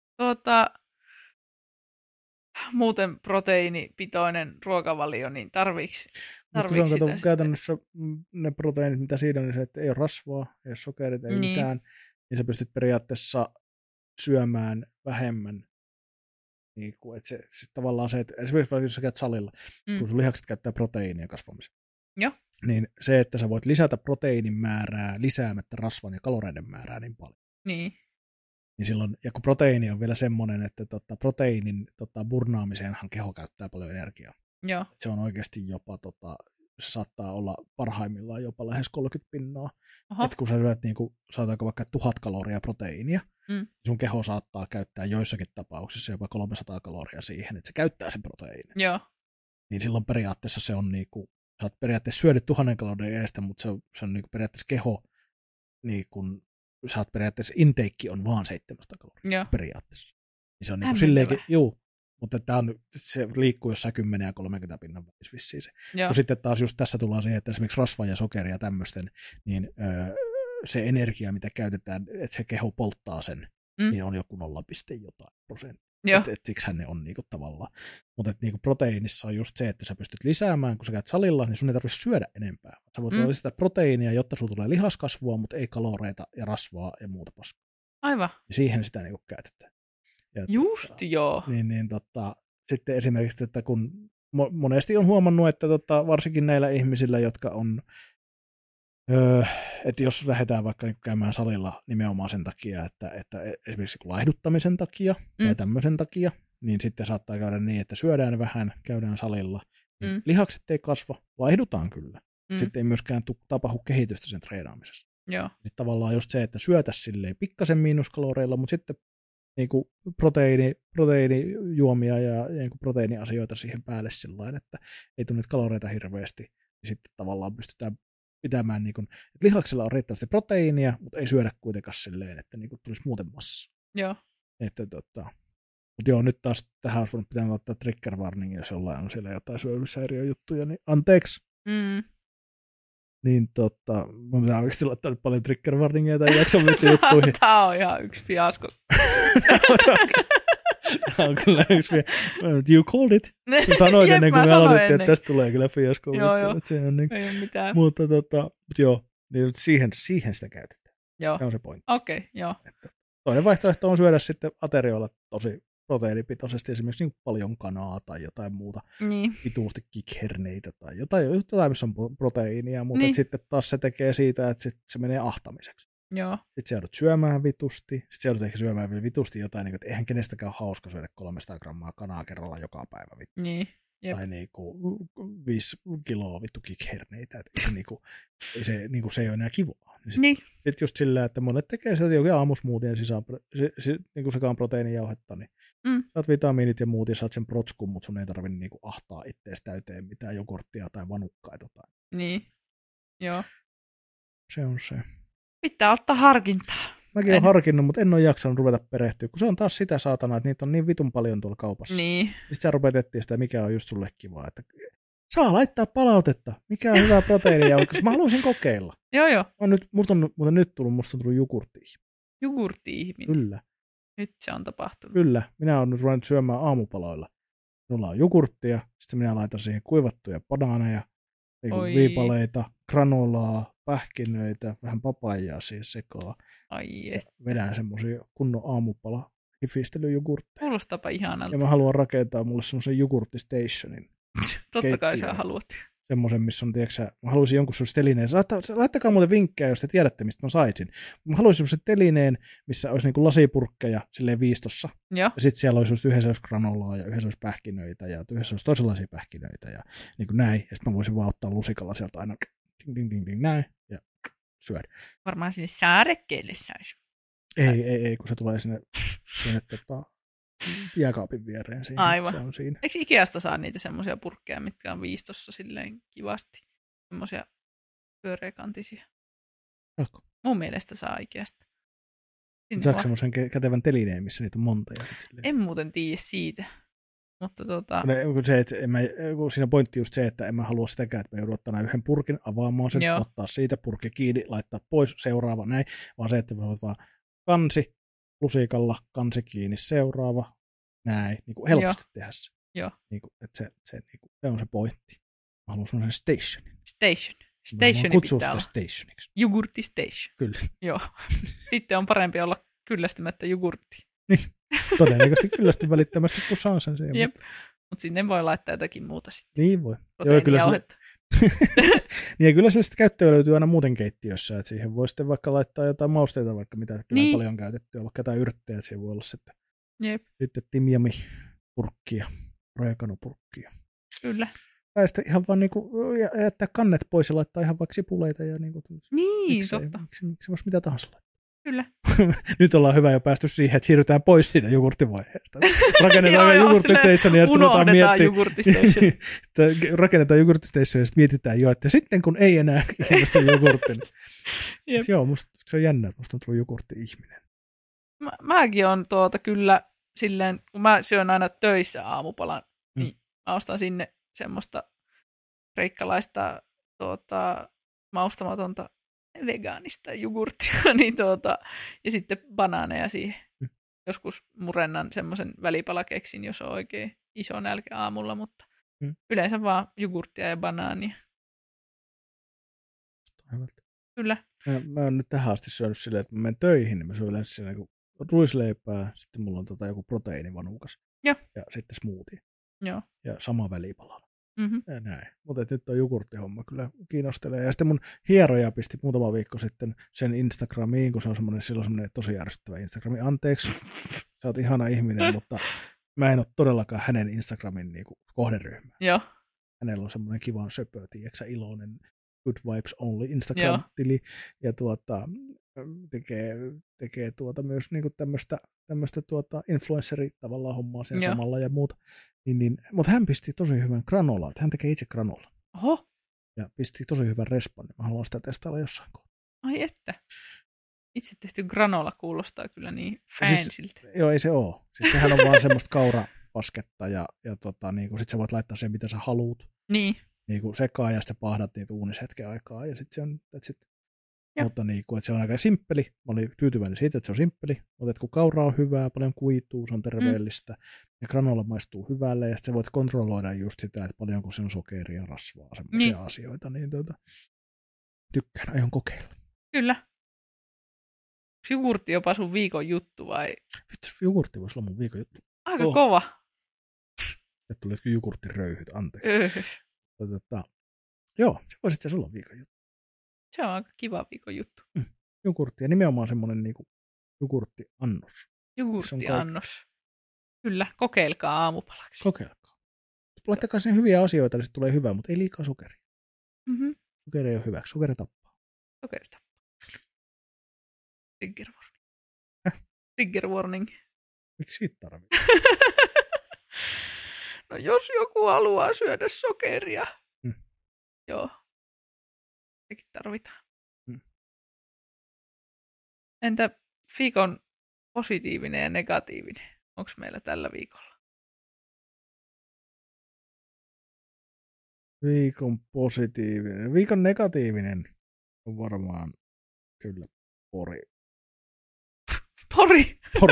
muuten proteiinipitoinen ruokavalio, niin tarviiko sitä? Käytännössä ne proteiinit, mitä siinä on, niin se, että ei ole rasvaa, ei ole sokerit, ei mitään, niin sä pystyt periaatteessa syömään vähemmän. Niin kuin, että se tavallaan se, että esimerkiksi jos sä käyt salilla, kun sun lihakset käyttää proteiinia kasvamiseen, niin se, että sä voit lisätä proteiinin määrää lisäämättä rasvan ja kaloreiden määrää niin paljon. Niin silloin, ja kun proteiini on vielä semmoinen, että proteiinin burnaamiseenhan keho käyttää paljon energiaa. Joo. Se on oikeasti jopa, se saattaa olla parhaimmillaan jopa lähes 30%. Että kun sä syöt saataanko vaikka 1000 kaloria proteiinia, sun keho saattaa käyttää joissakin tapauksissa jopa 300 kaloria siihen, että se käyttää sen proteiinin. Joo. Niin silloin periaatteessa se on sä oot periaatteessa syönyt 1000 kaloria edestä, mutta se on periaatteessa keho sä oot periaatteessa intake on vaan 700 kaloria periaatteessa. Niin se on silleenkin, mutta se liikkuu jossain 10 ja 30 pinnan välissä vissiin se. Kun sitten taas just tässä tullaan siihen, että esimerkiksi rasva ja sokeri ja tämmöisten, niin se energia, mitä käytetään, että se keho polttaa sen, niin on joku 0,jotain%. Siksihän ne on tavallaan. Mutta proteiinissa on just se, että sä pystyt lisäämään, kun sä käyt salilla, niin sun ei tarvitse syödä enempää. Sä voit lisätä proteiinia, jotta sulla tulee lihaskasvua, mutta ei kaloreita ja rasvaa ja muuta paskaa. Aivan. Ja siihen sitä käytetään. Ja joo. Sitten esimerkiksi, että kun monesti on huomannut, että varsinkin näillä ihmisillä, jotka on Että jos lähdetään vaikka niin käymään salilla nimenomaan sen takia, että esimerkiksi laihduttamisen takia tai tämmöisen takia, niin sitten saattaa käydä niin, että syödään vähän, käydään salilla, niin lihakset ei kasva, laihdutaan kyllä. Sitten ei myöskään tapahdu kehitystä sen treenaamisessa. Joo. Sitten tavallaan just se, että syötäisiin silleen pikkasen miinuskaloreilla, mutta sitten niin kuin proteiinijuomia ja niin kuin proteiiniasioita siihen päälle sillain, että ei tule niitä kaloreita hirveästi, niin sitten tavallaan pystytään pitämään, niin kuin, että lihaksilla on riittävästi proteiinia, mutta ei syödä kuitenkaan silleen, että niin kuin tulisi muuten massa. Joo. Että mutta joo, nyt taas tähän olisi pitänyt ottaa trigger warning, jos jollain on siellä jotain syömishäiriöjuttuja, niin anteeksi. Niin mä pitää oikeasti laittaa nyt paljon trigger warningia tai jakson juttuihin. Tää on ihan yksi fiasko. Tämä on kyllä yksi you called it. Sä sanoit ennen kuin me aloitettiin, että tästä tulee kyllä fiasko. Joo. Se on niin. Ei ole mitään. Mutta joo, niin siihen sitä käytetään. Joo. Se on se pointti. Okei, joo. Toinen vaihtoehto on syödä sitten aterioilla tosi proteiinipitoisesti, esimerkiksi niin paljon kanaa tai jotain muuta, vituusti kikherneitä tai jotain, missä on proteiinia, mutta sitten taas se tekee siitä, että se menee ahtamiseksi. Joo. Sitten sä joudut syömään vitusti, sitten sä joudut ehkä syömään vielä vitusti jotain, niin kuin, että eihän kenestäkään ole hauska syödä 300 grammaa kanaa kerralla joka päivä. Niin. Jep. Tai niinku 5 kiloa vittu kikherneitä, että se ei ole enää kivaa. Sitten just sillä, että monet tekee sitä jokin aamusmuutien sisään, niin sekaan proteiinijauhetta, niin saat vitamiinit ja muut ja saat sen protskun, mutta sun ei tarvitse niinku ahtaa ittees täyteen mitään jogurttia tai vanukkaita. Niin, joo. Se on se. Pitää ottaa harkintaa. Mäkin olen harkinnut, mutta en ole jaksanut ruveta perehtyä, kun se on taas sitä saatana, että niitä on niin vitun paljon tuolla kaupassa. Niin. Sitten sä rupeat etsiä sitä, mikä on just sulle kivaa. Että saa laittaa palautetta, mikä on hyvä proteiinia, koska mä haluaisin kokeilla. Joo. Musta on tullut jogurtti-ihminen. Jogurtti-ihminen? Kyllä. Nyt se on tapahtunut. Kyllä. Minä olen nyt ruvennut syömään aamupaloilla. Minulla on jogurttia, sitten minä laitan siihen kuivattuja banaaneja, viipaleita, granolaa, pähkinöitä, vähän papajaa siihen sekaan. Vedän semmoisia kunnon aamupala hifistelyjogurtteja. Kuulostapa ihanalta. Ja mä haluan rakentaa mulle semmoisen jogurttistationin. Totta kai sä haluat. Semmoisen, missä on, tiedätkö, mä haluaisin jonkun semmoisen telineen. Laittakaa mulle vinkkejä, jos te tiedätte, mistä mä saisin. Mä haluaisin semmoisen telineen, missä olisi niinku lasipurkkeja silleen viistossa. Ja sitten siellä olisi yhdessä olisi granolaa ja yhdessä olisi pähkinöitä ja yhdessä olisi toisenlaisia pähkinöitä ja niin kuin näin. Ja sitten mä voisin vaan ottaa lusikalla sieltä aina ding, näin ja syödä. Varmaan sinne saarekkeelle saisi. Ei, kun se tulee sinne jääkaapin viereen. Siihen. Aivan. Se on siinä. Eikö Ikeasta saa niitä semmoisia purkkeja, mitkä on viistossa silleen kivasti? Semmoisia pyöreäkantisia. Saako? Mun mielestä saa Ikeasta. Saako semmoisen kätevän telineen, missä niitä on monta? En muuten tiedä siitä. Mutta siinä pointti just se, että en mä halua sitäkään, että me joudun ottaa yhden purkin, avaamaan sen, ottaa siitä purkki kiinni, laittaa pois, seuraava, näin, vaan se, että voit vaan kansi, lusikalla, kansi kiinni, seuraava, näin, niin kuin helposti tehdä se. Joo. Niin kuin, että se on se pointti. Mä haluan semmoisen stationin. Stationin pitää olla. Stationiksi. Jogurtti station. Kyllä. Joo. Sitten on parempi olla kyllästymättä jogurttiin. Niin. Todennäköisesti kyllästy välittömästi, kun saan sen siihen. Jep. Mutta sinne voi laittaa jotakin muuta sitten. Niin voi. Joo, kyllä niin, kyllä sellaista käyttöä löytyy aina muuten keittiössä, että siihen voi sitten vaikka laittaa jotain mausteita, vaikka mitä niin. Paljon käytettyä, vaikka jotain yrttejä, että siihen voi olla sitten timjami-purkkia, oregano-purkkia. Kyllä. Tai sitten ihan vaan niinku jättää kannet pois ja laittaa ihan vaikka sipuleita ja niinku. Niin, totta. Miksi voisi mitä tahansa laittaa? Kyllä. Nyt ollaan hyvä jo päästy siihen, että siirrytään pois siitä jogurttivaiheesta. Rakennetaan jogurttistationia ja sitten ruvetaan miettimään. Rakennetaan jogurttistationia ja sitten mietitään jo, että sitten kun ei enää kiinnosta jogurtti. Joo, musta se on jännä, että musta on tullut jogurtti-ihminen. Mäkin on kyllä silleen, kun mä syön aina töissä aamupalan, niin mä ostan sinne semmoista kreikkalaista maustamatonta vegaanista jogurttia niin ja sitten banaaneja siihen. Joskus murennan semmoisen välipalakeksin, jos on oikein iso nälkä aamulla, mutta yleensä vaan jogurttia ja banaania. Hyvältä. Kyllä. Mä oon nyt tähän asti syönyt silleen, että mä menen töihin, niin mä syön yleensä siinä ruisleipää, sitten mulla on joku proteiinivanukas. Joo. Ja sitten smoothie. Joo. Ja sama välipalalla. Ja näin. Mutta nyt on jogurttihomma kyllä kiinnostelee. Ja sitten mun hieroja pisti muutama viikko sitten sen Instagramiin, kun se on semmoinen tosi järsyttävä Instagrami. Anteeksi, sä oot ihana ihminen, mutta mä en ole todellakaan hänen Instagramin niinku kohderyhmä. Joo. Hänellä on semmoinen kivan söpö, tiiäksä, iloinen Good Vibes Only Instagram-tili. Ja tekee myös niinku tämmöistä influenceri tavallaan hommaa sen samalla ja muuta. Mutta hän pisti tosi hyvän granolaa, että hän tekee itse granola. Oho. Ja pisti tosi hyvän responin. Mä haluan sitä testailla jossain kohtaa. Ai että. Itse tehty granola kuulostaa kyllä niin fansiltä. Siis, joo, ei se ole. Siis sehän on vaan semmoista kaurapasketta ja niinku, sit sä voit laittaa sen, mitä sä haluut. Niin. Niinku sekaan ja sitten pahdat niitä uunissa hetken aikaa ja sitten se on, mutta niinku, että se on aika simppeli. Mä olin tyytyväinen siitä, että se on simppeli, mutta kun kaura on hyvää, paljon kuituu, se on terveellistä ja granola maistuu hyvälle ja sitten sä voit kontrolloida just sitä, että paljonko se on sokeria, rasvaa, semmoisia asioita, niin tykkään, aion kokeilla. Kyllä. Jogurtti jopa sun viikon juttu vai? Vittu, jogurtti voisi olla mun viikon juttu. Aika kova. Että tuli jotkut jogurttiröyhyt, anteeksi. Joo, se voisi itse olla viikon juttu. Se on aika kiva viikon juttu. Jogurtti ja nimenomaan semmoinen niinku jogurttiannos. Jogurttiannos. Kyllä, kokeilkaa aamupalaksi. Kokeilkaa. Laittakaa sen hyviä asioita, niin se tulee hyvää, mutta ei liikaa sokeria. Sokeri ei ole hyväksi, sokeri tappaa. Sokeri tappaa. Trigger warning. Trigger warning. Miksi siitä tarvitsee? No jos joku haluaa syödä sokeria. Joo. Sekin tarvitaan. Entä viikon positiivinen ja negatiivinen? Onko meillä tällä viikolla? Viikon positiivinen. Viikon negatiivinen on varmaan kyllä Pori. Pori? Pori.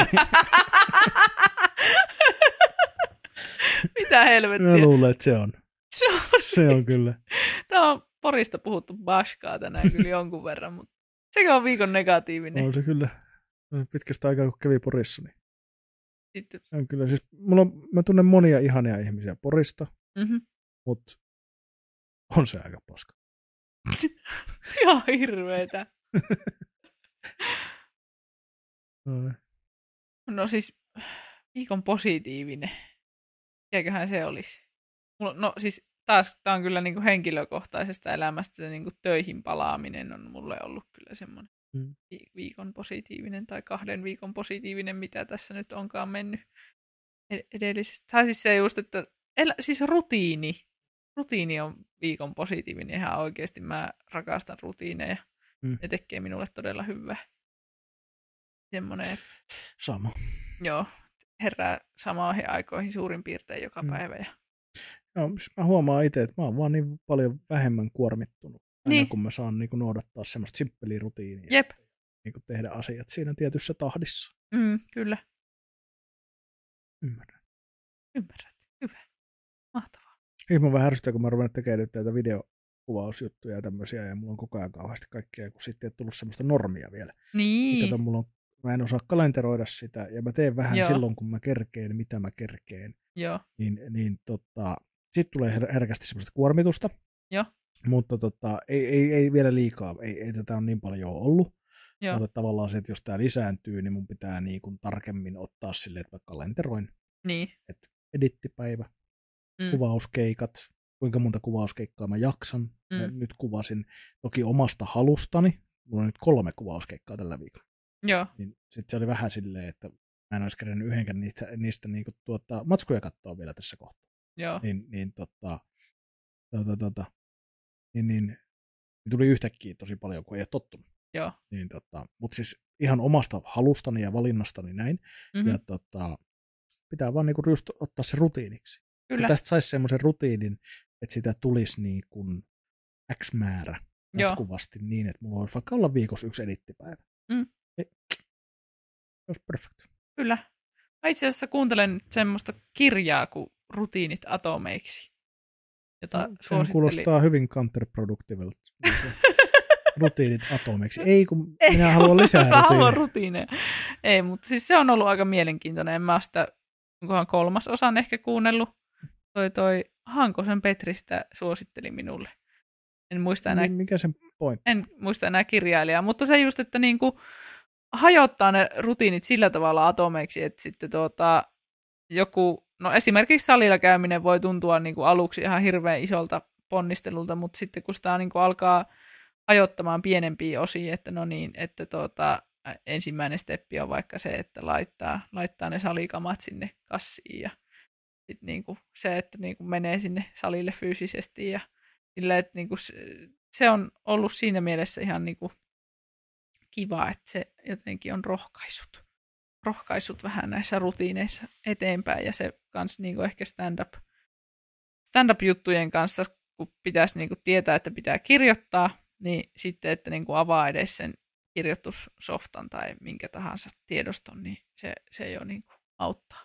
Mitä helvettiä? Mä luulen, että se on. Se on kyllä. Tämä on Porista puhuttu baskaa tänään kyllä jonkun verran, mutta sekä on viikon negatiivinen. On se kyllä. Pitkästä aikaa, kun kävi Porissa, niin sitten. On kyllä. Siis mä tunnen monia ihania ihmisiä Porista, mutta on se aika paska. Ihan hirveetä. No siis viikon positiivinen. Mikäköhän se olisi? No siis taas tämä on kyllä niinku henkilökohtaisesta elämästä se niinku töihin palaaminen on mulle ollut kyllä semmoinen viikon positiivinen tai 2 viikon positiivinen, mitä tässä nyt onkaan mennyt edellisestä. Tai siis se just, että siis rutiini. Rutiini on viikon positiivinen ihan oikeasti. Mä rakastan rutiineja. Ne tekee minulle todella hyvää. Semmoinen, että sama. Joo, herää samoihin aikoihin suurin piirtein joka päivä. Joo, mä huomaan itse, että mä oon vaan niin paljon vähemmän kuormittunut. Aina kun mä saan niin kuin noudattaa semmoista simppeliä rutiinia. Jep. Niin kuin tehdä asiat siinä tietyssä tahdissa. Kyllä. Ymmärrät. Hyvä. Mahtavaa. Mä vähän ärsyttää, kun mä ruvennut tekemään nyt näitä videokuvausjuttuja ja tämmöisiä, ja mulla on koko ajan kauheasti kaikkea, kun sitten ei tullut semmoista normia vielä. Niin. Kato, mä en osaa kalenteroida sitä, ja mä teen vähän silloin, kun mä kerkeen, mitä mä kerkeen. Joo. Sitten tulee herkästi semmoista kuormitusta. Joo. Mutta ei vielä liikaa, ei tätä on niin paljon ollut. Joo. Mutta tavallaan se, että jos tämä lisääntyy, niin mun pitää niin kuin tarkemmin ottaa silleen, että mä kalenteroin. Niin. Että edittipäivä, kuvauskeikat, kuinka monta kuvauskeikkaa mä jaksan. Mä nyt kuvasin toki omasta halustani. Mulla on nyt 3 kuvauskeikkaa tällä viikolla. Joo. Niin sitten se oli vähän silleen, että mä en olisi kerännyt yhdenkään niistä niinku matskuja katsoa vielä tässä kohtaa. Joo. Niin tuli yhtäkkiä tosi paljon, kun ei ole tottunut. Joo. Mutta siis ihan omasta halustani ja valinnastani näin. Ja pitää vaan niinku just ottaa se rutiiniksi. Kyllä. Ja tästä saisi semmoisen rutiinin, että sitä tulisi niin kuin X määrä jatkuvasti niin, että mulla olisi vaikka olla viikossa 1 edittipäivä. Se olisi perfect. Kyllä. Mä itse asiassa kuuntelen semmoista kirjaa kuin Rutiinit atomeiksi, jota se kuulostaa hyvin counterproductivelta. Rutiinit atomeiksi. Ei, kun minä haluan lisää rutiineja. Ei, mutta siis se on ollut aika mielenkiintoinen. En mä ole sitä, onkohan 3. osan ehkä kuunnellut. Toi Hankosen Petri sitä suositteli minulle. En muista enää, Mikä sen pointti? En muista enää kirjailijaa, mutta se just, että niinku hajottaa ne rutiinit sillä tavalla atomeiksi, että sitten joku, no esimerkiksi salilla käyminen voi tuntua niinku aluksi ihan hirveän isolta ponnistelulta, mutta sitten kun sitä niinku alkaa hajottamaan pienempiä osia, että no niin, että ensimmäinen steppi on vaikka se, että laittaa ne salikamat sinne kassiin ja sitten niinku se, että niinku menee sinne salille fyysisesti ja sillä, että niinku se on ollut siinä mielessä ihan niinku kiva, että se jotenkin on rohkaissut vähän näissä rutiineissa eteenpäin ja se kans niinku ehkä stand-up-juttujen kanssa, kun pitäisi niinku tietää, että pitää kirjoittaa, niin sitten, että niinku avaa edes sen kirjoitussoftan tai minkä tahansa tiedoston, niin se jo niinku auttaa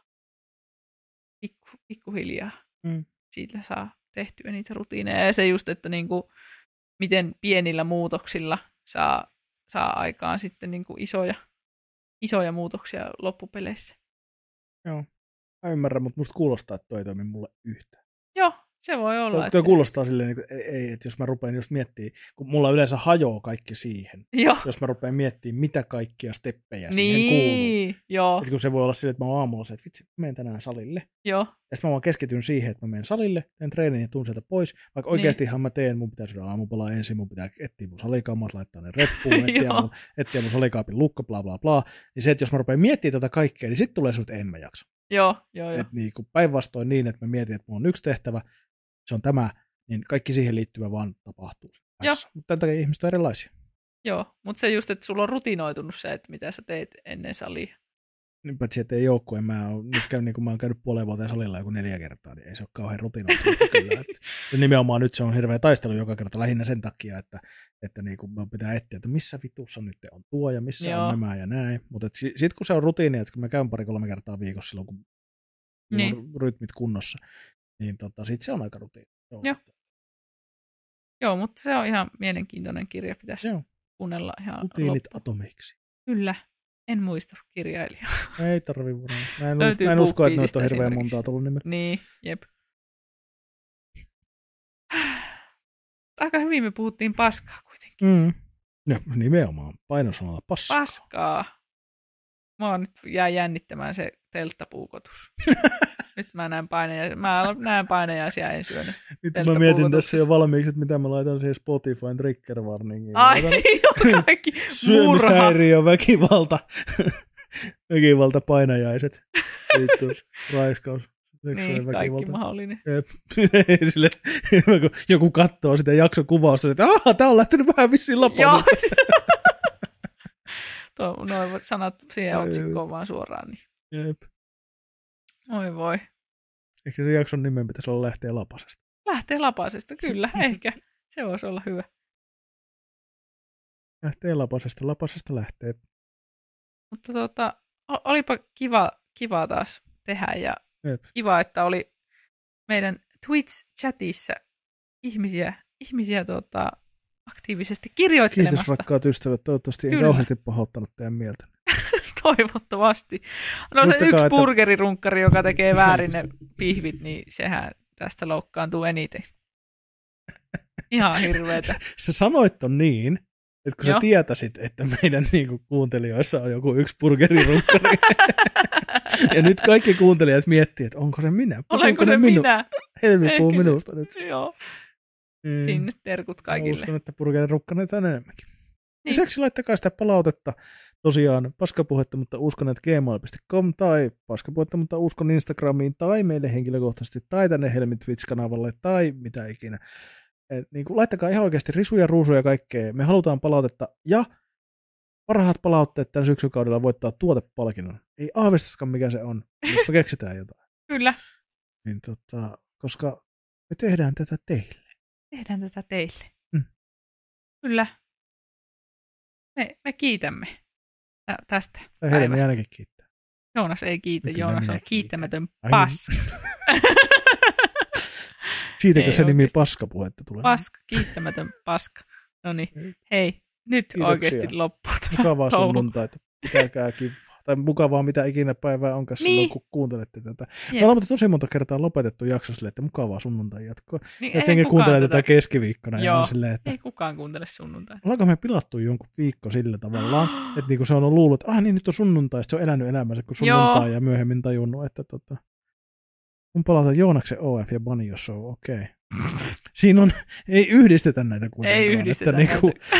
pikkuhiljaa. Siitä saa tehtyä niitä rutiineja. Ja se just, että niinku, miten pienillä muutoksilla saa aikaan sitten niinku isoja muutoksia loppupeleissä. Joo, mä ymmärrän, mutta musta kuulostaa, että toi ei toimi mulle yhtään. Joo, se voi olla. Tuo kuulostaa silleen, että jos mä rupean just miettimään, kun mulla yleensä hajoaa kaikki siihen. Joo. Jos mä rupean miettimään, mitä kaikkia steppejä siihen kuuluu. Joo. Että kun se voi olla silleen, että mä oon aamulla se, että vitsi, mä menen tänään salille. Joo. Ja sitten mä vaan keskityn siihen, että mä menen salille, teen treenin ja tuun sieltä pois. Vaikka oikeastihan mä teen, mun pitää syödä aamupalaa ensin, mun pitää etsiä mun salikamat, laittaa ne reppuun, etsiä mun salikaapin lukko, bla bla bla. Niin se, että jos mä rupean miettimään tätä kaikkea, niin sitten tulee että en mä jaksa. Joo. Että niin, päinvastoin niin, että mä mietin, että mulla on yksi tehtävä, se on tämä, niin kaikki siihen liittyvä vaan tapahtuu. Mutta tämän takia ihmiset on erilaisia. Joo, mutta se just, että sulla on rutinoitunut se, että mitä sä teit ennen salia. Niin paitsi, että ei joukkue. Mä oon käynyt puoleen vuoteen salilla joku 4 kertaa, niin ei se ole kauhean rutinoitunut. Kyllä. Nimenomaan nyt se on hirveä taistelu joka kerta lähinnä sen takia, että niin kuin pitää etsiä, että missä vitussa nyt on tuo ja missä on nämä ja näin. Mutta sitten kun se on rutiini, että kun mä käyn 2-3 kertaa viikossa silloin, kun on rytmit kunnossa, niin sitten se on aika rutiini. Joo, mutta se on ihan mielenkiintoinen kirja. Pitäisi kuunnella ihan rutiinit atomeiksi. Kyllä. En muista kirjailijaa. Ei tarvitse varmaan. Mä en usko, että noita on hirveän montaa tullut nimeä. Niin, jep. Aika hyvin me puhuttiin paskaa kuitenkin. Ja nimenomaan painosanalla paskaa. Paskaa. Mua nyt jää jännittämään se telttapuukotus. Nyt mä näen painajaisia en syönyt. Nyt mä mietin tässä jo valmiiksi, että mitä mä laitan siihen Spotifyn trigger warningiin. Ai niin, kaikki syömishäiriö, väkivalta, painajaiset, viittuus, raiskaus, seksuaalinen väkivalta. Kaikki mahdollinen. Sille, kun joku katsoo sitä jaksokuvausta, että tää on lähtenyt vähän vissiin lapoon. Joo, noin sanat siihen otsikkoon vaan suoraan. Niin. Jep. Oi voi. Ehkä se jakson nimen pitäisi olla Lähtee lapasesta. Lähtee lapasesta, kyllä, ehkä. Se voisi olla hyvä. Lähtee lapasesta lähtee. Mutta olipa kiva taas tehdä ja kiva, että oli meidän Twitch-chatissa ihmisiä aktiivisesti kirjoittelemassa. Kiitos rakkaat ystävät, toivottavasti en kauheasti pahoittanut teidän mieltä. Toivottavasti. No muistakaa, se yksi burgerirunkkari, joka tekee väärin ne pihvit, niin sehän tästä loukkaantuu eniten. Ihan hirveetä. Sä sanoit ton niin, että kun sä tietäisit, että meidän niinku kuuntelijoissa on joku yksi burgerirunkkari. Ja nyt kaikki kuuntelijat miettii, että onko se minä? Olenko se minä? Helmi puhuu minusta nyt. Joo. Sinne terkut kaikille. Mä uskon, että burgerirunkkari on enemmänkin. Niin. Lisäksi laittakaa sitä palautetta tosiaan paskapuhetta, mutta uskon, että gmail.com tai paskapuhetta, mutta uskon Instagramiin tai meille henkilökohtaisesti tai tänne Helmi Twitch-kanavalle tai mitä ikinä. Niin laittakaa ihan oikeasti risuja, ruusuja kaikkea. Me halutaan palautetta ja parhaat palautteet tämän syksykaudella voittaa tuotepalkinnon. Ei aavistuskaan mikä se on, mutta keksitään jotain. Kyllä. Niin koska me tehdään tätä teille. Tehdään tätä teille. Kyllä. Me kiitämme tästä Helmi ainakin kiittää. Joonas ei kiitä. Joonas on kiittämätön paska. Siitäkö ei se nimi paskapuhetta tulee? Paska, kiittämätön paska. No niin, hei, nyt Kiitoksia. Oikeasti loppuu. Mukavaa sunnuntaita. Pitäkää kivaa. tai mukavaa mitä ikinä päivää onkaan silloin, kun kuuntelette tätä. Me ollaan tosi monta kertaa lopetettu jakso silleen, että mukavaa sunnuntai jatkoa. Niin, että jengi kuuntelee tätä keskiviikkona. Joo, ja silleen, että ei kukaan kuuntele sunnuntai. Ollaanko me pilattu jonkun viikko sillä tavallaan, että niinku se on luullut, että niin nyt on sunnuntai, se on elänyt elämänsä kuin sunnuntai ja myöhemmin tajunnut, että kun palataan Joonaksen OF ja Banjo Show, okei. Siinä on, ei yhdistetä näitä kuitenkaan. Ei yhdistetä näitä.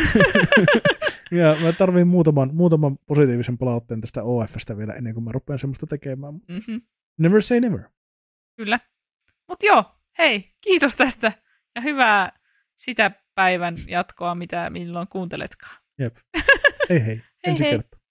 Ja mä tarviin muutaman positiivisen palautteen tästä OF:stä vielä ennen kuin mä rupean semmoista tekemään. Never say never. Kyllä. Mut joo, hei, kiitos tästä ja hyvää sitä päivän jatkoa, milloin kuunteletkaan. Jep. Hei. Ensi kertaa.